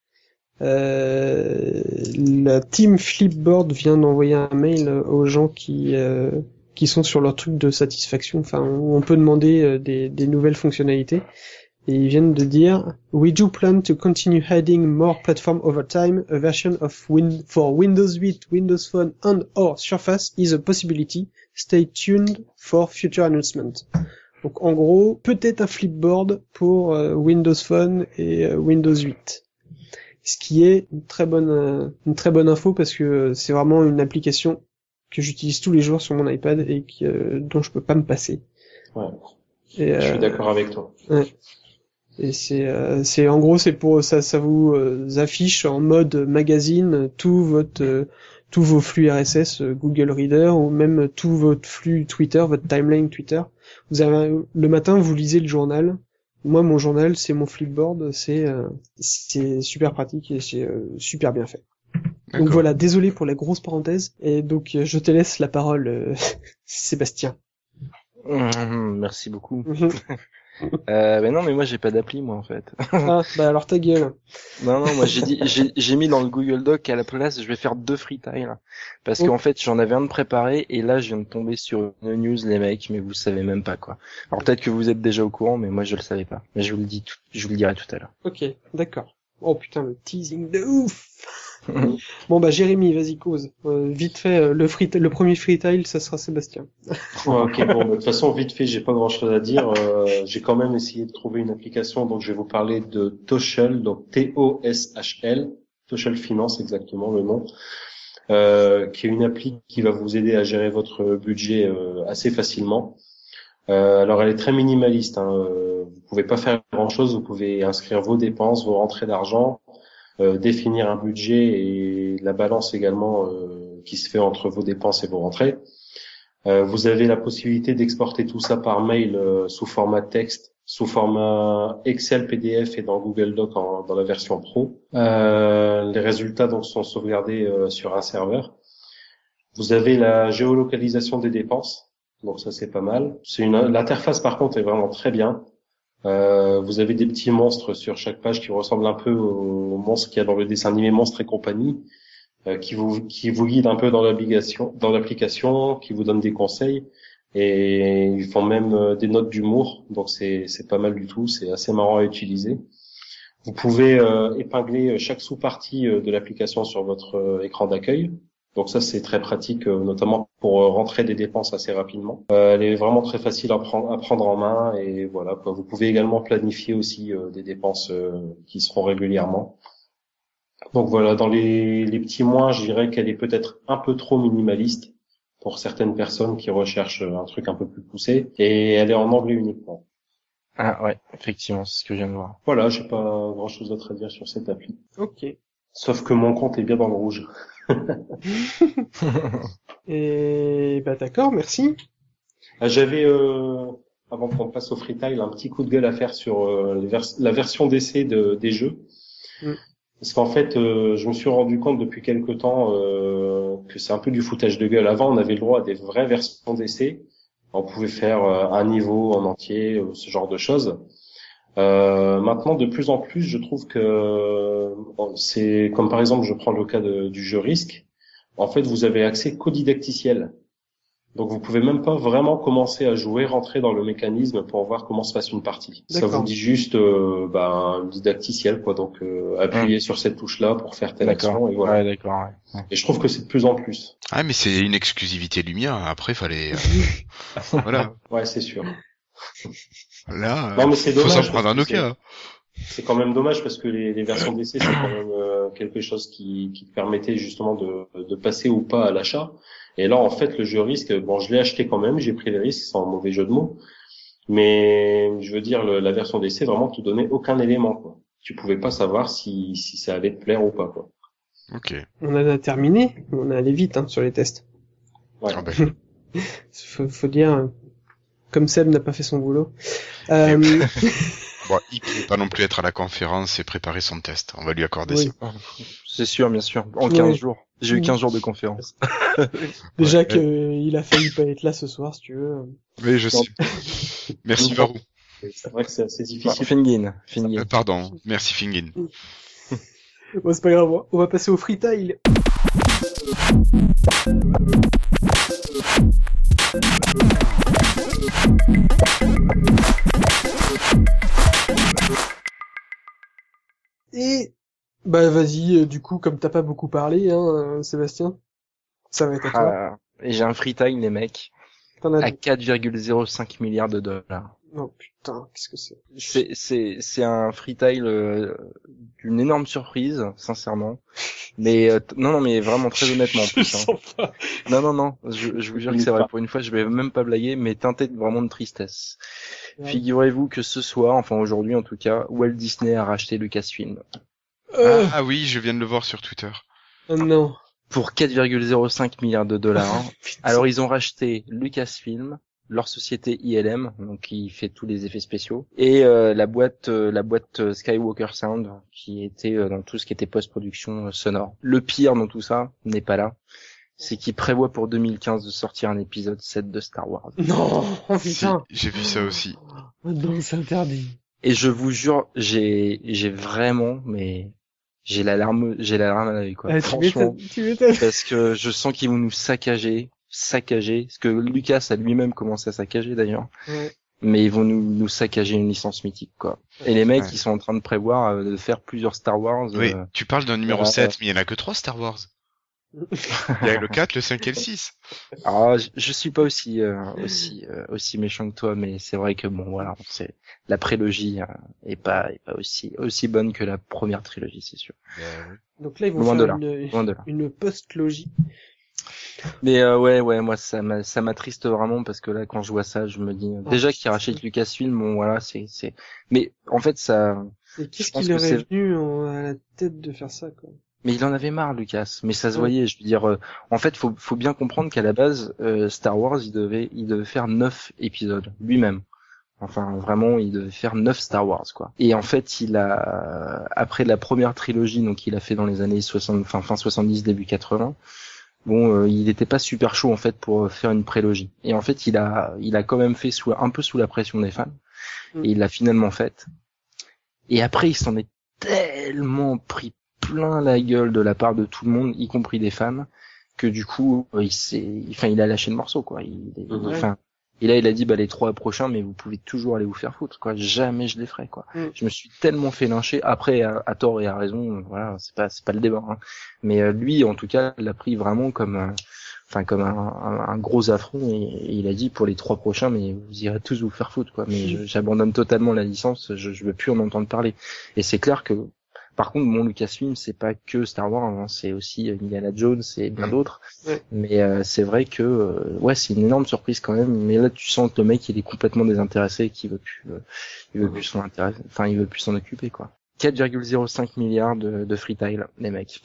La team Flipboard vient d'envoyer un mail aux gens qui sont sur leur truc de satisfaction, où on peut demander des nouvelles fonctionnalités. Et ils viennent de dire We do plan to continue adding more platform over time. A version of for Windows 8, Windows Phone and or Surface is a possibility. Stay tuned for future announcement. Donc en gros, peut-être un Flipboard pour Windows Phone et Windows 8. Ce qui est une très bonne info parce que c'est vraiment une application que j'utilise tous les jours sur mon iPad et dont je peux pas me passer. Ouais. Et, je suis d'accord avec toi. Ouais. Et c'est en gros c'est pour ça vous affiche en mode magazine tous vos flux RSS Google Reader ou même tout votre flux Twitter, votre timeline Twitter. Vous avez le matin vous lisez le journal. Moi mon journal c'est mon Flipboard, c'est super pratique et c'est super bien fait. Donc D'accord. voilà, désolé pour la grosse parenthèse. Et donc je te laisse la parole, Sébastien. Merci beaucoup. Mais non, mais moi j'ai pas d'appli moi en fait. Ah, bah alors ta gueule. Non, moi j'ai mis dans le Google Doc à la place, je vais faire 2 freetiles. Parce Oh. qu'en fait, j'en avais un de préparé, et là, je viens de tomber sur une news, les mecs, mais vous savez même pas, quoi. Alors peut-être que vous êtes déjà au courant, mais moi je le savais pas. Mais je vous le dirai tout à l'heure. Ok, d'accord. Oh putain, le teasing de ouf. Bon bah Jérémy, vas-y cause. Vite fait, le premier freetile, ça sera Sébastien. Ouais, ok, bon, de toute façon, vite fait, j'ai pas grand-chose à dire. J'ai quand même essayé de trouver une application, donc je vais vous parler de Toshel, donc T-O-S-H-L, Toshel Finance exactement le nom, qui est une appli qui va vous aider à gérer votre budget assez facilement. Alors elle est très minimaliste, hein. Vous pouvez pas faire grand-chose, vous pouvez inscrire vos dépenses, vos rentrées d'argent, définir un budget et la balance également qui se fait entre vos dépenses et vos rentrées. Vous avez la possibilité d'exporter tout ça par mail sous format texte, sous format Excel, PDF et dans Google Doc dans la version Pro. Les résultats donc sont sauvegardés sur un serveur. Vous avez la géolocalisation des dépenses, donc ça c'est pas mal. L'interface par contre est vraiment très bien. Vous avez des petits monstres sur chaque page qui ressemblent un peu aux monstres qu'il y a dans le dessin animé Monstres et compagnie, qui vous guident un peu dans l'application, qui vous donnent des conseils, et ils font même des notes d'humour, donc c'est pas mal du tout, c'est assez marrant à utiliser. Vous pouvez épingler chaque sous-partie de l'application sur votre écran d'accueil. Donc ça c'est très pratique, notamment pour rentrer des dépenses assez rapidement. Elle est vraiment très facile à prendre en main, et voilà, quoi. Vous pouvez également planifier aussi des dépenses qui seront régulièrement. Donc voilà, dans les petits moins, je dirais qu'elle est peut-être un peu trop minimaliste pour certaines personnes qui recherchent un truc un peu plus poussé, et elle est en anglais uniquement. Ah ouais, effectivement, c'est ce que je viens de voir. Voilà, j'ai pas grand-chose d'autre à dire sur cette appli. Ok. Sauf que mon compte est bien dans le rouge. Et bah d'accord, merci. J'avais, avant qu'on passe au freetile, un petit coup de gueule à faire sur la version d'essai des jeux. Mm. Parce qu'en fait, je me suis rendu compte depuis quelque temps que c'est un peu du foutage de gueule. Avant, on avait le droit à des vraies versions d'essai. On pouvait faire un niveau en entier, ce genre de choses. Maintenant, de plus en plus, je trouve que c'est comme par exemple, je prends le cas du jeu Risk. En fait, vous avez accès qu'au didacticiel. Donc, vous pouvez même pas vraiment commencer à jouer, rentrer dans le mécanisme pour voir comment se passe une partie. Ça D'accord. vous dit juste un didacticiel, quoi. Donc, appuyez sur cette touche-là pour faire telle action, et voilà. Ouais, d'accord, ouais. Et je trouve que c'est de plus en plus. Ah, mais c'est une exclusivité Lumia. Après, fallait, voilà. Ouais, c'est sûr. Là, Non, mais c'est faut dommage. s'en prendre un parce que Nokia. c'est quand même dommage parce que les versions d'essai, c'est quand même quelque chose qui permettait justement de passer ou pas à l'achat. Et là, en fait, le jeu Risque, bon, je l'ai acheté quand même, j'ai pris les risques, sans mauvais jeu de mots. Mais je veux dire, la version d'essai vraiment te donnait aucun élément, quoi. Tu pouvais pas savoir si ça allait te plaire ou pas, quoi. Ok. On en a terminé. On est allé vite sur les tests. Ouais. Ah bah, Faut dire, comme Seb n'a pas fait son boulot. bon, il peut pas non plus être à la conférence et préparer son test. On va lui accorder Oui. ça. C'est sûr, bien sûr. En Ouais. 15 jours. J'ai eu 15 jours de conférence. Déjà Ouais, qu'il a failli pas être là ce soir, si tu veux. Oui, je sais. Merci Varou. C'est vrai que c'est assez difficile. Fingin. Pardon. Merci Fingin. Bon, c'est pas grave. On va passer au freetile. Et bah vas-y, du coup, comme t'as pas beaucoup parlé, Sébastien, ça va être à toi. Et j'ai un freetile, les mecs, T'en as à dit. 4,05 milliards de dollars. Oh putain, qu'est-ce que c'est? C'est un freetile d'une énorme surprise, sincèrement. Mais non, mais vraiment très honnêtement en plus. Hein. Non, je vous jure que c'est vrai. Pour une fois, je vais même pas blaguer, mais teinté vraiment de tristesse. Ouais. Figurez-vous que ce soir, enfin aujourd'hui en tout cas, Walt Disney a racheté Lucasfilm Ah oui, je viens de le voir sur Twitter. Oh non. pour 4,05 milliards de dollars. Alors ils ont racheté Lucasfilm, leur société ILM, donc qui fait tous les effets spéciaux, et la boîte Skywalker Sound, qui était dans tout ce qui était post-production sonore. Le pire dans tout ça n'est pas là, c'est qu'ils prévoient pour 2015 de sortir un épisode 7 de Star Wars. Non, Si, putain. j'ai vu ça aussi. Oh non, c'est interdit. Et je vous jure, j'ai vraiment, mais j'ai la larme à l'œil, quoi. Ah, Franchement, tu m'étonnes. parce que je sens qu'ils vont nous saccager, ce que Lucas a lui-même commencé à saccager d'ailleurs. Ouais. Mais ils vont nous saccager une licence mythique, quoi. Et les mecs, Ouais. ils sont en train de prévoir de faire plusieurs Star Wars. Oui, tu parles d'un numéro euh, 7, mais il y en a que 3 Star Wars. Il y a le 4, le 5 et le 6. Alors, je suis pas aussi méchant que toi, mais c'est vrai que bon, voilà, c'est la prélogie est pas aussi bonne que la première trilogie, c'est sûr. Donc là, ils vont Loin faire de là. Loin de là. une post-logie. Mais ouais, moi ça m'attriste vraiment parce que là, quand je vois ça, je me dis déjà qu'ils rachètent Lucasfilm, bon voilà, c'est. Mais en fait, ça. Et qu'est-ce Je pense qui que leur est c'est- venu à la tête de faire ça, quoi? Mais il en avait marre, Lucas. Mais ça se Ouais. voyait. Je veux dire, en fait, faut bien comprendre qu'à la base, Star Wars, il devait faire 9 épisodes lui-même. Enfin, vraiment, il devait faire 9 Star Wars, quoi. Et en fait, après la première trilogie, donc il a fait dans les années 60, fin 70, début 80. Bon, il n'était pas super chaud en fait pour faire une prélogie. Et en fait, il a quand même fait un peu sous la pression des fans. Et il l'a finalement faite. Et après, il s'en est tellement pris plein la gueule de la part de tout le monde, y compris des fans, que du coup, il a lâché le morceau, quoi. Et là, il a dit, bah, les 3 prochains, mais vous pouvez toujours aller vous faire foutre, quoi. Jamais je les ferai, quoi. Je me suis tellement fait lyncher. Après, à tort et à raison, voilà, c'est pas le débat, hein. Mais, lui, en tout cas, l'a pris vraiment comme un gros affront et il a dit pour les 3 prochains, mais vous irez tous vous faire foutre, quoi. Mais j'abandonne totalement la licence, je veux plus en entendre parler. Et c'est clair que, par contre, mon Lucasfilm, c'est pas que Star Wars, hein, c'est aussi Indiana Jones et bien d'autres. Ouais. Mais c'est vrai que c'est une énorme surprise quand même. Mais là, tu sens que le mec, il est complètement désintéressé, et qu'il veut plus s'en occuper, quoi. 4,05 milliards de freetile, les mecs.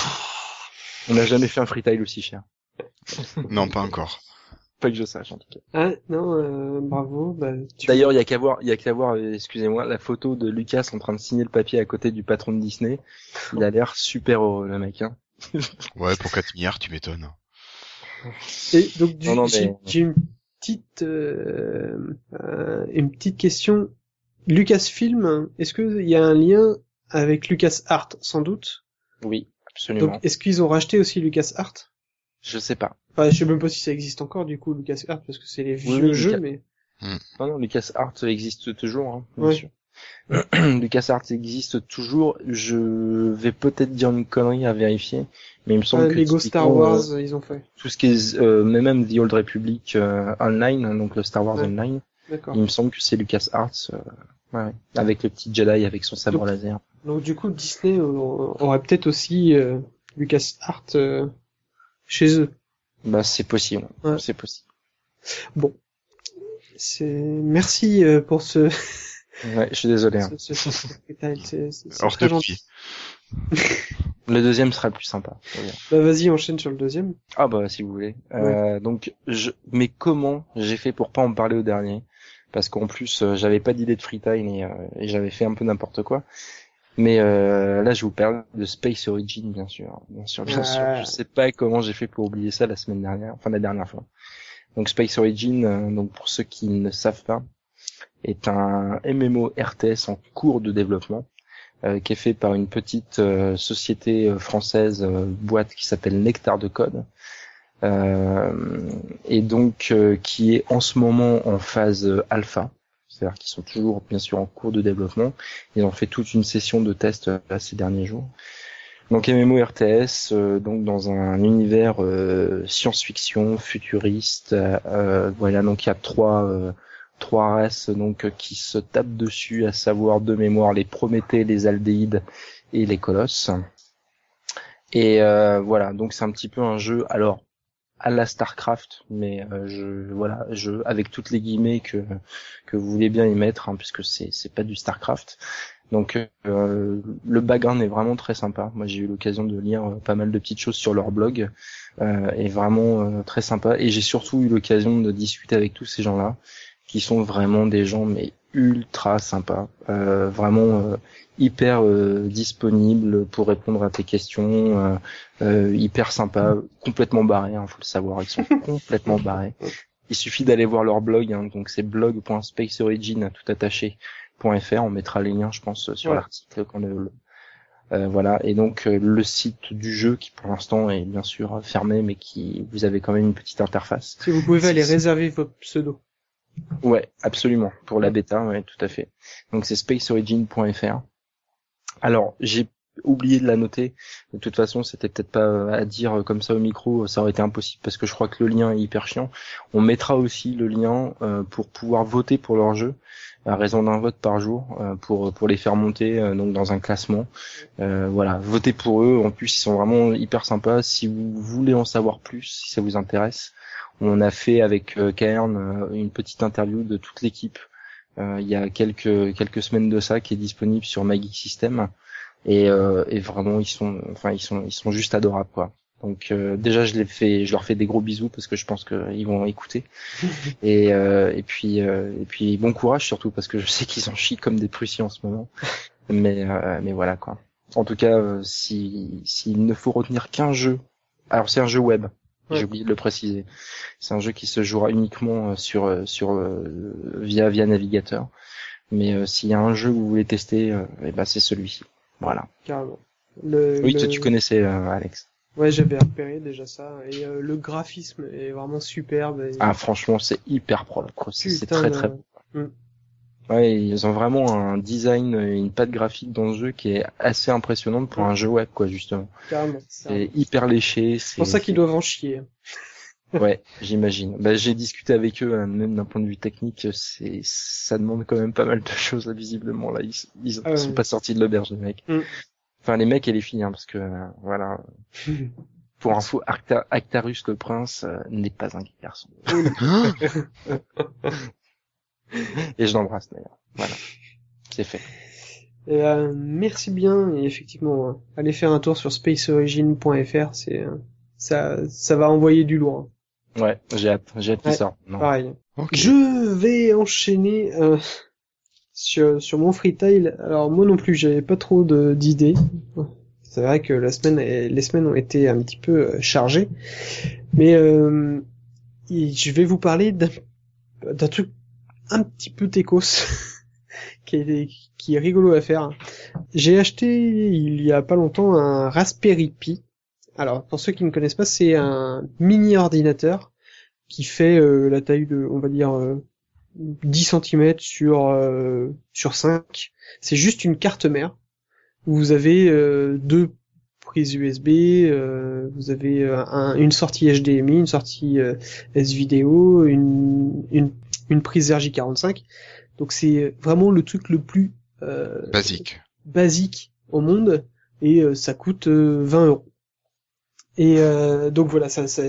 On n'a jamais fait un freetile aussi cher. Non, pas encore. Pas que je sache, en tout cas. Ah, non, bravo, bah, D'ailleurs, il y a qu'à voir, excusez-moi, la photo de Lucas en train de signer le papier à côté du patron de Disney. Il a l'air super heureux, le mec, hein. Ouais, pour 4 milliards, tu m'étonnes. Et donc, Non, j'ai une petite question. Lucasfilm, est-ce qu'il y a un lien avec LucasArts, sans doute? Oui, absolument. Donc, est-ce qu'ils ont racheté aussi LucasArts? Je sais pas. Enfin, je sais même pas si ça existe encore, du coup, LucasArts, parce que c'est les vieux jeux, mais... Non, LucasArts existe toujours, hein, bien Ouais. sûr. LucasArts existe toujours. Je vais peut-être dire une connerie à vérifier, mais il me semble que Lego Star typiquement, Wars, ils ont fait. tout ce qui est mais même The Old Republic Online, donc le Star Wars Ouais. Online, D'accord. il me semble que c'est LucasArts, ouais, avec le petit Jedi avec son sabre laser. Donc, du coup, Disney aurait peut-être aussi LucasArts chez eux. Bah c'est possible, Ouais. c'est possible. Bon. Merci pour ce... Ouais, je suis désolé. Hein. C'est Hors très de gentil. pied. Le deuxième sera le plus sympa. Faut dire. Bah, vas-y, enchaîne sur le deuxième. Ah bah si vous voulez. Ouais. Donc mais comment j'ai fait pour pas en parler au dernier? Parce qu'en plus j'avais pas d'idée de freetime et j'avais fait un peu n'importe quoi. Mais là je vous parle de Space Origin bien sûr. Bien sûr. Je sais pas comment j'ai fait pour oublier ça la dernière fois. Donc Space Origin, donc pour ceux qui ne savent pas, est un MMO RTS en cours de développement. Qui est fait par une petite société française, boîte qui s'appelle Nectar de Code, et donc qui est en ce moment en phase alpha, c'est-à-dire qu'ils sont toujours bien sûr en cours de développement. Ils ont fait toute une session de test ces derniers jours. Donc MMO RTS, donc dans un univers science-fiction futuriste, voilà, donc il y a trois races donc qui se tapent dessus, à savoir de mémoire les Prométhées, les Aldéides et les Colosses. Et voilà, donc c'est un petit peu un jeu alors à la Starcraft, mais avec toutes les guillemets que vous voulez bien y mettre, hein, puisque c'est pas du Starcraft, Donc le background est vraiment très sympa. Moi j'ai eu l'occasion de lire pas mal de petites choses sur leur blog, et vraiment très sympa. Et j'ai surtout eu l'occasion de discuter avec tous ces gens-là, qui sont vraiment des gens mais ultra sympas, vraiment hyper disponibles pour répondre à tes questions, hyper sympas, complètement barrés, faut le savoir, ils sont complètement barrés. Il suffit d'aller voir leur blog, donc c'est blog.spaceorigin tout attaché.fr. On mettra les liens, je pense, sur l'article quand voilà. Et donc le site du jeu qui pour l'instant est bien sûr fermé, mais qui vous avez quand même une petite interface. Si vous pouvez aller réserver votre pseudo. Ouais, absolument. Pour la bêta, ouais, tout à fait. Donc c'est spaceorigin.fr. Alors j'ai oublié de la noter. De toute façon, c'était peut-être pas à dire comme ça au micro, ça aurait été impossible parce que je crois que le lien est hyper chiant. On mettra aussi le lien pour pouvoir voter pour leur jeu à raison d'un vote par jour pour les faire monter donc dans un classement. Voilà, votez pour eux. En plus, ils sont vraiment hyper sympas. Si vous voulez en savoir plus, si ça vous intéresse, on a fait avec Cairn une petite interview de toute l'équipe. Il y a quelques semaines de ça qui est disponible sur My Geek System. Et vraiment ils sont juste adorables quoi. Donc déjà je leur fais des gros bisous parce que je pense qu'ils vont écouter. Et puis bon courage surtout parce que je sais qu'ils en chient comme des Prussiens en ce moment. Mais voilà quoi. En tout cas s'il ne faut retenir qu'un jeu. Alors c'est un jeu web. Ouais. J'ai oublié de le préciser. C'est un jeu qui se jouera uniquement via navigateur. Mais s'il y a un jeu que vous voulez tester, c'est celui-ci. Voilà. Carrément. Tu connaissais, Alex. Ouais, j'avais repéré déjà ça. Et le graphisme est vraiment superbe. Et... Ah, franchement, c'est hyper propre. C'est très très propre. Ouais, ils ont vraiment un design, une patte graphique dans le jeu qui est assez impressionnante pour un jeu web, quoi, justement. Carrément. C'est hyper léché. C'est pour ça qu'ils doivent en chier. Ouais, j'imagine. J'ai discuté avec eux, même d'un point de vue technique, ça demande quand même pas mal de choses, là, visiblement, là. Ils sont pas sortis de l'auberge, les mecs. Enfin, les mecs et les filles, parce que, voilà. Pour info, Actarus le prince n'est pas un garçon. Et je l'embrasse, d'ailleurs. Voilà. C'est fait. Merci bien, et effectivement, allez faire un tour sur spaceorigin.fr, ça va envoyer du lourd. Ouais, j'ai hâte qu'il sorte. Pareil. Okay. Je vais enchaîner sur mon freetail. Alors moi non plus, j'avais pas trop d'idées. C'est vrai que les semaines ont été un petit peu chargées, mais je vais vous parler d'un truc un petit peu techos qui est rigolo à faire. J'ai acheté il y a pas longtemps un Raspberry Pi. Alors, pour ceux qui ne connaissent pas, c'est un mini ordinateur qui fait la taille de, on va dire, 10 cm sur 5. C'est juste une carte mère. Vous avez 2 prises USB, vous avez une sortie HDMI, une sortie S-Vidéo, une prise RJ45. Donc c'est vraiment le truc le plus basique au monde, et ça coûte 20 €. Et donc voilà,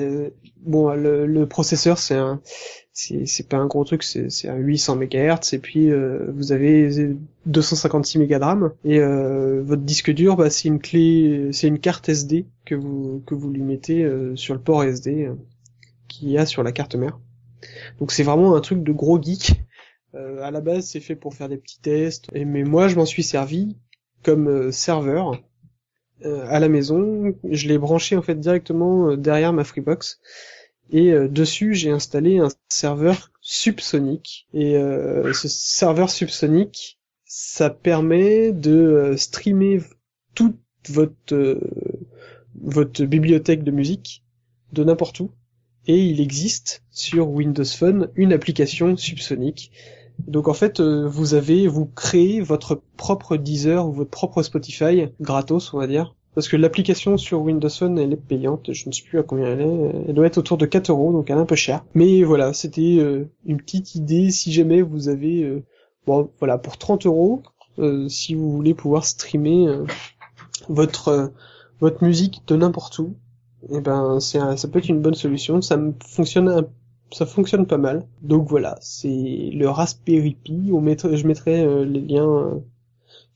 le processeur c'est pas un gros truc, c'est un 800 MHz, et puis vous avez 256 mégas de RAM, et votre disque dur, c'est une carte SD que vous lui mettez sur le port SD qu'il y a sur la carte mère. Donc c'est vraiment un truc de gros geek. À la base, c'est fait pour faire des petits tests, mais moi je m'en suis servi comme serveur. À la maison, je l'ai branché en fait directement derrière ma Freebox, et dessus j'ai installé un serveur subsonique, et ce serveur subsonique, ça permet de streamer toute votre bibliothèque de musique de n'importe où, et il existe sur Windows Phone une application subsonique. Donc en fait, vous créez votre propre Deezer ou votre propre Spotify gratos, on va dire, parce que l'application sur Windows Phone elle est payante. Je ne sais plus à combien elle est. Elle doit être autour de 4 €, donc elle est un peu chère. Mais voilà, c'était une petite idée si jamais vous avez, pour 30 €, si vous voulez pouvoir streamer votre musique de n'importe où, et ça peut être une bonne solution. Ça fonctionne pas mal. Donc voilà, c'est le Raspberry Pi. Je mettrai les liens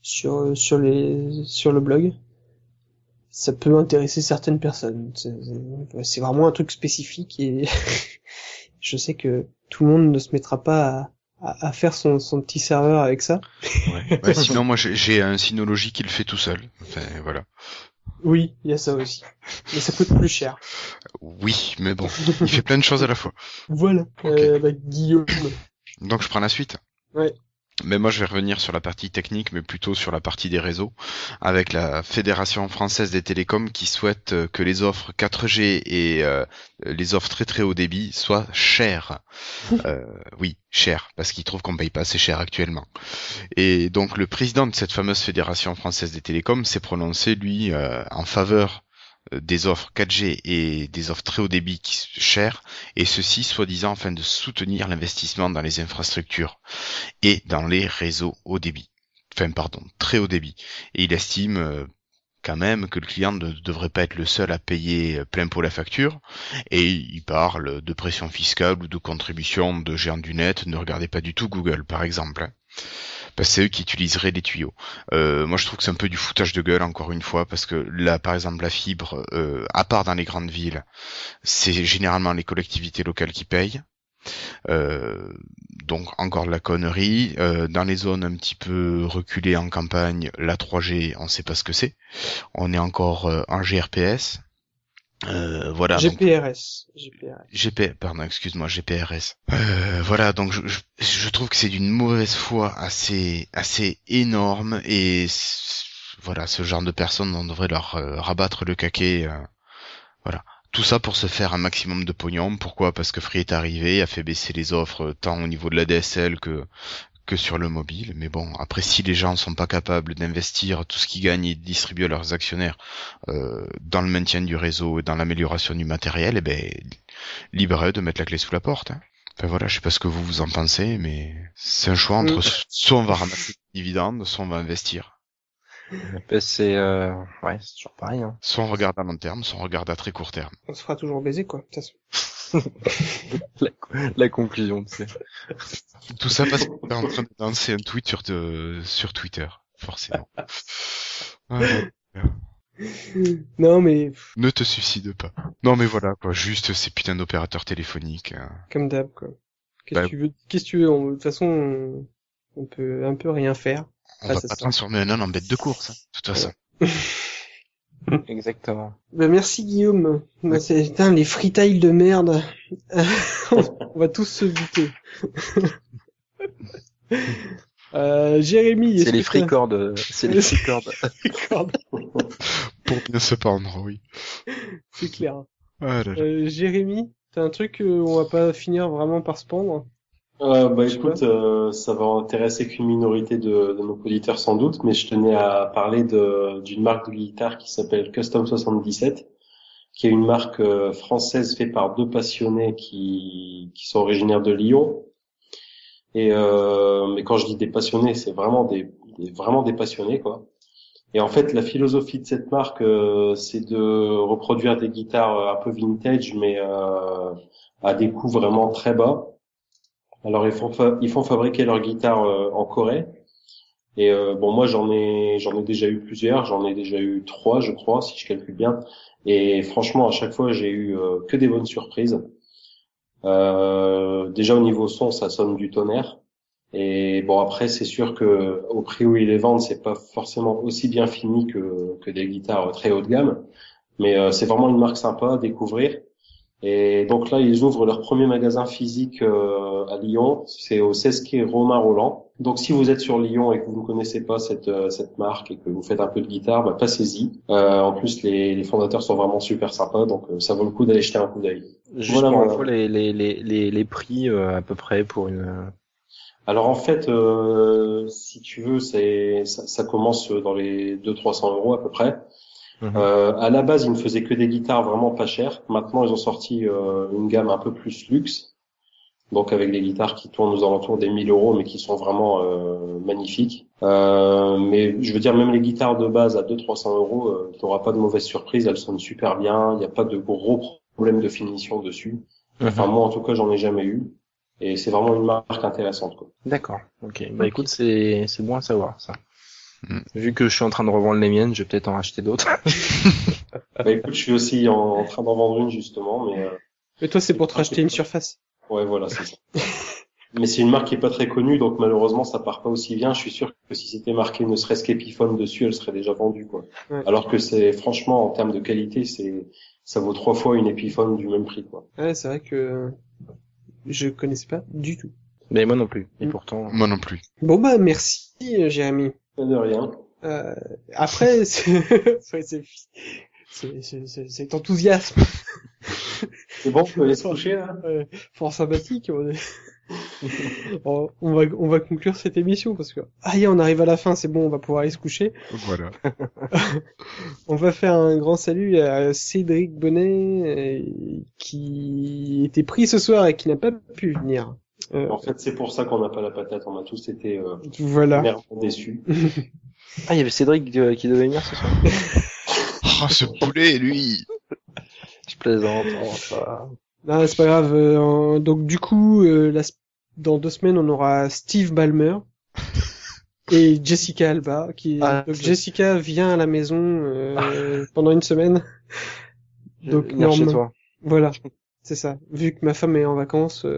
sur le blog. Ça peut intéresser certaines personnes. C'est vraiment un truc spécifique et je sais que tout le monde ne se mettra pas à faire son petit serveur avec ça. Ouais, sinon moi j'ai un Synology qui le fait tout seul. Enfin voilà. Oui, il y a ça aussi. Mais ça coûte plus cher. Oui, mais bon, il fait plein de choses à la fois. Voilà. Ok. Guillaume. Donc je prends la suite. Ouais. Mais moi je vais revenir sur la partie technique, mais plutôt sur la partie des réseaux, avec la Fédération française des télécoms qui souhaite que les offres 4G et les offres très très haut débit soient chères. Oui, chères, parce qu'ils trouvent qu'on paye pas assez cher actuellement. Et donc le président de cette fameuse Fédération française des télécoms s'est prononcé, lui, en faveur des offres 4G et des offres très haut débit chères, et ceci soi-disant afin de soutenir l'investissement dans les infrastructures et dans les réseaux haut débit. Enfin, pardon, très haut débit. Et il estime quand même que le client ne devrait pas être le seul à payer plein pot la facture, et il parle de pression fiscale ou de contribution de géants du net. Ne regardez pas du tout Google, par exemple. Parce que c'est eux qui utiliseraient les tuyaux. Moi, je trouve que c'est un peu du foutage de gueule, encore une fois, parce que là, par exemple, la fibre, à part dans les grandes villes, c'est généralement les collectivités locales qui payent. Donc encore de la connerie. Dans les zones un petit peu reculées en campagne, la 3G, on sait pas ce que c'est. On est encore en GRPS. Voilà. GPRS. Pardon, excuse-moi, GPRS. Voilà, donc je trouve que c'est d'une mauvaise foi assez énorme, et voilà, ce genre de personnes, on devrait leur rabattre le caquet. Voilà. Tout ça pour se faire un maximum de pognon. Pourquoi ? Parce que Free est arrivé, a fait baisser les offres tant au niveau de la DSL que sur le mobile. Mais bon, après, si les gens sont pas capables d'investir tout ce qu'ils gagnent et de distribuer à leurs actionnaires dans le maintien du réseau et dans l'amélioration du matériel, eh ben, libre à eux de mettre la clé sous la porte. Hein. Enfin voilà, je sais pas ce que vous en pensez, mais c'est un choix entre soit on va ramasser des dividendes, soit on va investir. Ben, c'est toujours pareil. Hein. Soit on regarde à long terme, soit on regarde à très court terme. On se fera toujours baiser, quoi, de toute façon. la conclusion, tu sais. Tout ça parce que t'es en train de lancer un tweet sur Twitter, forcément. Non, mais... Ne te suicide pas. Non, mais voilà, quoi. Juste ces putains d'opérateurs téléphoniques. Comme d'hab, quoi. Qu'est-ce que tu veux? De toute façon, on peut un peu rien faire. On va pas transformer un âne en bête de course, hein, de toute façon. Exactement. Ben, merci Guillaume. Ben, putain, les freetiles de merde. On va tous se buter. Jérémy, c'est les fricords. C'est les fricords. Pour bien se pendre, oui. C'est clair. Ah, là, là. Jérémy, t'as un truc où on va pas finir vraiment par se pendre? Écoute, ça va intéresser qu'une minorité de nos auditeurs sans doute, mais je tenais à parler d'une marque de guitare qui s'appelle Custom 77, qui est une marque française faite par deux passionnés qui sont originaires de Lyon. Et mais quand je dis des passionnés, c'est vraiment des passionnés, quoi. Et en fait, la philosophie de cette marque, c'est de reproduire des guitares un peu vintage, mais à des coûts vraiment très bas. Alors ils font fabriquer leurs guitares en Corée. Et bon, moi j'en ai déjà eu plusieurs, j'en ai déjà eu 3, je crois, si je calcule bien. Et franchement, à chaque fois, j'ai eu que des bonnes surprises. Déjà au niveau son, ça sonne du tonnerre. Et bon, après, c'est sûr que au prix où ils les vendent, c'est pas forcément aussi bien fini que des guitares très haut de gamme. Mais c'est vraiment une marque sympa à découvrir. Et donc là, ils ouvrent leur premier magasin physique à Lyon. C'est au 16 quai Romain Roland. Donc si vous êtes sur Lyon et que vous ne connaissez pas cette marque et que vous faites un peu de guitare, bah passez-y. En plus, les fondateurs sont vraiment super sympas, donc ça vaut le coup d'aller jeter un coup d'œil. Juste pour info, les prix à peu près pour une. Alors en fait, si tu veux, ça commence dans les 200-300 euros à peu près. À la base, ils ne faisaient que des guitares vraiment pas chères. Maintenant, ils ont sorti une gamme un peu plus luxe, donc avec des guitares qui tournent aux alentours des 1000 euros, mais qui sont vraiment magnifiques. Mais je veux dire, même les guitares de base à 200-300 euros, t'auras pas de mauvaise surprise. Elles sonnent super bien. Il n'y a pas de gros problèmes de finition dessus. Enfin, moi, en tout cas, j'en ai jamais eu. Et c'est vraiment une marque intéressante, quoi. D'accord. Ok. Bah écoute, c'est bon à savoir ça. Vu que je suis en train de revendre les miennes, je vais peut-être en racheter d'autres. Bah écoute, je suis aussi en train d'en vendre une justement, Mais toi, c'est pour te racheter une surface. ouais, voilà, c'est ça. Mais c'est une marque qui est pas très connue, donc malheureusement ça part pas aussi bien. Je suis sûr que si c'était marqué ne serait-ce qu'Epiphone dessus, elle serait déjà vendue, quoi. Ouais. Alors que c'est franchement en termes de qualité, ça vaut 3 fois une Epiphone du même prix, quoi. Ouais, c'est vrai que je connaissais pas du tout. Mais moi non plus. Et pourtant. Moi non plus. Bon bah merci Jérémy. Pas de rien. Après, c'est enthousiasme. C'est bon, on peut aller se coucher là. Fort sympathique. On va conclure cette émission parce que on arrive à la fin, c'est bon, on va pouvoir aller se coucher. Voilà. On va faire un grand salut à Cédric Bonnet qui était pris ce soir et qui n'a pas pu venir. En fait, c'est pour ça qu'on n'a pas la patate. On a tous été Voilà. merdement déçus. Ah, il y avait Cédric qui devait venir ce soir. Oh, ce poulet, lui. Je plaisante. Enfin... Non, c'est pas grave. Donc du coup, dans 2 semaines, on aura Steve Ballmer et Jessica Alba. Donc Jessica vient à la maison pendant 1 semaine. Donc venir chez toi. Voilà, c'est ça. Vu que ma femme est en vacances.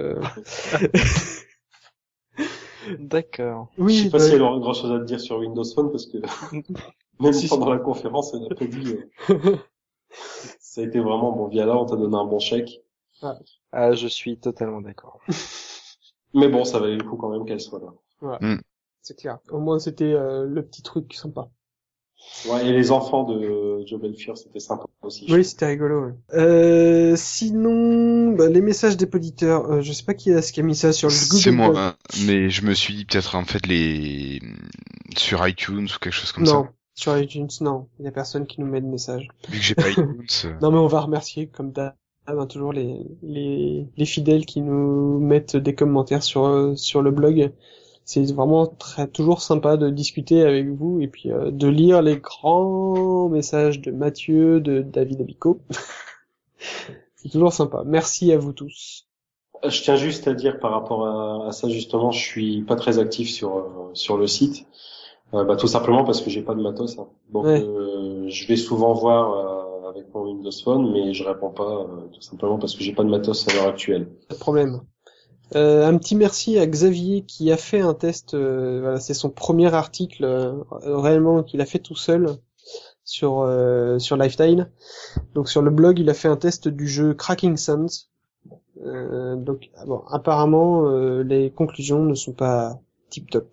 D'accord. Oui. Je sais pas si elle aura grand chose à te dire sur Windows Phone parce que même pendant la conférence, elle n'a pas dit. Ça a été vraiment bon. Via là, on t'a donné un bon chèque. Ah, je suis totalement d'accord. Mais bon, ça valait le coup quand même qu'elle soit là. Ouais. C'est clair. Au moins, c'était le petit truc sympa. Ouais, et les enfants de Joe Belfiore, c'était sympa aussi. Oui, c'était rigolo. Ouais. Sinon, les messages des auditeurs. Je sais pas qui a mis ça sur le Google. C'est moi, hein, mais je me suis dit peut-être en fait sur iTunes ou quelque chose comme ça. Non, sur iTunes, non. Il y a personne qui nous met de message. Vu que j'ai pas iTunes. Non, mais on va remercier comme d'hab toujours les fidèles qui nous mettent des commentaires sur le blog. C'est vraiment toujours sympa de discuter avec vous et puis de lire les grands messages de Mathieu, de David Abico. C'est toujours sympa. Merci à vous tous. Je tiens juste à dire par rapport à ça justement, je suis pas très actif sur le site, tout simplement parce que j'ai pas de matos. Hein. Donc Ouais. je vais souvent voir avec mon Windows Phone, mais je réponds pas tout simplement parce que j'ai pas de matos à l'heure actuelle. Pas de problème. Un petit merci à Xavier qui a fait un test. Voilà, c'est son premier article réellement qu'il a fait tout seul sur Lifetime. Donc sur le blog, il a fait un test du jeu Cracking Suns. Donc bon, apparemment les conclusions ne sont pas tip top.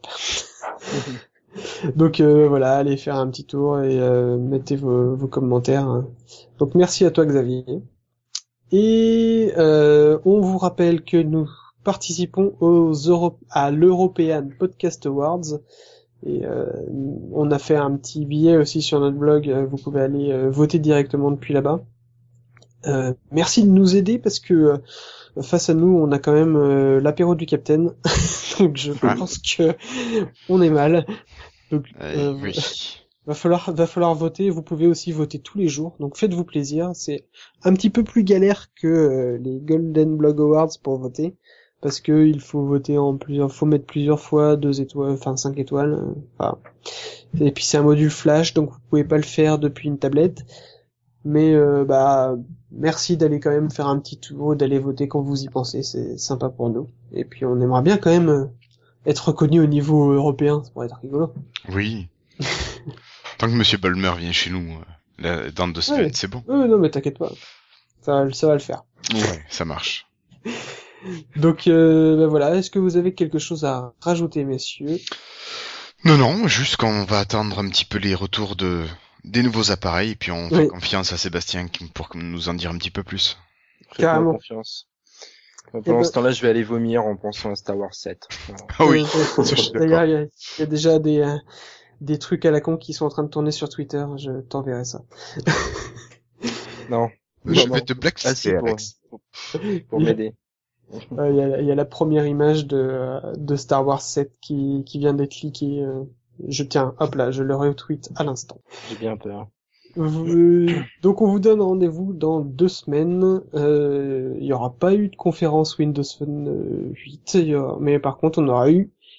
Donc voilà, allez faire un petit tour et mettez vos commentaires. Hein. Donc merci à toi Xavier. Et on vous rappelle que nous participons à l'European Podcast Awards et on a fait un petit billet aussi sur notre blog, vous pouvez aller voter directement depuis là-bas. Merci de nous aider parce que face à nous on a quand même l'apéro du Capitaine donc je pense que on est mal. Donc oui. va falloir voter. Vous pouvez aussi voter tous les jours. Donc faites-vous plaisir. C'est un petit peu plus galère que les Golden Blog Awards pour voter. Parce que il faut voter faut mettre plusieurs fois 2 étoiles, enfin 5 étoiles. Et puis c'est un module flash, donc vous pouvez pas le faire depuis une tablette. Mais merci d'aller quand même faire un petit tour, d'aller voter quand vous y pensez. C'est sympa pour nous. Et puis on aimerait bien quand même être reconnu au niveau européen. Ça pourrait être rigolo. Oui. Tant que Monsieur Ballmer vient chez nous dans 2 semaines, c'est bon. Non mais t'inquiète pas, ça va le faire. Ouais, ça marche. Donc voilà, est-ce que vous avez quelque chose à rajouter, messieurs? Non, juste qu'on va attendre un petit peu les retours des nouveaux appareils et puis on fait confiance à Sébastien pour nous en dire un petit peu plus. Carrément. Confiance. Pendant ce temps-là, je vais aller vomir en pensant à Star Wars 7. Voilà. Ah oui. D'ailleurs, il y a déjà des trucs à la con qui sont en train de tourner sur Twitter. Je t'enverrai ça. Non. Je vais te blacklister, Alex. Pour m'aider. Il y a la première image de Star Wars 7 qui vient d'être leakée. Hop là, je le retweet à l'instant. J'ai bien peur. Donc on vous donne rendez-vous dans 2 semaines. Il y aura pas eu de conférence Windows Phone 8, mais par contre on aura eu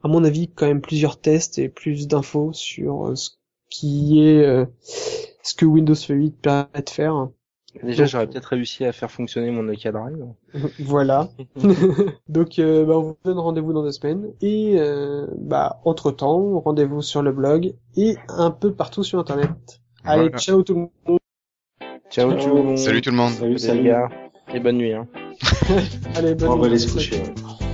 à mon avis, quand même plusieurs tests et plus d'infos sur ce qui est ce que Windows 8 permet de faire. Déjà, Donc, j'aurais peut-être réussi à faire fonctionner mon Nokia Drive. voilà. Donc, on vous donne rendez-vous dans 2 semaines. Et, entre-temps, rendez-vous sur le blog et un peu partout sur Internet. Allez, Voilà. ciao tout le monde. Ciao tout le monde. Salut tout le monde. Salut, Les gars. Et bonne nuit, hein. Allez, bonne On va nuit. aller se coucher. Ouais.